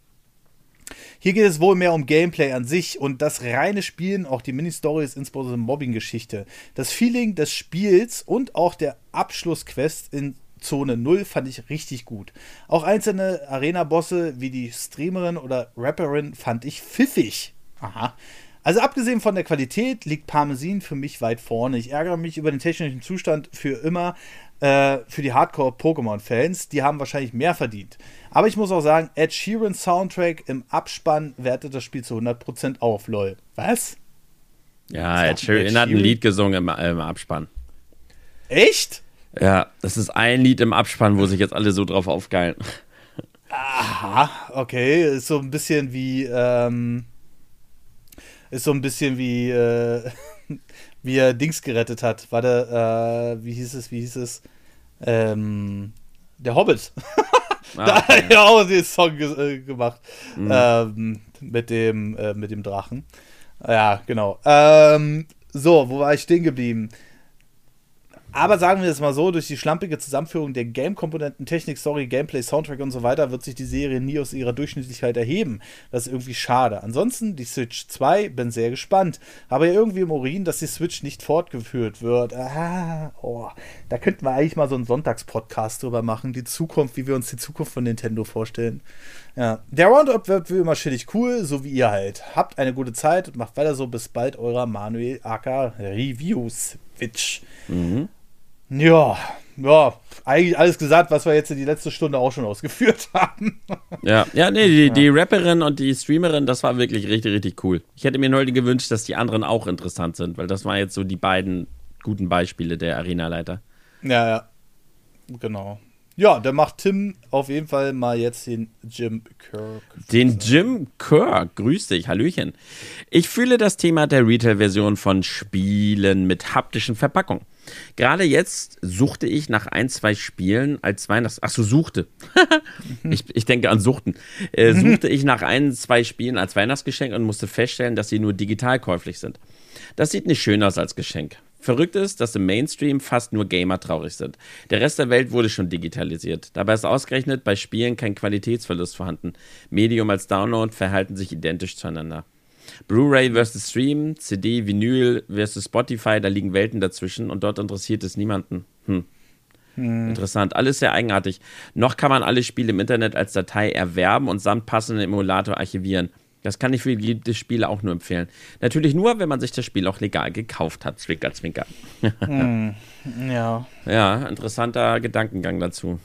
Hier geht es wohl mehr um Gameplay an sich und das reine Spielen, auch die Mini-Stories, insbesondere Mobbing-Geschichte. Das Feeling des Spiels und auch der Abschlussquest in Zone null fand ich richtig gut. Auch einzelne Arena-Bosse wie die Streamerin oder Rapperin fand ich pfiffig. Aha. Also abgesehen von der Qualität liegt Parmesin für mich weit vorne. Ich ärgere mich über den technischen Zustand für immer äh, für die Hardcore-Pokémon-Fans. Die haben wahrscheinlich mehr verdient. Aber ich muss auch sagen, Ed Sheerans Soundtrack im Abspann wertet das Spiel zu hundert Prozent auf. Lol. Was? Ja, Ed Sheeran hat ein Lied gesungen im, äh, im Abspann. Echt? Ja, das ist ein Lied im Abspann, wo sich jetzt alle so drauf aufgeilen. Aha, okay. Ist so ein bisschen wie, ähm, ist so ein bisschen wie, äh, wie er Dings gerettet hat. Warte, äh, wie hieß es, wie hieß es? Ähm, der Hobbit. Ah, da hat er ja auch den Song ge- äh, gemacht. Mhm. Ähm, mit dem, äh, mit dem Drachen. Ja, genau. Ähm, so, wo war ich stehen geblieben? Aber sagen wir es mal so, durch die schlampige Zusammenführung der Game-Komponenten, Technik, Story, Gameplay, Soundtrack und so weiter wird sich die Serie nie aus ihrer Durchschnittlichkeit erheben. Das ist irgendwie schade. Ansonsten, die Switch zwei, bin sehr gespannt. Aber ja irgendwie im Urin, dass die Switch nicht fortgeführt wird. Ah, oh, da könnten wir eigentlich mal so einen Sonntagspodcast drüber machen. Die Zukunft, wie wir uns die Zukunft von Nintendo vorstellen. Ja, der Roundup wird wie immer chillig cool, so wie ihr halt. Habt eine gute Zeit und macht weiter so. Bis bald, eurer Manuel aka Reviews Switch. Mhm. Ja, ja, eigentlich alles gesagt, was wir jetzt in die letzte Stunde auch schon ausgeführt haben. Ja, ja, nee, die, die Rapperin und die Streamerin, das war wirklich richtig, richtig cool. Ich hätte mir nur gewünscht, dass die anderen auch interessant sind, weil das waren jetzt so die beiden guten Beispiele der Arenaleiter. Ja, ja, genau. Ja, da macht Tim auf jeden Fall mal jetzt den Jim Kirk. Den Jim Kirk, grüß dich, Hallöchen. Ich fühle das Thema der Retail-Version von Spielen mit haptischen Verpackungen. Gerade jetzt suchte ich nach ein, zwei Spielen als Weihnachts... Achso, suchte. ich, ich denke an Suchten. Äh, suchte ich nach ein, zwei Spielen als Weihnachtsgeschenk und musste feststellen, dass sie nur digital käuflich sind. Das sieht nicht schön aus als Geschenk. Verrückt ist, dass im Mainstream fast nur Gamer traurig sind. Der Rest der Welt wurde schon digitalisiert. Dabei ist ausgerechnet bei Spielen kein Qualitätsverlust vorhanden. Medium als Download verhalten sich identisch zueinander. Blu-ray versus Stream, C D, Vinyl versus Spotify, da liegen Welten dazwischen und dort interessiert es niemanden. Hm. Hm. Interessant, alles sehr eigenartig. Noch kann man alle Spiele im Internet als Datei erwerben und samt passendem Emulator archivieren. Das kann ich für geliebte Spiele auch nur empfehlen. Natürlich nur, wenn man sich das Spiel auch legal gekauft hat. Zwinker, zwinker. hm. Ja. Ja, interessanter Gedankengang dazu.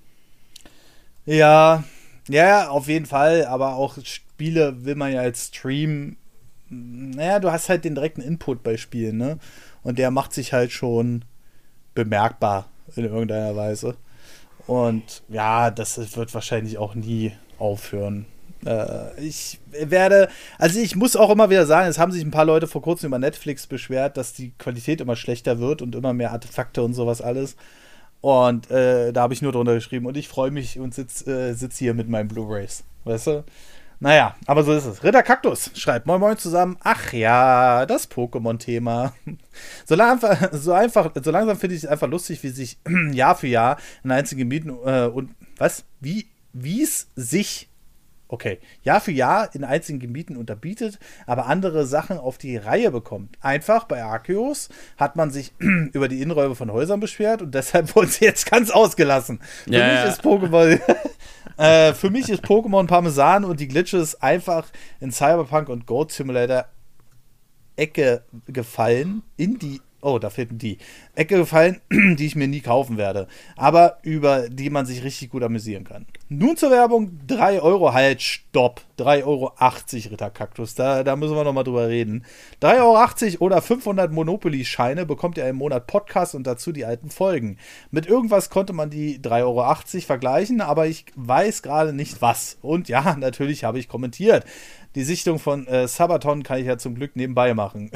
Ja, ja, auf jeden Fall. Aber auch Spiele will man ja als Stream. Naja, du hast halt den direkten Input bei Spielen, ne? Und der macht sich halt schon bemerkbar in irgendeiner Weise. Und ja, das wird wahrscheinlich auch nie aufhören. Äh, ich werde, also ich muss auch immer wieder sagen, es haben sich ein paar Leute vor kurzem über Netflix beschwert, dass die Qualität immer schlechter wird und immer mehr Artefakte und sowas alles. Und äh, da habe ich nur drunter geschrieben und ich freue mich und sitze äh, sitz hier mit meinen Blu-Rays. Weißt du? Naja, aber so ist es. Ritter Kaktus schreibt moin moin zusammen. Ach ja, das Pokémon-Thema. So, lang, so, einfach, so langsam finde ich es einfach lustig, wie sich Jahr für Jahr in einzelnen Gebieten äh, und was? Wie wie es sich okay, Jahr für Jahr in einzelnen Gebieten unterbietet, aber andere Sachen auf die Reihe bekommt. Einfach bei Arceus hat man sich über die Innenräume von Häusern beschwert und deshalb wurden sie jetzt ganz ausgelassen. Für ja, mich ja. ist Pokémon äh, für mich ist Pokémon Parmesan und die Glitches einfach in Cyberpunk und Goat Simulator Ecke gefallen, in die Oh, da fehlt die Ecke gefallen, die ich mir nie kaufen werde. Aber über die man sich richtig gut amüsieren kann. Nun zur Werbung. drei Euro halt, stopp. drei Euro achtzig Ritter Kaktus. Da, da müssen wir nochmal drüber reden. drei Euro achtzig oder fünfhundert Monopoly-Scheine bekommt ihr im Monat Podcast und dazu die alten Folgen. Mit irgendwas konnte man die drei Euro achtzig vergleichen, aber ich weiß gerade nicht was. Und ja, natürlich habe ich kommentiert. Die Sichtung von äh, Sabaton kann ich ja zum Glück nebenbei machen.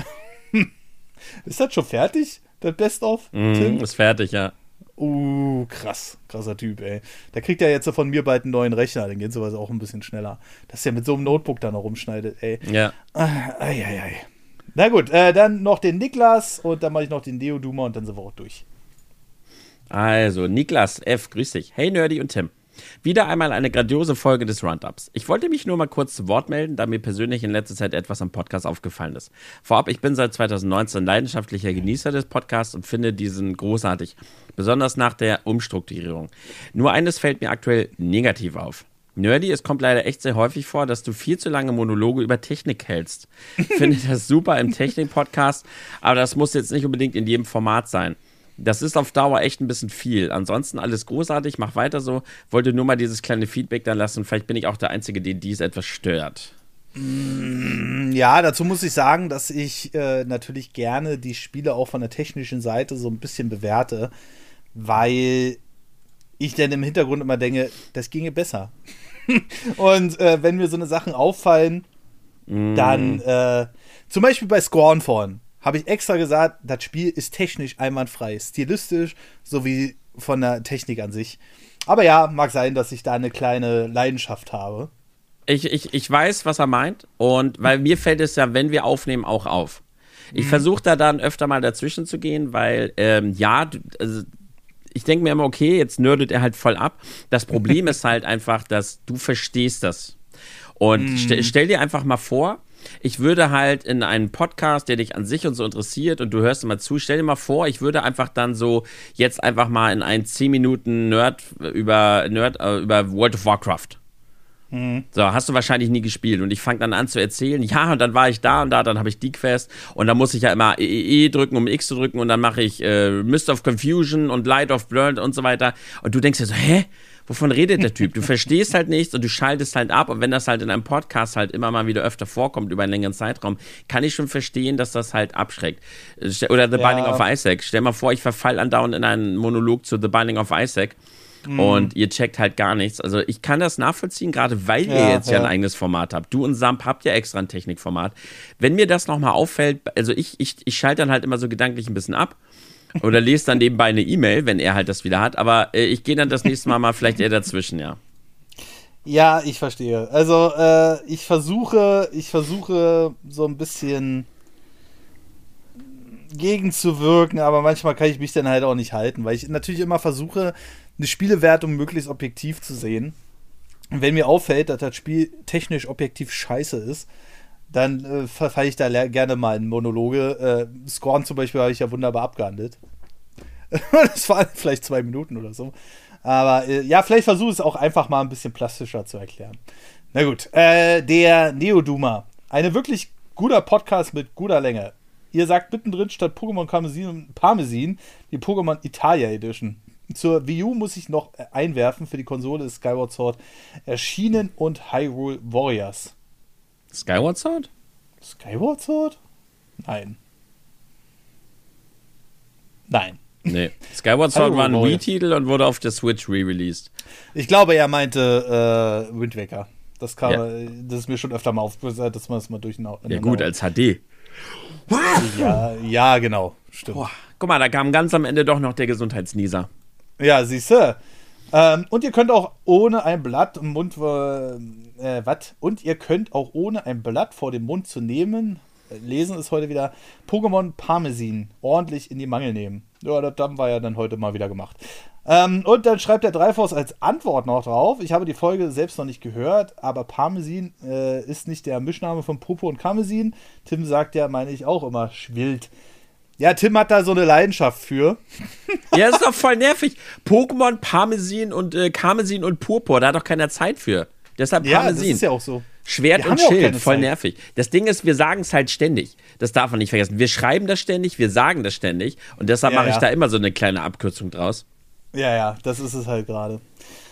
Ist das schon fertig? Das Best-of? Mm, ist fertig, ja. Uh, krass. Krasser Typ, ey. Der kriegt ja jetzt so von mir bald einen neuen Rechner. Den geht sowas auch ein bisschen schneller. Dass der mit so einem Notebook da noch rumschneidet, ey. Ja. Ei, ei, ei. Na gut, äh, dann noch den Niklas und dann mache ich noch den Deoduma und dann sind wir auch durch. Also, Niklas F., grüß dich. Hey Nerdy und Tim. Wieder einmal eine grandiose Folge des Roundups. Ich wollte mich nur mal kurz zu Wort melden, da mir persönlich in letzter Zeit etwas am Podcast aufgefallen ist. Vorab, ich bin seit zwanzig neunzehn leidenschaftlicher Genießer des Podcasts und finde diesen großartig, besonders nach der Umstrukturierung. Nur eines fällt mir aktuell negativ auf. Nerdy, es kommt leider echt sehr häufig vor, dass du viel zu lange Monologe über Technik hältst. Ich finde das super im Technik-Podcast, aber das muss jetzt nicht unbedingt in jedem Format sein. Das ist auf Dauer echt ein bisschen viel. Ansonsten alles großartig, mach weiter so. Wollte nur mal dieses kleine Feedback da lassen. Vielleicht bin ich auch der Einzige, den dies etwas stört. Ja, dazu muss ich sagen, dass ich äh, natürlich gerne die Spiele auch von der technischen Seite so ein bisschen bewerte, weil ich dann im Hintergrund immer denke, das ginge besser. Und äh, wenn mir so eine Sachen auffallen, mm. dann äh, zum Beispiel bei Scornfall habe ich extra gesagt, das Spiel ist technisch einwandfrei, stilistisch sowie von der Technik an sich. Aber ja, mag sein, dass ich da eine kleine Leidenschaft habe. Ich, ich, ich weiß, was er meint. Und weil mir fällt es ja, wenn wir aufnehmen, auch auf. Ich mhm. versuche da dann öfter mal dazwischen zu gehen, weil, ähm, ja, also, ich denke mir immer, okay, jetzt nerdet er halt voll ab. Das Problem ist halt einfach, dass du verstehst das. Und mhm. st- stell dir einfach mal vor, ich würde halt in einen Podcast, der dich an sich und so interessiert und du hörst immer zu, stell dir mal vor, ich würde einfach dann so jetzt einfach mal in einen zehn Minuten Nerd über, Nerd, äh, über World of Warcraft. Mhm. So, hast du wahrscheinlich nie gespielt und ich fange dann an zu erzählen, ja, und dann war ich da und da, dann habe ich die Quest und dann muss ich ja immer E E E drücken, um X zu drücken und dann mache ich äh, Mist of Confusion und Light of Blur und so weiter und du denkst dir so, hä? Wovon redet der Typ? Du verstehst halt nichts und du schaltest halt ab. Und wenn das halt in einem Podcast halt immer mal wieder öfter vorkommt über einen längeren Zeitraum, kann ich schon verstehen, dass das halt abschreckt. Oder The ja. Binding of Isaac. Stell mal vor, ich verfall andauernd in einen Monolog zu The Binding of Isaac mhm. und ihr checkt halt gar nichts. Also ich kann das nachvollziehen, gerade weil ihr ja, jetzt ja. ja ein eigenes Format habt. Du und Samp habt ja extra ein Technikformat. Wenn mir das nochmal auffällt, also ich, ich, ich schalte dann halt immer so gedanklich ein bisschen ab. Oder lese dann nebenbei eine E-Mail, wenn er halt das wieder hat. Aber äh, ich gehe dann das nächste Mal mal vielleicht eher dazwischen, ja. Ja, ich verstehe. Also äh, ich versuche, ich versuche so ein bisschen gegenzuwirken, aber manchmal kann ich mich dann halt auch nicht halten, weil ich natürlich immer versuche, eine Spielewertung möglichst objektiv zu sehen. Und wenn mir auffällt, dass das Spiel technisch objektiv scheiße ist, dann äh, verfalle ich da le- gerne mal in Monologe. Äh, Scorn zum Beispiel habe ich ja wunderbar abgehandelt. Das waren vielleicht zwei Minuten oder so. Aber äh, ja, vielleicht versuche ich es auch einfach mal ein bisschen plastischer zu erklären. Na gut, äh, der Neoduma. Eine wirklich guter Podcast mit guter Länge. Ihr sagt mittendrin statt Pokémon Parmesan, Parmesan die Pokémon Italia Edition. Zur Wii U muss ich noch einwerfen, für die Konsole ist Skyward Sword erschienen und Hyrule Warriors. Skyward Sword? Skyward Sword? Nein. Nein. Nee. Skyward Sword war ein Wii-Titel und wurde auf der Switch re-released. Ich glaube, er meinte äh, Wind Waker. Das, kam, ja. das ist mir schon öfter mal aufgefallen, dass man das mal durcheinander. Ja, gut, als H D. Ja, ja, genau. Stimmt. Boah. Guck mal, da kam ganz am Ende doch noch der Gesundheitsnieser. Ja, siehst du. Ähm, und ihr könnt auch ohne ein Blatt im Mund, äh, was? Und ihr könnt auch ohne ein Blatt vor dem Mund zu nehmen, äh, lesen ist heute wieder, Pokémon Parmesin ordentlich in die Mangel nehmen. Ja, das haben wir ja dann heute mal wieder gemacht. Ähm, und dann schreibt der Dreifuß als Antwort noch drauf, ich habe die Folge selbst noch nicht gehört, aber Parmesin äh, ist nicht der Mischname von Popo und Karmesin. Tim sagt ja, meine ich auch immer, schwillt. Ja, Tim hat da so eine Leidenschaft für. Ja, ist doch voll nervig. Pokémon, Parmesin und äh, Karmesin und Purpur, da hat doch keiner Zeit für. Deshalb Ja, Parmesin. das ist ja auch so. Schwert Wir und haben ja auch Schild, keine voll Zeit. nervig. Das Ding ist, wir sagen es halt ständig. Das darf man nicht vergessen. Wir schreiben das ständig, wir sagen das ständig. Und deshalb Ja, mache ich ja. da immer so eine kleine Abkürzung draus. Ja, ja, das ist es halt gerade.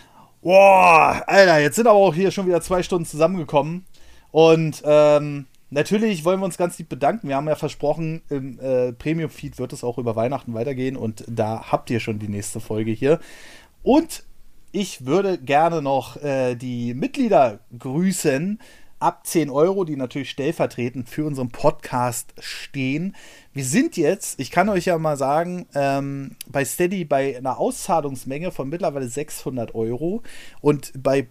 Boah, Alter, jetzt sind aber auch hier schon wieder zwei Stunden zusammengekommen. Und ähm, natürlich wollen wir uns ganz lieb bedanken. Wir haben ja versprochen, im äh, Premium-Feed wird es auch über Weihnachten weitergehen. Und da habt ihr schon die nächste Folge hier. Und ich würde gerne noch äh, die Mitglieder grüßen. Ab zehn Euro, die natürlich stellvertretend für unseren Podcast stehen. Wir sind jetzt, ich kann euch ja mal sagen, ähm, bei Steady bei einer Auszahlungsmenge von mittlerweile sechshundert Euro. Und bei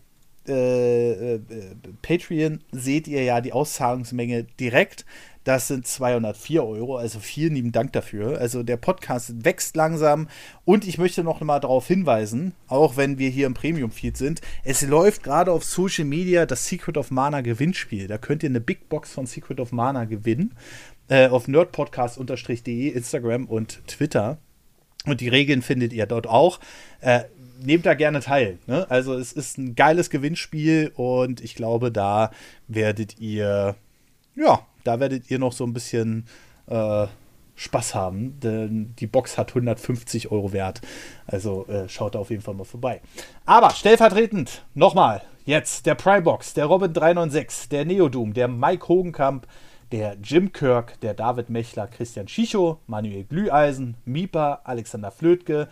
äh, äh, Patreon seht ihr ja die Auszahlungsmenge direkt. Das sind zweihundertvier Euro, also vielen lieben Dank dafür. Also der Podcast wächst langsam und ich möchte noch mal darauf hinweisen, auch wenn wir hier im Premium-Feed sind, es läuft gerade auf Social Media das Secret of Mana Gewinnspiel. Da könnt ihr eine Big Box von Secret of Mana gewinnen äh, auf nerdpodcast Bindestrich de, Instagram und Twitter. Und die Regeln findet ihr dort auch. Äh, nehmt da gerne teil. Ne? Also es ist ein geiles Gewinnspiel und ich glaube, da werdet ihr, ja, da werdet ihr noch so ein bisschen äh, Spaß haben, denn die Box hat hundertfünfzig Euro Wert. Also äh, schaut da auf jeden Fall mal vorbei. Aber stellvertretend nochmal, jetzt der Prime-Box, der Robin drei neun sechs, der Neodoom, der Mike Hogenkamp, der Jim Kirk, der David Mechler, Christian Schicho, Manuel Glüheisen, Mipa, Alexander Flötke,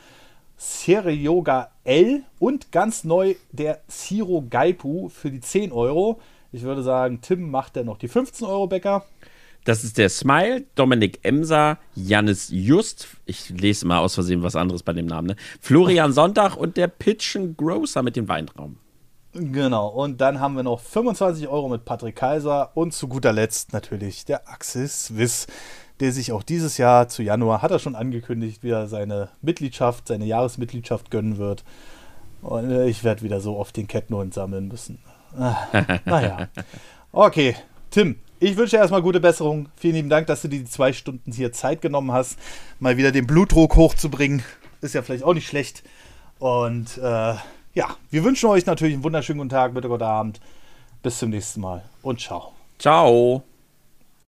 Serioga L und ganz neu der Siro Gaipu für die zehn Euro. Ich würde sagen, Tim macht dann noch die fünfzehn Euro Bäcker. Das ist der Smile, Dominik Emser, Jannis Just, ich lese mal aus Versehen was anderes bei dem Namen, ne? Florian Sonntag und der Pitchen Grocer mit dem Weintraum. Genau, und dann haben wir noch fünfundzwanzig Euro mit Patrick Kaiser und zu guter Letzt natürlich der Axel Swiss, der sich auch dieses Jahr zu Januar, hat er schon angekündigt, wieder seine Mitgliedschaft, seine Jahresmitgliedschaft gönnen wird. Und äh, ich werde wieder so oft den Kettenhund sammeln müssen. Ah, naja. Okay, Tim, ich wünsche dir erstmal gute Besserung. Vielen lieben Dank, dass du dir die zwei Stunden hier Zeit genommen hast, mal wieder den Blutdruck hochzubringen. Ist ja vielleicht auch nicht schlecht. Und äh, ja, wir wünschen euch natürlich einen wunderschönen guten Tag, Mittag oder Abend. Bis zum nächsten Mal und ciao. Ciao.